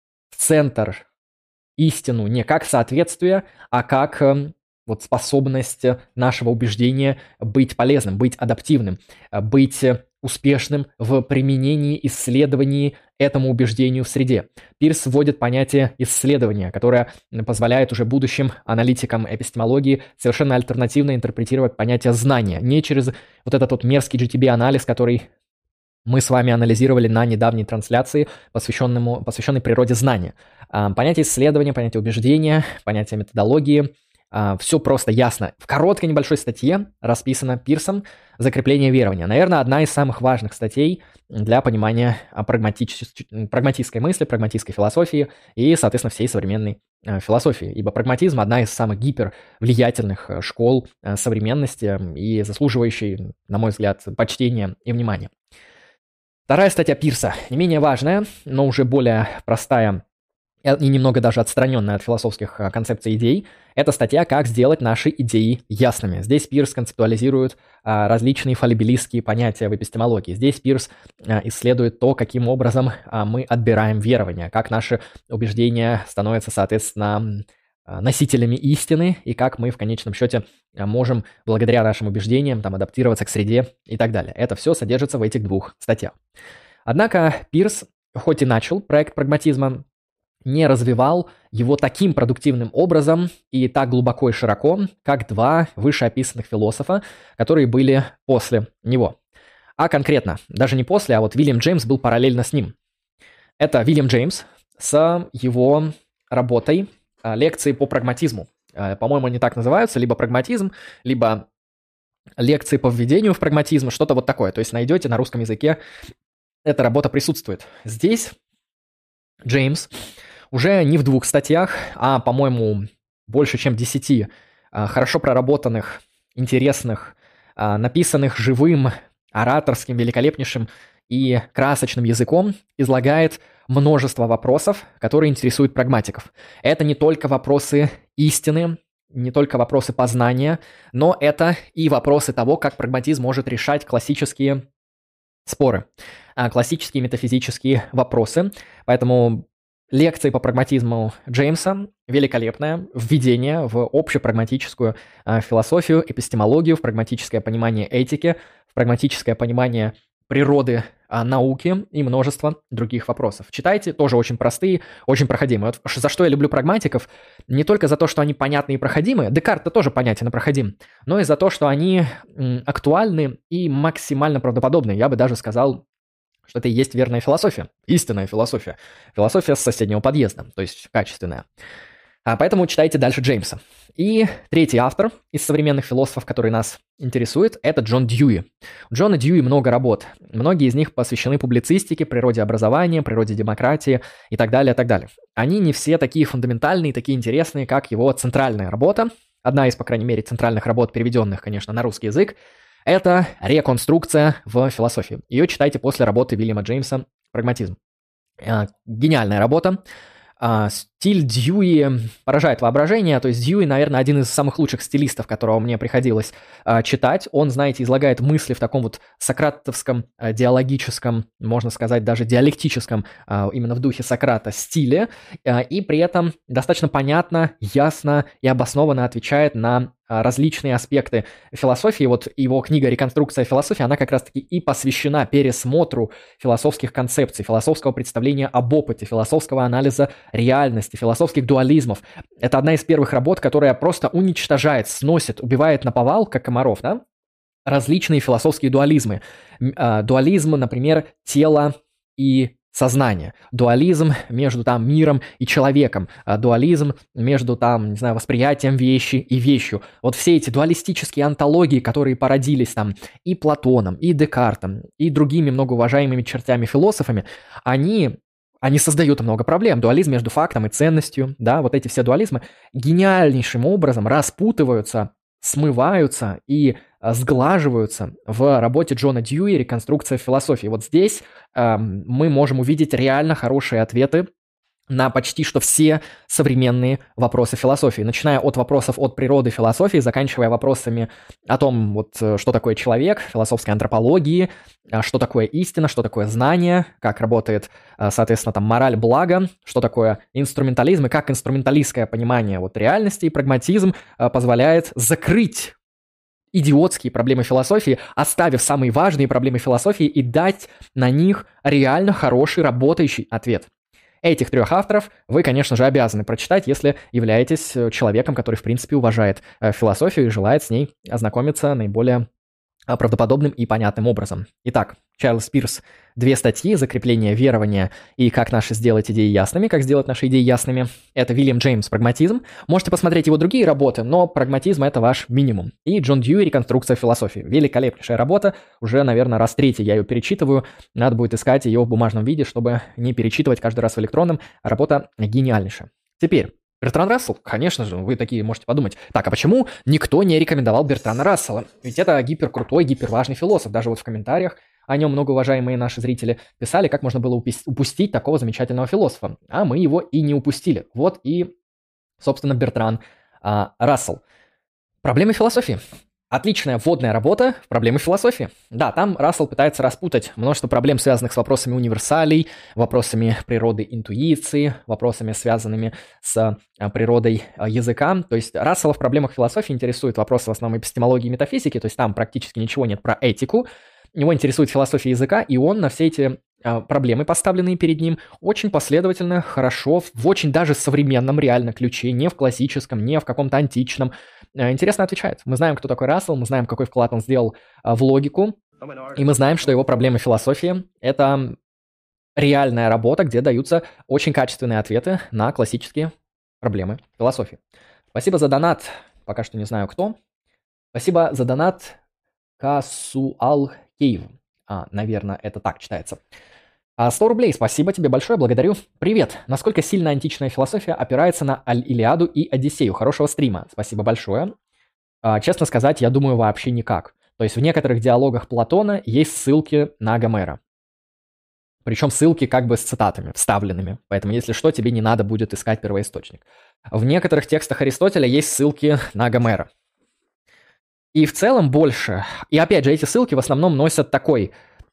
центр истину не как соответствие, а как вот способность нашего убеждения быть полезным, быть адаптивным, быть успешным в применении, исследовании этому убеждению в среде. Пирс вводит понятие исследования, которое позволяет уже будущим аналитикам эпистемологии совершенно альтернативно интерпретировать понятие знания, не через вот этот вот мерзкий GTB-анализ, который мы с вами анализировали на недавней трансляции, посвященной природе знания. Понятие исследования, понятие убеждения, понятие методологии – все просто ясно. В короткой небольшой статье расписано Пирсом закрепление верования. Наверное, одна из самых важных статей для понимания прагматистской мысли, прагматистской философии и, соответственно, всей современной философии. Ибо прагматизм – одна из самых гипервлиятельных школ современности и заслуживающей, на мой взгляд, почтения и внимания. Вторая статья Пирса, не менее важная, но уже более простая и немного даже отстраненная от философских концепций и идей, это статья «Как сделать наши идеи ясными». Здесь Пирс концептуализирует различные фаллибилистские понятия в эпистемологии. Здесь Пирс исследует то, каким образом мы отбираем верования, как наши убеждения становятся, соответственно, носителями истины, и как мы в конечном счете можем благодаря нашим убеждениям адаптироваться к среде и так далее. Это все содержится в этих двух статьях. Однако Пирс, хоть и начал проект прагматизма, не развивал его таким продуктивным образом и так глубоко и широко, как два вышеописанных философа, которые были после него. А конкретно, даже не после, а вот Вильям Джеймс был параллельно с ним. Это Вильям Джеймс с его работой «Лекции по прагматизму». По-моему, они так называются, либо прагматизм, либо лекции по введению в прагматизм, что-то вот такое. То есть найдете на русском языке, эта работа присутствует. Здесь Джеймс уже не в двух статьях, а, по-моему, больше, чем 10 хорошо проработанных, интересных, написанных живым, ораторским, великолепнейшим и красочным языком излагает множество вопросов, которые интересуют прагматиков. Это не только вопросы истины, не только вопросы познания, но это и вопросы того, как прагматизм может решать классические споры, классические метафизические вопросы. Поэтому лекции по прагматизму Джеймса великолепное введение в общепрагматическую философию, эпистемологию, в прагматическое понимание этики, в прагматическое понимание природы науки и множество других вопросов. Читайте, тоже очень простые, очень проходимые. Вот за что я люблю прагматиков, не только за то, что они понятны и проходимы, Декарт тоже понятен и проходим, но и за то, что они актуальны и максимально правдоподобны. Я бы даже сказал, что это и есть верная философия, истинная философия. Философия с соседнего подъезда, то есть качественная. Поэтому читайте дальше Джеймса. И третий автор из современных философов, который нас интересует, это Джон Дьюи. У Джона Дьюи много работ. Многие из них посвящены публицистике, природе образования, природе демократии и так далее, и так далее. Они не все такие фундаментальные, такие интересные, как его центральная работа. Одна из, по крайней мере, центральных работ, переведенных, конечно, на русский язык, это реконструкция в философии. Ее читайте после работы Вильяма Джеймса «Прагматизм». Гениальная работа. Стиль Дьюи поражает воображение, то есть Дьюи, наверное, один из самых лучших стилистов, которого мне приходилось читать. Он, знаете, излагает мысли в таком вот сократовском, диалогическом, можно сказать, даже диалектическом, именно в духе Сократа, стиле, и при этом достаточно понятно, ясно и обоснованно отвечает на различные аспекты философии. Вот его книга «Реконструкция философии», она как раз-таки и посвящена пересмотру философских концепций, философского представления об опыте, философского анализа реальности, философских дуализмов. Это одна из первых работ, которая просто уничтожает, сносит, убивает наповал, как комаров, да? Различные философские дуализмы. Дуализм, например, тела и сознания. Дуализм между там миром и человеком. Дуализм между там, не знаю, восприятием вещи и вещью. Вот все эти дуалистические антологии, которые породились там и Платоном, и Декартом, и другими многоуважаемыми чертями-философами, они создают много проблем. Дуализм между фактом и ценностью, да, вот эти все дуализмы гениальнейшим образом распутываются, смываются и сглаживаются в работе Джона Дьюи «Реконструкция философии». Вот здесь мы можем увидеть реально хорошие ответы на почти что все современные вопросы философии, начиная от вопросов от природы философии, заканчивая вопросами о том, вот, что такое человек, философской антропологии, что такое истина, что такое знание, как работает, соответственно, там мораль, благо, что такое инструментализм и как инструменталистское понимание вот реальности и прагматизм позволяет закрыть идиотские проблемы философии, оставив самые важные проблемы философии и дать на них реально хороший, работающий ответ. Этих трех авторов вы, конечно же, обязаны прочитать, если являетесь человеком, который, в принципе, уважает философию и желает с ней ознакомиться наиболее правдоподобным и понятным образом. Итак, Чарльз Пирс, 2 статьи: «Закрепление верования» и «Как наши сделать идеи ясными», «Как сделать наши идеи ясными». Это Вильям Джеймс, «Прагматизм». Можете посмотреть его другие работы, но «Прагматизм» — это ваш минимум. И Джон Дьюи, «Реконструкция философии». Великолепнейшая работа. Уже, наверное, раз третий я ее перечитываю. Надо будет искать ее в бумажном виде, чтобы не перечитывать каждый раз в электронном. Работа гениальнейшая. Теперь, Бертран Рассел, конечно же, вы такие можете подумать, так, а почему никто не рекомендовал Бертрана Рассела? Ведь это гиперкрутой, гиперважный философ. Даже вот в комментариях о нем многоуважаемые наши зрители писали, как можно было упустить такого замечательного философа. А мы его и не упустили. Вот и, собственно, Бертран Рассел. Проблемы философии. Отличная вводная работа в проблемы философии. Да, там Рассел пытается распутать множество проблем, связанных с вопросами универсалей, вопросами природы интуиции, вопросами, связанными с природой языка. То есть Рассела в проблемах философии интересует вопросы в основном эпистемологии и метафизики, то есть там практически ничего нет про этику. Его интересует философия языка, и он на все эти проблемы, поставленные перед ним, очень последовательно, хорошо, в очень даже современном реально ключе, не в классическом, не в каком-то античном, интересно отвечает. Мы знаем, кто такой Рассел, мы знаем, какой вклад он сделал в логику, и мы знаем, что его проблемы философии – это реальная работа, где даются очень качественные ответы на классические проблемы философии. Спасибо за донат, пока что не знаю кто. Спасибо за донат Касуал Кейв. Наверное, это так читается. 100 рублей, спасибо тебе большое, благодарю. Привет, насколько сильно античная философия опирается на Илиаду и Одиссею? Хорошего стрима, спасибо большое. Честно сказать, я думаю, вообще никак. То есть в некоторых диалогах Платона есть ссылки на Гомера. Причем ссылки как бы с цитатами, вставленными. Поэтому, если что, тебе не надо будет искать первоисточник. В некоторых текстах Аристотеля есть ссылки на Гомера. И в целом больше. И опять же, эти ссылки в основном носят такой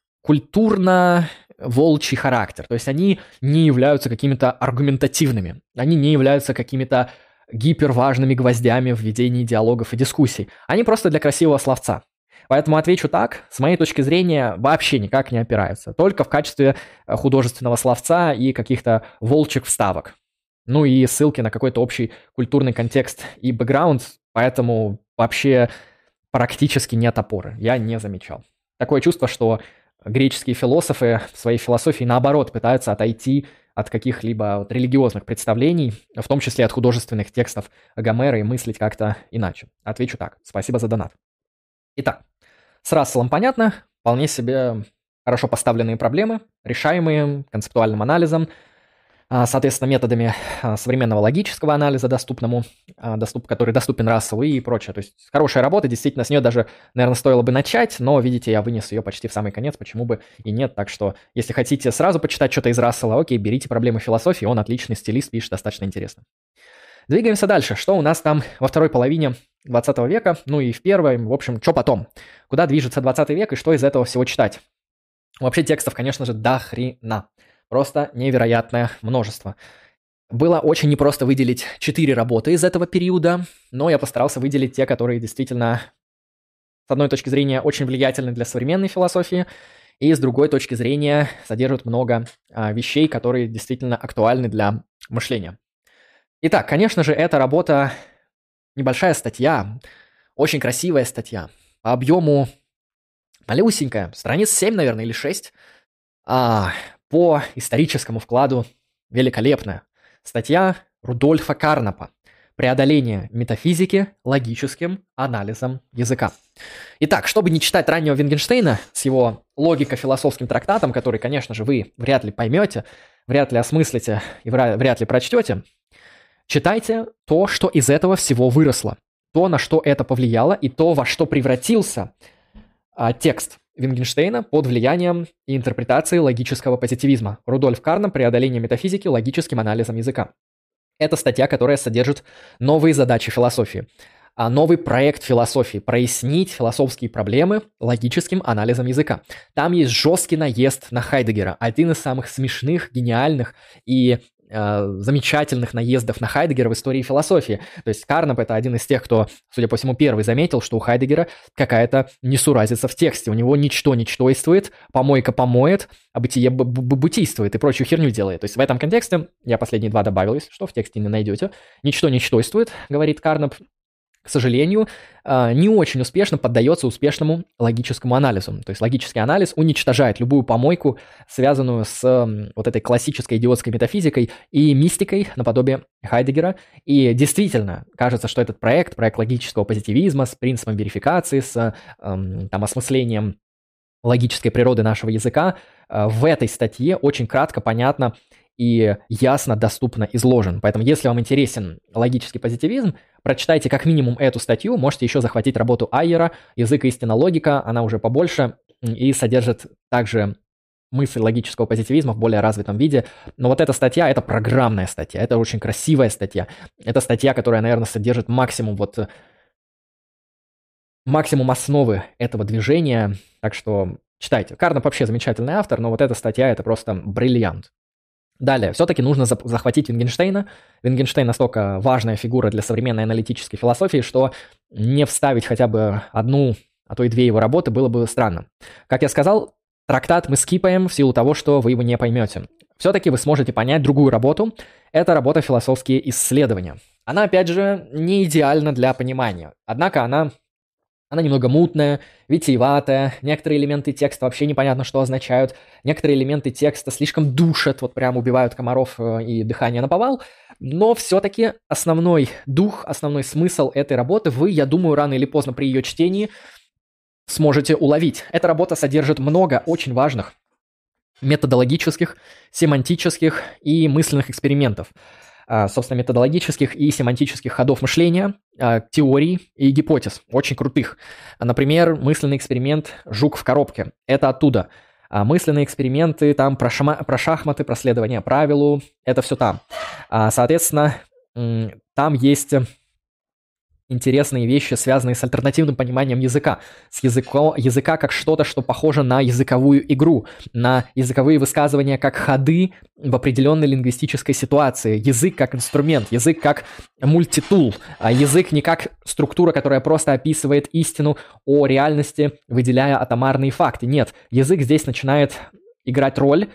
культурно-волчий характер. То есть они не являются какими-то аргументативными. Они не являются какими-то гиперважными гвоздями в ведении диалогов и дискуссий. Они просто для красивого словца. Поэтому отвечу так, с моей точки зрения, вообще никак не опираются. Только в качестве художественного словца и каких-то волчьих вставок. Ну и ссылки на какой-то общий культурный контекст и бэкграунд. Поэтому вообще практически нет опоры. Я не замечал. Такое чувство, что греческие философы в своей философии, наоборот, пытаются отойти от каких-либо религиозных представлений, в том числе от художественных текстов Гомера, и мыслить как-то иначе. Отвечу так. Спасибо за донат. Итак, с Расселом понятно. Вполне себе хорошо поставленные проблемы, решаемые концептуальным анализом, соответственно, методами современного логического анализа, который доступен Расселу и прочее. То есть хорошая работа, действительно, с нее даже, наверное, стоило бы начать, но, видите, я вынес ее почти в самый конец, почему бы и нет. Так что, если хотите сразу почитать что-то из Рассела, окей, берите «Проблемы философии», он отличный стилист, пишет достаточно интересно. Двигаемся дальше. Что у нас там во второй половине 20 века, ну и в первой, в общем, что потом? Куда движется 20 век и что из этого всего читать? Вообще текстов, конечно же, до хрена. Просто невероятное множество. Было очень непросто выделить 4 работы из этого периода, но я постарался выделить те, которые действительно, с одной точки зрения, очень влиятельны для современной философии, и с другой точки зрения содержат много вещей, которые действительно актуальны для мышления. Итак, конечно же, эта работа небольшая статья, очень красивая статья, по объему малюсенькая, страниц 7, наверное, или 6, по историческому вкладу великолепная. Статья Рудольфа Карнапа «Преодоление метафизики логическим анализом языка». Итак, чтобы не читать раннего Wittgensteina с его логико-философским трактатом, который, конечно же, вы вряд ли поймете, вряд ли осмыслите и вряд ли прочтете, читайте то, что из этого всего выросло, то, на что это повлияло, и то, во что превратился текст Wittgensteina под влиянием и интерпретацией логического позитивизма. Рудольф Карнап «Преодоление метафизики логическим анализом языка». Это статья, которая содержит новые задачи философии, новый проект философии – прояснить философские проблемы логическим анализом языка. Там есть жесткий наезд на Хайдеггера, один из самых смешных, гениальных и замечательных наездов на Хайдеггера в истории философии. То есть Карнап – это один из тех, кто, судя по всему, первый заметил, что у Хайдеггера какая-то несуразица в тексте. У него ничто ничтойствует, помойка помоет, а бытие бытийствует и прочую херню делает. То есть в этом контексте, я последние 2 добавил, если что, в тексте не найдете, ничто ничтойствует, говорит Карнап, к сожалению, не очень успешно поддается успешному логическому анализу. То есть логический анализ уничтожает любую помойку, связанную с вот этой классической идиотской метафизикой и мистикой наподобие Хайдеггера. И действительно, кажется, что этот проект логического позитивизма с принципом верификации, с осмыслением логической природы нашего языка в этой статье очень кратко, понятно и ясно, доступно изложен. Поэтому, если вам интересен логический позитивизм, прочитайте как минимум эту статью, можете еще захватить работу Айера «Язык, истина, логика», она уже побольше и содержит также мысль логического позитивизма в более развитом виде. Но вот эта статья – это программная статья, это очень красивая статья. Это статья, которая, наверное, содержит максимум основы этого движения, так что читайте. Карнап вообще замечательный автор, но вот эта статья – это просто бриллиант. Далее, все-таки нужно захватить Wittgensteina. Wittgenstein настолько важная фигура для современной аналитической философии, что не вставить хотя бы одну, а то и 2 его работы было бы странно. Как я сказал, трактат мы скипаем в силу того, что вы его не поймете. Все-таки вы сможете понять другую работу. Это работа «Философские исследования». Она, опять же, не идеальна для понимания. Однако она немного мутная, витиеватая, некоторые элементы текста вообще непонятно, что означают, некоторые элементы текста слишком душат, вот прям убивают комаров и дыхание наповал, но все-таки основной дух, основной смысл этой работы вы, я думаю, рано или поздно при ее чтении сможете уловить. Эта работа содержит много очень важных методологических, семантических и мысленных экспериментов. Собственно, методологических и семантических ходов мышления, теорий и гипотез, очень крутых. Например, мысленный эксперимент «Жук в коробке» – это оттуда. Мысленные эксперименты там про шахматы, про следование правилу – это все там. Соответственно, там есть интересные вещи, связанные с альтернативным пониманием языка. Языка как что-то, что похоже на языковую игру, на языковые высказывания как ходы в определенной лингвистической ситуации. Язык как инструмент, язык как мультитул, язык не как структура, которая просто описывает истину о реальности, выделяя атомарные факты. Нет, язык здесь начинает играть роль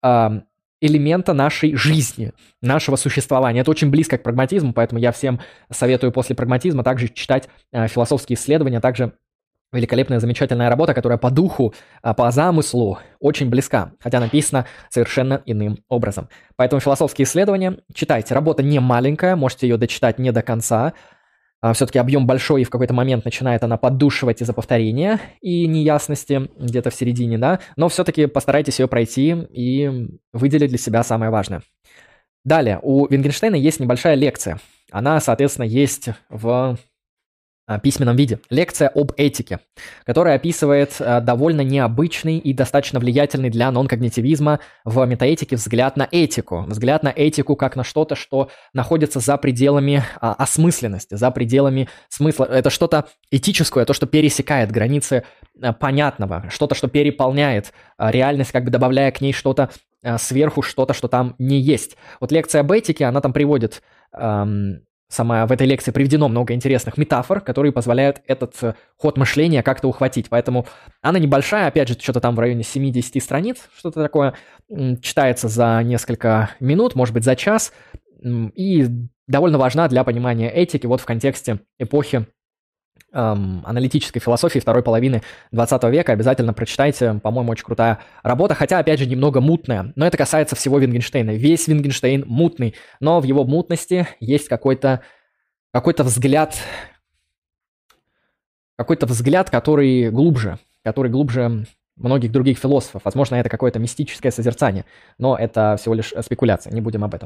элемента нашей жизни, нашего существования. Это очень близко к прагматизму, поэтому я всем советую после прагматизма также читать философские исследования, также великолепная, замечательная работа, которая по духу, по замыслу очень близка, хотя написана совершенно иным образом. Поэтому философские исследования читайте. Работа не маленькая, можете ее дочитать не до конца. Все-таки объем большой, и в какой-то момент начинает она поддушивать из-за повторения и неясности где-то в середине, да, но все-таки постарайтесь ее пройти и выделить для себя самое важное. Далее, у Wittgensteina есть небольшая лекция. Она, соответственно, есть в письменном виде. Лекция об этике, которая описывает довольно необычный и достаточно влиятельный для нон-когнитивизма в метаэтике взгляд на этику. Взгляд на этику как на что-то, что находится за пределами осмысленности, за пределами смысла. Это что-то этическое, то, что пересекает границы понятного, что-то, что переполняет реальность, как бы добавляя к ней что-то сверху что-то, что там не есть. Вот лекция об этике, она там приводит, сама в этой лекции приведено много интересных метафор, которые позволяют этот ход мышления как-то ухватить. Поэтому она небольшая, опять же, что-то там в районе 7-10 страниц, что-то такое, читается за несколько минут, может быть, за час, и довольно важна для понимания этики вот в контексте эпохи аналитической философии второй половины 20 века. Обязательно прочитайте, по-моему, очень крутая работа, хотя, опять же, немного мутная, но это касается всего Wittgenstein. Весь Wittgenstein мутный, но в его мутности есть какой-то взгляд, который глубже многих других философов. Возможно, это какое-то мистическое созерцание, но это всего лишь спекуляция, не будем об этом.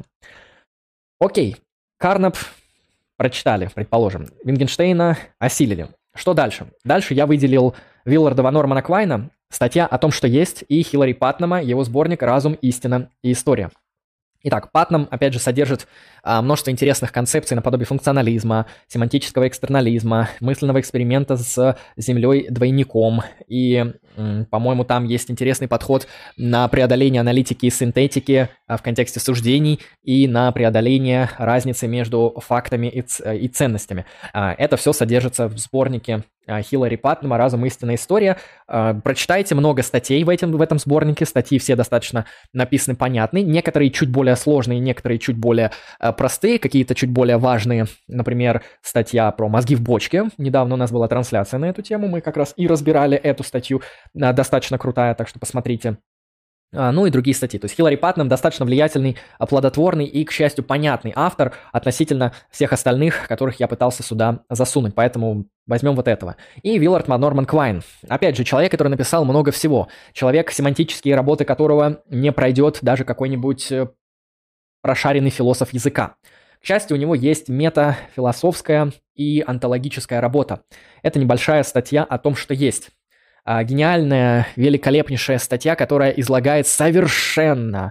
Окей, Карнап прочитали, предположим. Wittgensteina осилили. Что дальше? Дальше я выделил Вилларда Ван Нормана Квайна, статья о том, что есть, и Хиллари Паттнама, его сборник «Разум, истина и история». Итак, Паттнам, опять же, содержит множество интересных концепций наподобие функционализма, семантического экстернализма, мысленного эксперимента с землей-двойником. И, по-моему, там есть интересный подход на преодоление аналитики и синтетики в контексте суждений и на преодоление разницы между фактами и ценностями. Это все содержится в сборнике Хиллари Паттнама «Разум, истина, история». Прочитайте много статей в этом сборнике. Статьи все достаточно написаны понятны. Некоторые чуть более сложные, некоторые чуть более простые, какие-то чуть более важные. Например, статья про мозги в бочке. Недавно у нас была трансляция на эту тему. Мы как раз и разбирали эту статью. Достаточно крутая, так что посмотрите. Ну и другие статьи. То есть Хиллари Паттнам достаточно влиятельный, плодотворный и, к счастью, понятный автор относительно всех остальных, которых я пытался сюда засунуть. Поэтому возьмем вот этого. И Виллард Ван Норман Квайн. Опять же, человек, который написал много всего. Человек, семантические работы которого не пройдет даже какой-нибудь прошаренный философ языка. К счастью, у него есть метафилософская и онтологическая работа. Это небольшая статья о том, что есть. Гениальная, великолепнейшая статья, которая излагает совершенно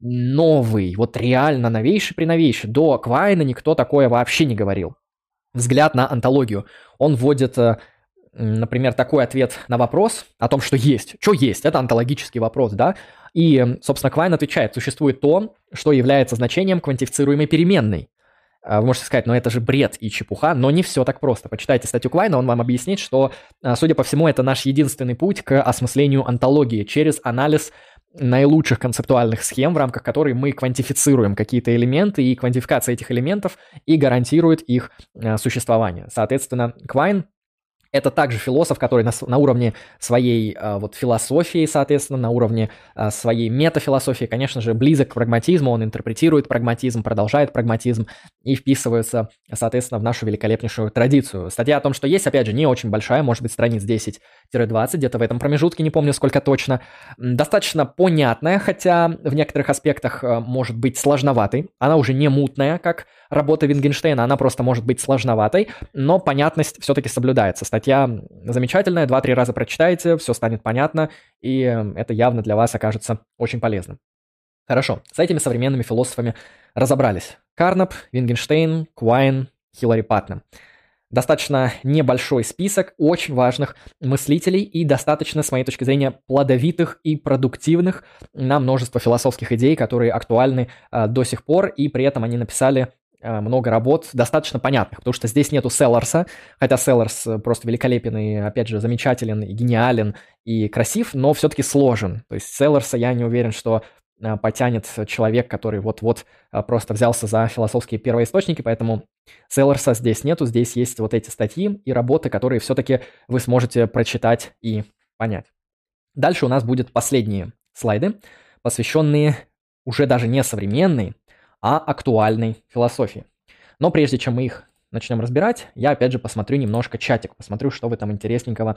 новый, вот реально новейший. До Квайна никто такое вообще не говорил. Взгляд на онтологию. Он вводит, например, такой ответ на вопрос о том, что есть. Что есть? Это онтологический вопрос, да? И, собственно, Квайн отвечает, существует то, что является значением квантифицируемой переменной. Вы можете сказать, это же бред и чепуха, но не все так просто. Почитайте статью Квайна, он вам объяснит, что, судя по всему, это наш единственный путь к осмыслению онтологии через анализ наилучших концептуальных схем, в рамках которой мы квантифицируем какие-то элементы, и квантификация этих элементов и гарантирует их существование. Соответственно, Квайн — это также философ, который на уровне своей философии, соответственно, на уровне своей метафилософии, конечно же, близок к прагматизму, он интерпретирует прагматизм, продолжает прагматизм и вписывается, соответственно, в нашу великолепнейшую традицию. Статья о том, что есть, опять же, не очень большая, может быть, страниц 10-20, где-то в этом промежутке, не помню сколько точно, достаточно понятная, хотя в некоторых аспектах может быть сложноватой. Она уже не мутная, как работа Wittgensteina, она просто может быть сложноватой, но понятность все-таки соблюдается. Статья замечательная, 2-3 раза прочитаете, все станет понятно, и это явно для вас окажется очень полезным. Хорошо, с этими современными философами разобрались. Карнап, Wittgenstein, Квайн, Хиллари Паттнам. Достаточно небольшой список очень важных мыслителей и достаточно, с моей точки зрения, плодовитых и продуктивных на множество философских идей, которые актуальны до сих пор, и при этом они написали много работ достаточно понятных, потому что здесь нету Селларса, хотя Селларс просто великолепен и, опять же, замечателен, и гениален, и красив, но все-таки сложен. То есть Селларса я не уверен, что потянет человек, который вот-вот просто взялся за философские первоисточники, поэтому Селларса здесь нету, здесь есть вот эти статьи и работы, которые все-таки вы сможете прочитать и понять. Дальше у нас будут последние слайды, посвященные уже даже не современной, а актуальной философии. Но прежде чем мы их начнем разбирать, я опять же посмотрю немножко чатик, посмотрю, что вы там интересненького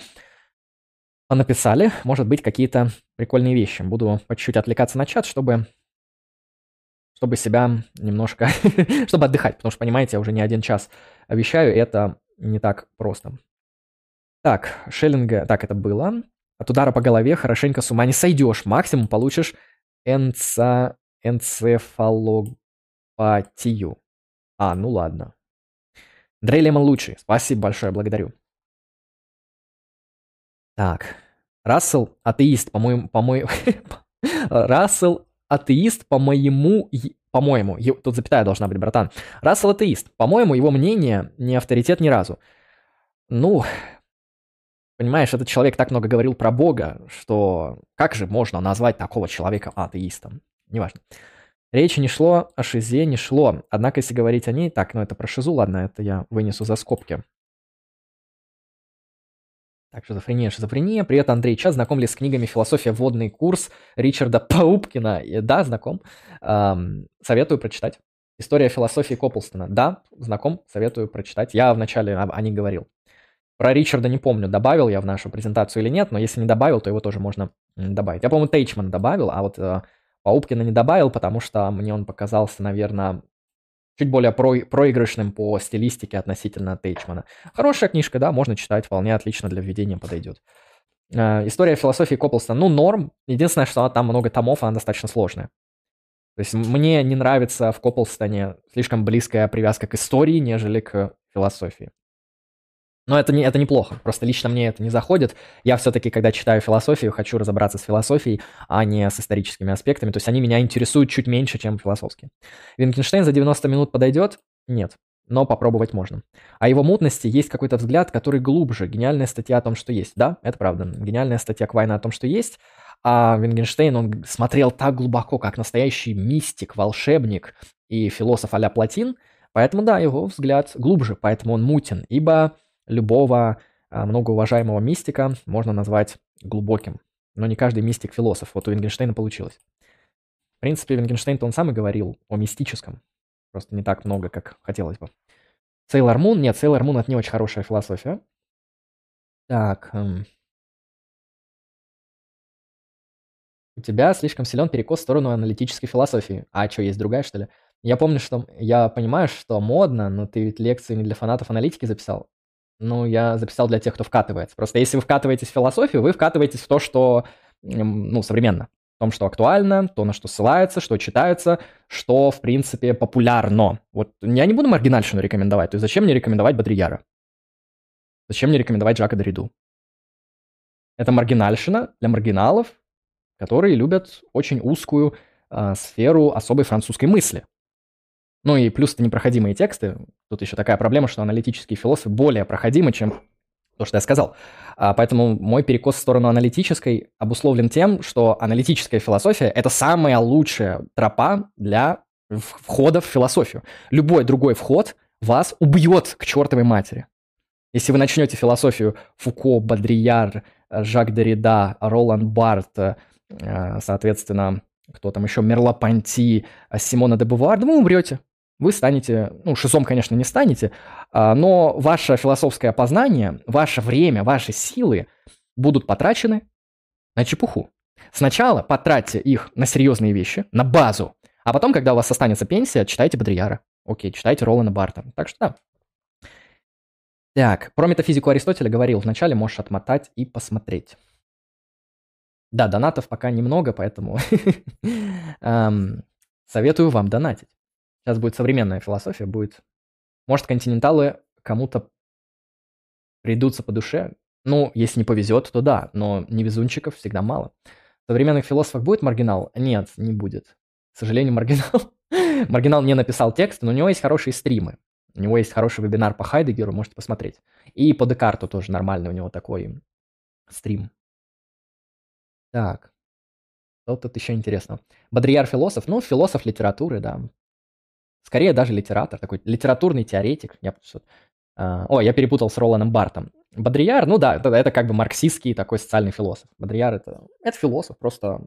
написали. Может быть, какие-то прикольные вещи. Буду по чуть-чуть отвлекаться на чат, чтобы себя немножко... чтобы отдыхать, потому что, понимаете, я уже не 1 час вещаю, и это не так просто. Так, Шеллинга... Так, это было. От удара по голове хорошенько с ума не сойдешь. Максимум получишь энцефалопатию. Ну ладно. Дрей Лемон лучший. Спасибо большое, благодарю. Так. Рассел атеист, по-моему... Рассел атеист, по-моему, тут запятая должна быть, братан. Рассел атеист. По-моему, его мнение не авторитет ни разу. Ну, понимаешь, этот человек так много говорил про Бога, что как же можно назвать такого человека атеистом? Неважно. Речи не шло, о шизе не шло. Однако, если говорить о ней, так, ну это про шизу, ладно, это я вынесу за скобки. Так, шизофрения. Привет, Андрей Час. Знаком ли с книгами «Философия. Вводный курс» Ричарда Паупкина? Да, знаком. Советую прочитать. История философии Копплстона. Да, знаком, советую прочитать. Я вначале о них говорил. Про Ричарда не помню, добавил я в нашу презентацию или нет, но если не добавил, то его тоже можно добавить. Я, по-моему, Тейчман добавил, а вот Паупкина не добавил, потому что мне он показался, наверное, чуть более проигрышным по стилистике относительно Тейчмана. Хорошая книжка, да, можно читать, вполне отлично для введения подойдет. История философии Копплстона, ну, норм. Единственное, что там много томов, она достаточно сложная. То есть мне не нравится в Копплстоне слишком близкая привязка к истории, нежели к философии. Но это неплохо, просто лично мне это не заходит. Я все-таки, когда читаю философию, хочу разобраться с философией, а не с историческими аспектами. То есть они меня интересуют чуть меньше, чем философские. Винкенштейн за 90 минут подойдет? Нет, но попробовать можно. О его мутности есть какой-то взгляд, который глубже. Гениальная статья о том, что есть. Да, это правда. Гениальная статья Квайна о том, что есть. А Вингенштейн, он смотрел так глубоко, как настоящий мистик, волшебник и философ а-ля Платин. Поэтому, да, его взгляд глубже, поэтому он мутен. Ибо любого многоуважаемого мистика можно назвать глубоким. Но не каждый мистик философ. Вот у Вингенштейна получилось. В принципе, Вингенштейн-то он сам и говорил о мистическом. Просто не так много, как хотелось бы. Сейлор Мун? Нет, Сейлор Мун — это не очень хорошая философия. Так. У тебя слишком силен перекос в сторону аналитической философии. А что, есть другая, что ли? Я помню, что... Я понимаю, что модно, но ты ведь лекции не для фанатов аналитики записал. Ну, я записал для тех, кто вкатывается. Просто если вы вкатываетесь в философию, вы вкатываетесь в то, что, ну, современно. В том, что актуально, то, на что ссылается, что читается, что, в принципе, популярно. Вот я не буду маргинальщину рекомендовать. То есть зачем мне рекомендовать Бодрияра? Зачем мне рекомендовать Жака Дориду? Это маргинальщина для маргиналов, которые любят очень узкую сферу особой французской мысли. Ну и плюс это непроходимые тексты. Тут еще такая проблема, что аналитические философы более проходимы, чем то, что я сказал. Поэтому мой перекос в сторону аналитической обусловлен тем, что аналитическая философия — это самая лучшая тропа для входа в философию. Любой другой вход вас убьет к чертовой матери. Если вы начнете философию Фуко, Бодрияр, Жак Derrida, Ролан Барт, соответственно, кто там еще, Мерло-Понти, Симона де Бувуар, да вы умрете. Вы станете, ну, шизом, конечно, не станете, но ваше философское познание, ваше время, ваши силы будут потрачены на чепуху. Сначала потратьте их на серьезные вещи, на базу, а потом, когда у вас останется пенсия, читайте Бодрияра. Окей, читайте Ролана Барта. Так что да. Так, про метафизику Аристотеля говорил вначале, можешь отмотать и посмотреть. Да, донатов пока немного, поэтому советую вам донатить. Сейчас будет современная философия, будет... Может, континенталы кому-то придутся по душе. Ну, если не повезет, то да, но невезунчиков всегда мало. В современных философах будет маргинал? Нет, не будет. К сожалению, маргинал не написал текст, но у него есть хорошие стримы. У него есть хороший вебинар по Хайдегеру, можете посмотреть. И по Декарту тоже нормальный у него такой стрим. Так, что тут еще интересно? Бодрияр философ? Ну, философ литературы, да. Скорее даже литератор, такой литературный теоретик. Я перепутал с Роланом Бартом. Бодрияр, ну да, это как бы марксистский такой социальный философ. Бодрияр это философ, просто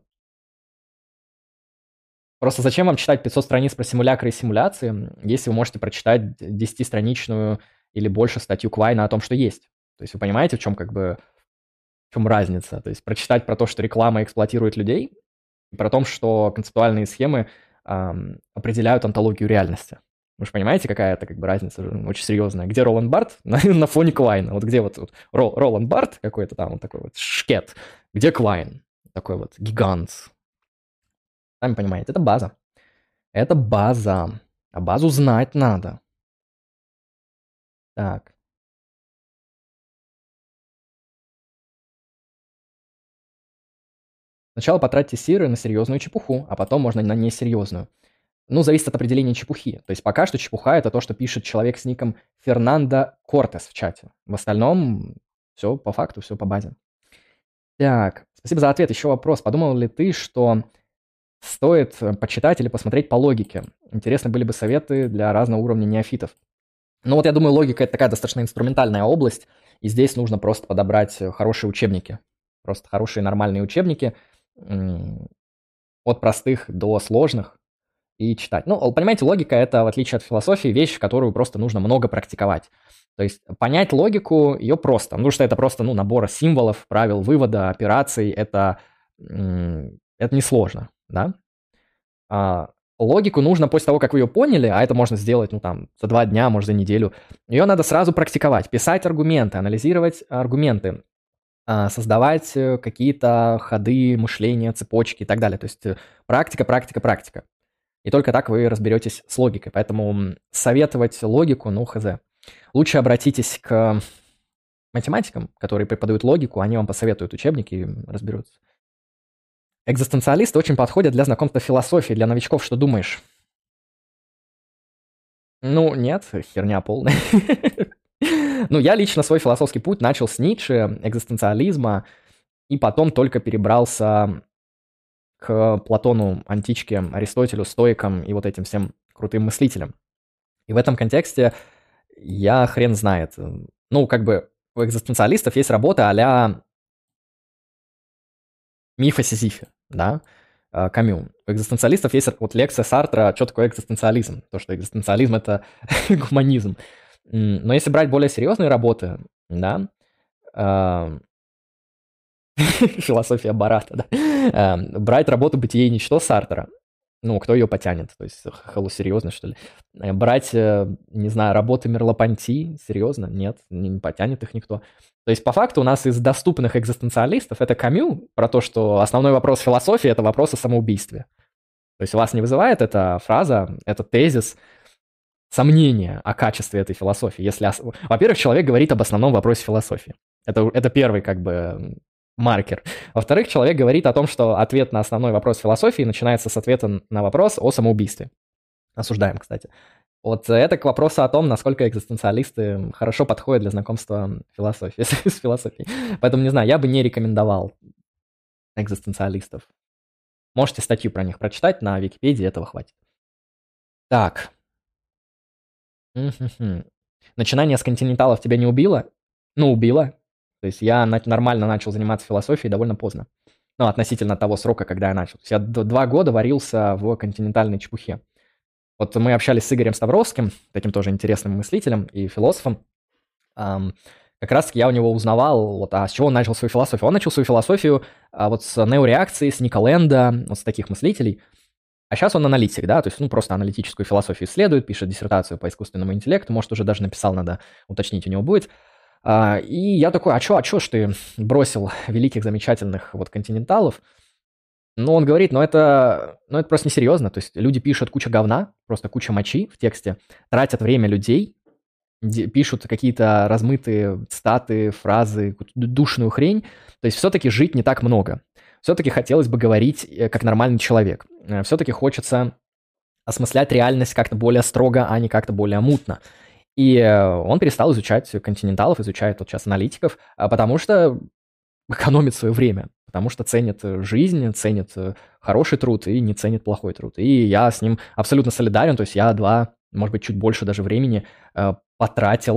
зачем вам читать 500 страниц про симулякры и симуляции, если вы можете прочитать 10-страничную или больше статью Квайна о том, что есть. То есть вы понимаете, в чем разница? То есть прочитать про то, что реклама эксплуатирует людей, и про то, что концептуальные схемы определяют онтологию реальности. Вы же понимаете, какая это как бы разница очень серьезная. Где Роланд Барт на фоне Квайна? Вот где вот Роланд Барт какой-то там, вот такой вот шкет. Где Квайн? Такой вот гигант. Сами понимаете, это база. Это база. А базу знать надо. Так. Сначала потратьте силы на серьезную чепуху, а потом можно на несерьезную. Ну, зависит от определения чепухи. То есть пока что чепуха – это то, что пишет человек с ником Фернандо Кортес в чате. В остальном все по факту, все по базе. Так, спасибо за ответ. Еще вопрос. Подумал ли ты, что стоит почитать или посмотреть по логике? Интересны были бы советы для разного уровня неофитов. Ну вот я думаю, логика – это такая достаточно инструментальная область, и здесь нужно просто подобрать хорошие учебники. Просто хорошие нормальные учебники от простых до сложных и читать. Ну, понимаете, логика – это, в отличие от философии, вещь, которую просто нужно много практиковать. То есть понять логику ее просто, потому что это просто набор символов, правил вывода, операций, это несложно, да? Логику нужно после того, как вы ее поняли, а это можно сделать, за 2 дня, может, за неделю, ее надо сразу практиковать, писать аргументы, анализировать аргументы, создавать какие-то ходы мышления, цепочки и так далее. То есть практика, практика, практика. И только так вы разберетесь с логикой. Поэтому советовать логику, хз. Лучше обратитесь к математикам, которые преподают логику, они вам посоветуют учебники и разберутся. Экзистенциалисты очень подходят для знакомства философии. Для новичков что думаешь? Нет, херня полная. Я лично свой философский путь начал с Ницше, экзистенциализма, и потом только перебрался к Платону, античке, Аристотелю, стоикам и вот этим всем крутым мыслителям. И в этом контексте я хрен знает. У экзистенциалистов есть работа а-ля миф о Сизифе, да, Камю. У экзистенциалистов есть вот лекция Сартра, что такое экзистенциализм. То, что экзистенциализм – это гуманизм. Но если брать более серьезные работы, да, философия Барата, да, брать работу «Бытие и ничто» Сартра, кто ее потянет? То есть, серьезно, что ли? Брать, не знаю, работы Мерло-Понти, серьезно? Нет, не потянет их никто. То есть, по факту, у нас из доступных экзистенциалистов это Камю, про то, что основной вопрос философии – это вопрос о самоубийстве. То есть, вас не вызывает эта фраза, этот тезис, сомнения о качестве этой философии? Если, во-первых, человек говорит об основном вопросе философии. Это первый, маркер. Во-вторых, человек говорит о том, что ответ на основной вопрос философии начинается с ответа на вопрос о самоубийстве. Осуждаем, кстати. Вот это к вопросу о том, насколько экзистенциалисты хорошо подходят для знакомства с философией. Поэтому, не знаю, я бы не рекомендовал экзистенциалистов. Можете статью про них прочитать, на Википедии этого хватит. Так. Начинание с континенталов тебя не убило? Убило. То есть я нормально начал заниматься философией довольно поздно. Относительно того срока, когда я начал. То есть я 2 года варился в континентальной чепухе. Вот мы общались с Игорем Ставровским, таким тоже интересным мыслителем и философом. Как раз-таки я у него узнавал, с чего он начал свою философию. Он начал свою философию с неореакции, с Ника Ленда, с таких мыслителей. А сейчас он аналитик, да, то есть, просто аналитическую философию исследует, пишет диссертацию по искусственному интеллекту, может, уже даже написал, надо уточнить, у него будет. И я такой, а чё ж ты бросил великих, замечательных континенталов? Он говорит, это просто несерьезно, то есть люди пишут куча говна, просто куча мочи в тексте, тратят время людей, пишут какие-то размытые цитаты, фразы, душную хрень, то есть все-таки жить не так много. Все-таки хотелось бы говорить как нормальный человек. Все-таки хочется осмыслять реальность как-то более строго, а не как-то более мутно. И он перестал изучать континенталов, изучает вот сейчас аналитиков, потому что экономит свое время, потому что ценит жизнь, ценит хороший труд и не ценит плохой труд. И я с ним абсолютно солидарен, то есть я 2, может быть, чуть больше даже времени потратил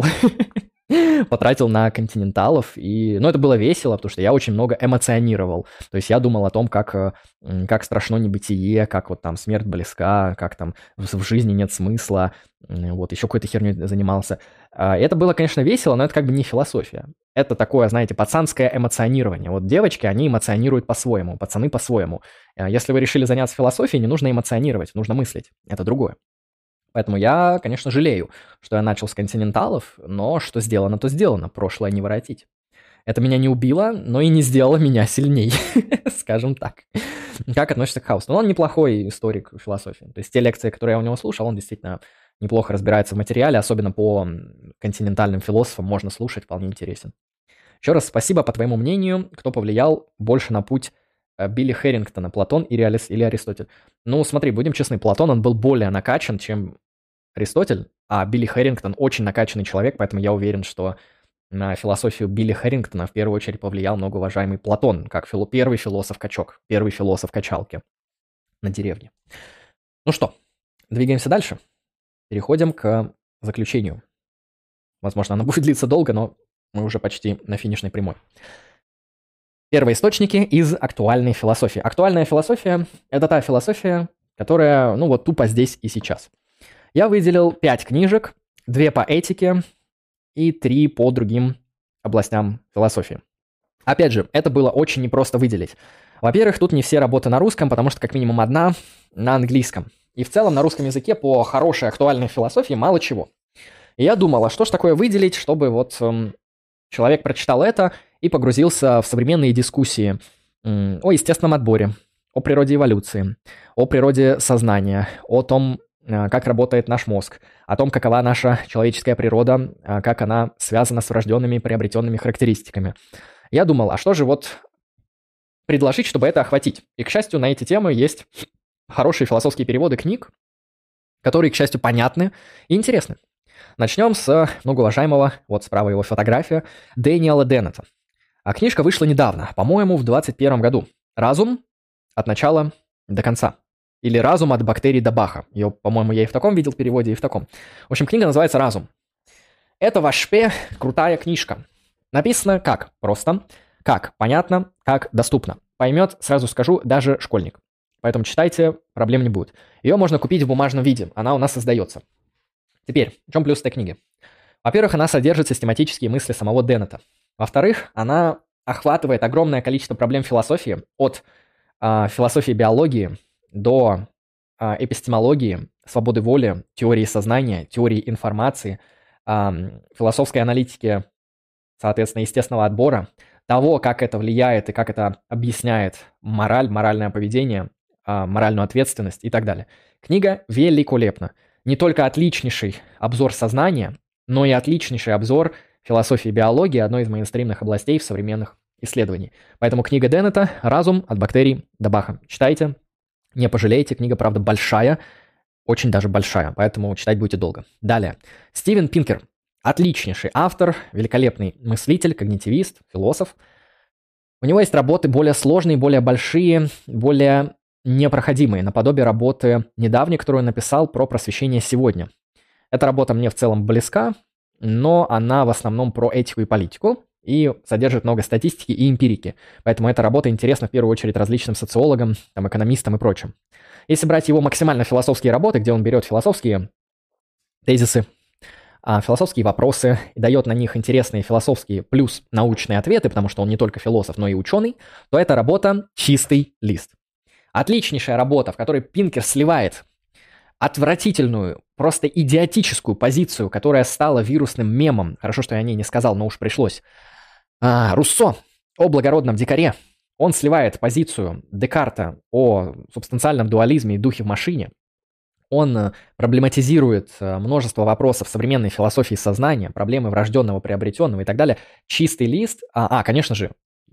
на континенталов, и, это было весело, потому что я очень много эмоционировал, то есть я думал о том, как страшно небытие, как там смерть близка, как там в жизни нет смысла, еще какой-то херней занимался. Это было, конечно, весело, но это не философия. Это такое, знаете, пацанское эмоционирование. Вот девочки, они эмоционируют по-своему, пацаны по-своему. Если вы решили заняться философией, не нужно эмоционировать, нужно мыслить. Это другое. Поэтому я, конечно, жалею, что я начал с континенталов, но что сделано, то сделано. Прошлое не воротить. Это меня не убило, но и не сделало меня сильней, скажем так. Как относится к Хаусу? Он неплохой историк философии. То есть те лекции, которые я у него слушал, он действительно неплохо разбирается в материале, особенно по континентальным философам можно слушать, вполне интересен. Еще раз спасибо, по твоему мнению, кто повлиял больше на путь Билли Хэрингтона, Платон или Аристотель? Ну, смотри, будем честны, Платон, он был более накачан, чем Аристотель, а Билли Хэрингтон очень накачанный человек, поэтому я уверен, что на философию Билли Хэрингтона в первую очередь повлиял многоуважаемый Платон, как первый философ-качок, первый философ качалки на деревне. Ну что, двигаемся дальше. Переходим к заключению. Возможно, оно будет длиться долго, но мы уже почти на финишной прямой. Первые источники из актуальной философии. Актуальная философия – это та философия, которая, ну вот тупо здесь и сейчас. Я выделил 5 книжек, 2 по этике и 3 по другим областям философии. Опять же, это было очень непросто выделить. Во-первых, тут не все работы на русском, потому что как минимум одна на английском. И в целом на русском языке по хорошей актуальной философии мало чего. И я думал, а что ж такое выделить, чтобы вот человек прочитал это и погрузился в современные дискуссии о естественном отборе, о природе эволюции, о природе сознания, о том, как работает наш мозг, о том, какова наша человеческая природа, как она связана с врожденными приобретенными характеристиками. Я думал, а что же вот предложить, чтобы это охватить? И, к счастью, на эти темы есть хорошие философские переводы книг, которые, к счастью, понятны и интересны. Начнем с многоуважаемого, вот справа его фотография, Дэниела Деннета. А книжка вышла недавно, по-моему, в 2021 году. «Разум от начала до конца». Или «Разум от бактерий до Баха». Ее, по-моему, я и в таком видел переводе, и в таком. В общем, книга называется «Разум». Это вообще крутая книжка. Написано как? Просто. Как? Понятно. Как? Доступно. Поймет, сразу скажу, даже школьник. Поэтому читайте, проблем не будет. Ее можно купить в бумажном виде. Она у нас издается. Теперь, в чем плюс этой книги? Во-первых, она содержит систематические мысли самого Деннета. Во-вторых, она охватывает огромное количество проблем философии, от философии биологии до эпистемологии, свободы воли, теории сознания, теории информации, философской аналитики, соответственно, естественного отбора, того, как это влияет и как это объясняет мораль, моральное поведение, моральную ответственность и так далее. Книга великолепна. Не только отличнейший обзор сознания, но и отличнейший обзор философии биологии, одной из мейнстримных областей в современных исследований. Поэтому книга Деннета «Разум от бактерий до Баха». Читайте, не пожалеете. Книга, правда, большая, очень даже большая, поэтому читать будете долго. Далее. Стивен Пинкер. Отличнейший автор, великолепный мыслитель, когнитивист, философ. У него есть работы более сложные, более большие, более непроходимые, наподобие работы недавней, которую он написал про просвещение сегодня. Эта работа мне в целом близка, но она в основном про этику и политику и содержит много статистики и эмпирики. Поэтому эта работа интересна в первую очередь различным социологам, там, экономистам и прочим. Если брать его максимально философские работы, где он берет философские тезисы, философские вопросы и дает на них интересные философские плюс научные ответы, потому что он не только философ, но и ученый, то эта работа «Чистый лист». Отличнейшая работа, в которой Пинкер сливает отвратительную, просто идиотическую позицию, которая стала вирусным мемом. Хорошо, что я о ней не сказал, но уж пришлось. Руссо о благородном дикаре. Он сливает позицию Декарта о субстанциальном дуализме и духе в машине. Он проблематизирует множество вопросов современной философии сознания, проблемы врожденного, приобретенного и так далее. Чистый лист, конечно же,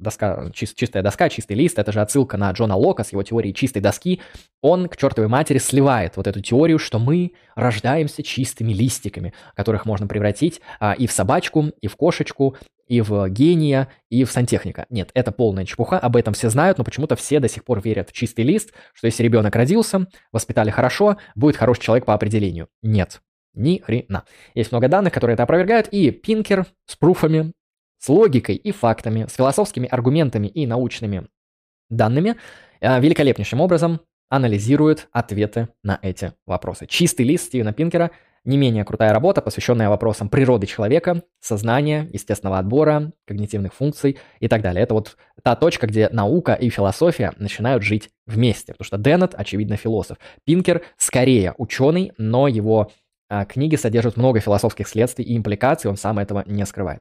чистая доска, чистый лист, это же отсылка на Джона Лока с его теорией чистой доски. Он к чертовой матери сливает вот эту теорию, что мы рождаемся чистыми листиками, которых можно превратить и в собачку, и в кошечку, и в гения, и в сантехника. Нет, это полная чепуха, об этом все знают, но почему-то все до сих пор верят в чистый лист, что если ребенок родился, воспитали хорошо, будет хороший человек по определению. Нет, ни хрена. Есть много данных, которые это опровергают, и Пинкер с пруфами, с логикой и фактами, с философскими аргументами и научными данными великолепнейшим образом анализирует ответы на эти вопросы. Чистый лист Стивена Пинкера – не менее крутая работа, посвященная вопросам природы человека, сознания, естественного отбора, когнитивных функций и так далее. Это вот та точка, где наука и философия начинают жить вместе, потому что Деннет, очевидно, философ. Пинкер скорее ученый, но его книги содержат много философских следствий и импликаций, он сам этого не скрывает.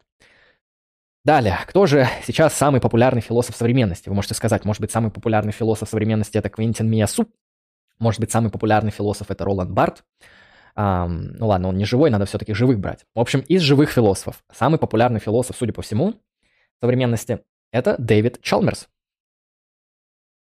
Далее, кто же сейчас самый популярный философ современности? Вы можете сказать, может быть, самый популярный философ современности – это Квентин Миасу, может быть, самый популярный философ – это Роланд Барт. Ну ладно, он не живой, надо все-таки живых брать. В общем, из живых философов самый популярный философ, судя по всему, в современности – это Дэвид Чалмерс.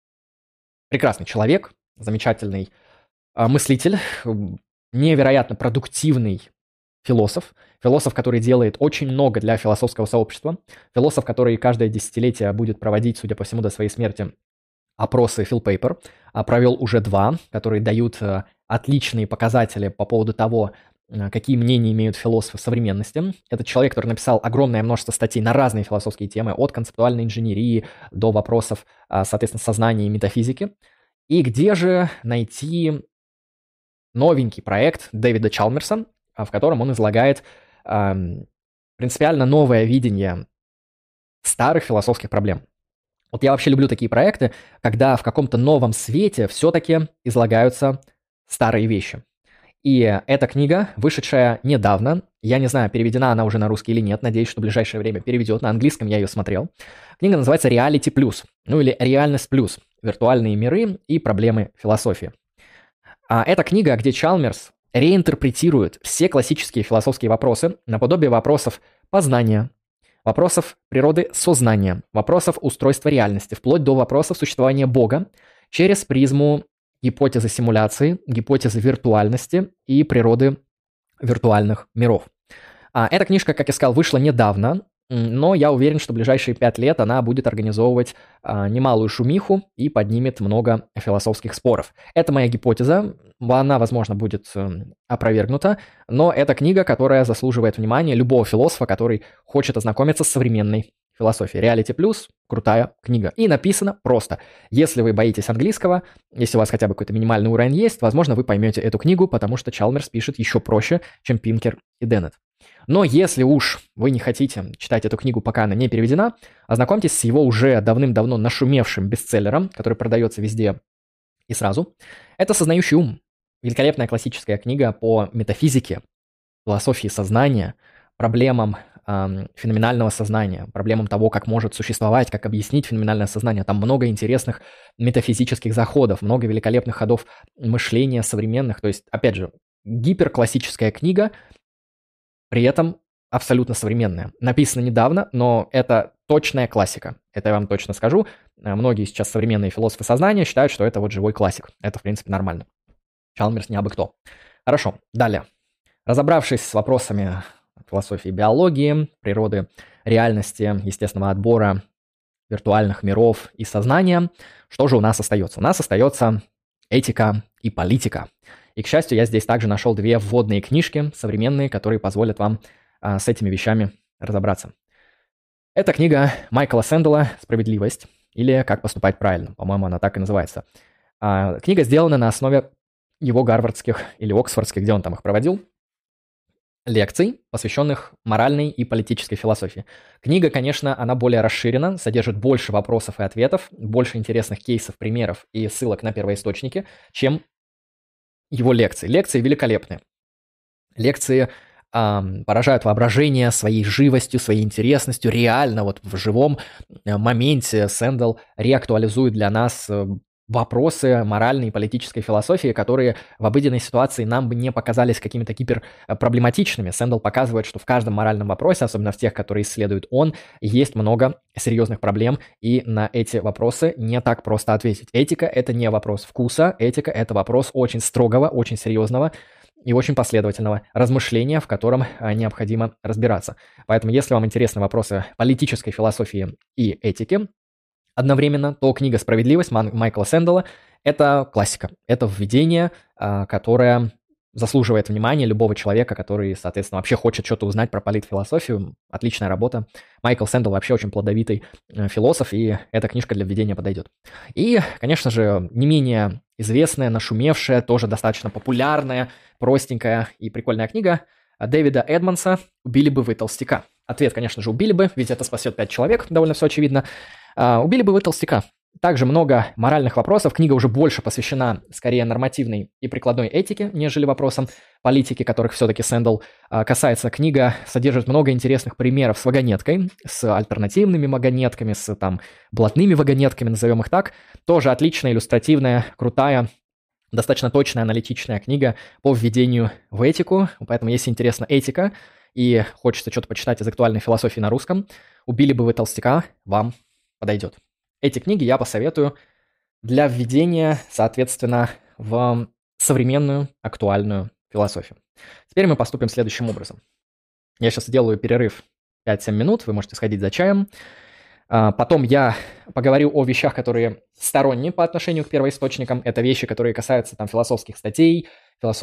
прекрасный человек, замечательный мыслитель, невероятно продуктивный философ, философ, который делает очень много для философского сообщества, философ, который каждое десятилетие будет проводить, судя по всему, до своей смерти опросы Фил Пейпер, провел уже 2, которые дают отличные показатели по поводу того, какие мнения имеют философы в современности. Это человек, который написал огромное множество статей на разные философские темы, от концептуальной инженерии до вопросов, соответственно, сознания и метафизики. И где же найти новенький проект Дэвида Чалмерса, в котором он излагает принципиально новое видение старых философских проблем. Вот я вообще люблю такие проекты, когда в каком-то новом свете все-таки излагаются старые вещи. И эта книга, вышедшая недавно, я не знаю, переведена она уже на русский или нет, надеюсь, что в ближайшее время переведет, на английском я ее смотрел. Книга называется «Reality Plus», ну или «Реальность плюс. Виртуальные миры и проблемы философии». Это книга, где Чалмерс реинтерпретирует все классические философские вопросы наподобие вопросов познания, вопросов природы сознания, вопросов устройства реальности, вплоть до вопросов существования Бога через призму гипотезы симуляции, гипотезы виртуальности и природы виртуальных миров. Эта книжка, как я сказал, вышла недавно, но я уверен, что в ближайшие 5 лет она будет организовывать немалую шумиху и поднимет много философских споров. Это моя гипотеза, она, возможно, будет опровергнута, но это книга, которая заслуживает внимания любого философа, который хочет ознакомиться с современной философией. Reality Plus – крутая книга. И написано просто. Если вы боитесь английского, если у вас хотя бы какой-то минимальный уровень есть, возможно, вы поймете эту книгу, потому что Чалмерс пишет еще проще, чем Пинкер и Деннет. Но если уж вы не хотите читать эту книгу, пока она не переведена, ознакомьтесь с его уже давным-давно нашумевшим бестселлером, который продается везде и сразу. Это «Сознающий ум». Великолепная классическая книга по метафизике, философии сознания, проблемам феноменального сознания, проблемам того, как может существовать, как объяснить феноменальное сознание. Там много интересных метафизических заходов, много великолепных ходов мышления современных. То есть, опять же, гиперклассическая книга, при этом абсолютно современная. Написано недавно, но это точная классика. Это я вам точно скажу. Многие сейчас современные философы сознания считают, что это вот живой классик. Это, в принципе, нормально. Чалмерс не абы кто. Хорошо, далее. Разобравшись с вопросами философии биологии, природы, реальности, естественного отбора, виртуальных миров и сознания, что же у нас остается? У нас остается этика и политика. И, к счастью, я здесь также нашел 2 вводные книжки современные, которые позволят вам с этими вещами разобраться. Это книга Майкла Сэндела «Справедливость» или «Как поступать правильно». По-моему, она так и называется. Книга сделана на основе его гарвардских или оксфордских, где он там их проводил, лекций, посвященных моральной и политической философии. Книга, конечно, она более расширена, содержит больше вопросов и ответов, больше интересных кейсов, примеров и ссылок на первоисточники, чем его лекции. Лекции великолепны. Лекции поражают воображение своей живостью, своей интересностью. Реально вот в живом моменте Сэндл реактуализует для нас вопросы моральной и политической философии, которые в обыденной ситуации нам бы не показались какими-то гиперпроблематичными. Сэндл показывает, что в каждом моральном вопросе, особенно в тех, которые исследует он, есть много серьезных проблем, и на эти вопросы не так просто ответить. Этика – это не вопрос вкуса, этика – это вопрос очень строгого, очень серьезного и очень последовательного размышления, в котором необходимо разбираться. Поэтому, если вам интересны вопросы политической философии и этики, одновременно, то книга «Справедливость» Майкла Сэндела – это классика, это введение, которое заслуживает внимания любого человека, который, соответственно, вообще хочет что-то узнать про политфилософию. Отличная работа. Майкл Сэндел вообще очень плодовитый философ, и эта книжка для введения подойдет. И, конечно же, не менее известная, нашумевшая, тоже достаточно популярная, простенькая и прикольная книга Дэвида Эдмонса «Убили бы вы толстяка». Ответ, конечно же, убили бы, ведь это спасет 5 человек, довольно все очевидно. Убили бы вы толстяка. Также много моральных вопросов. Книга уже больше посвящена скорее нормативной и прикладной этике, нежели вопросам политики, которых все-таки Сэндл касается. Книга содержит много интересных примеров с вагонеткой, с альтернативными вагонетками, с блатными вагонетками, назовем их так. Тоже отличная, иллюстративная, крутая, достаточно точная, аналитичная книга по введению в этику. Поэтому, если интересна этика и хочется что-то почитать из актуальной философии на русском, «Убили бы вы толстяка» вам подойдет. Эти книги я посоветую для введения, соответственно, в современную актуальную философию. Теперь мы поступим следующим образом. Я сейчас сделаю перерыв 5-7 минут, вы можете сходить за чаем. Потом я поговорю о вещах, которые сторонние по отношению к первоисточникам. Это вещи, которые касаются там философских статей,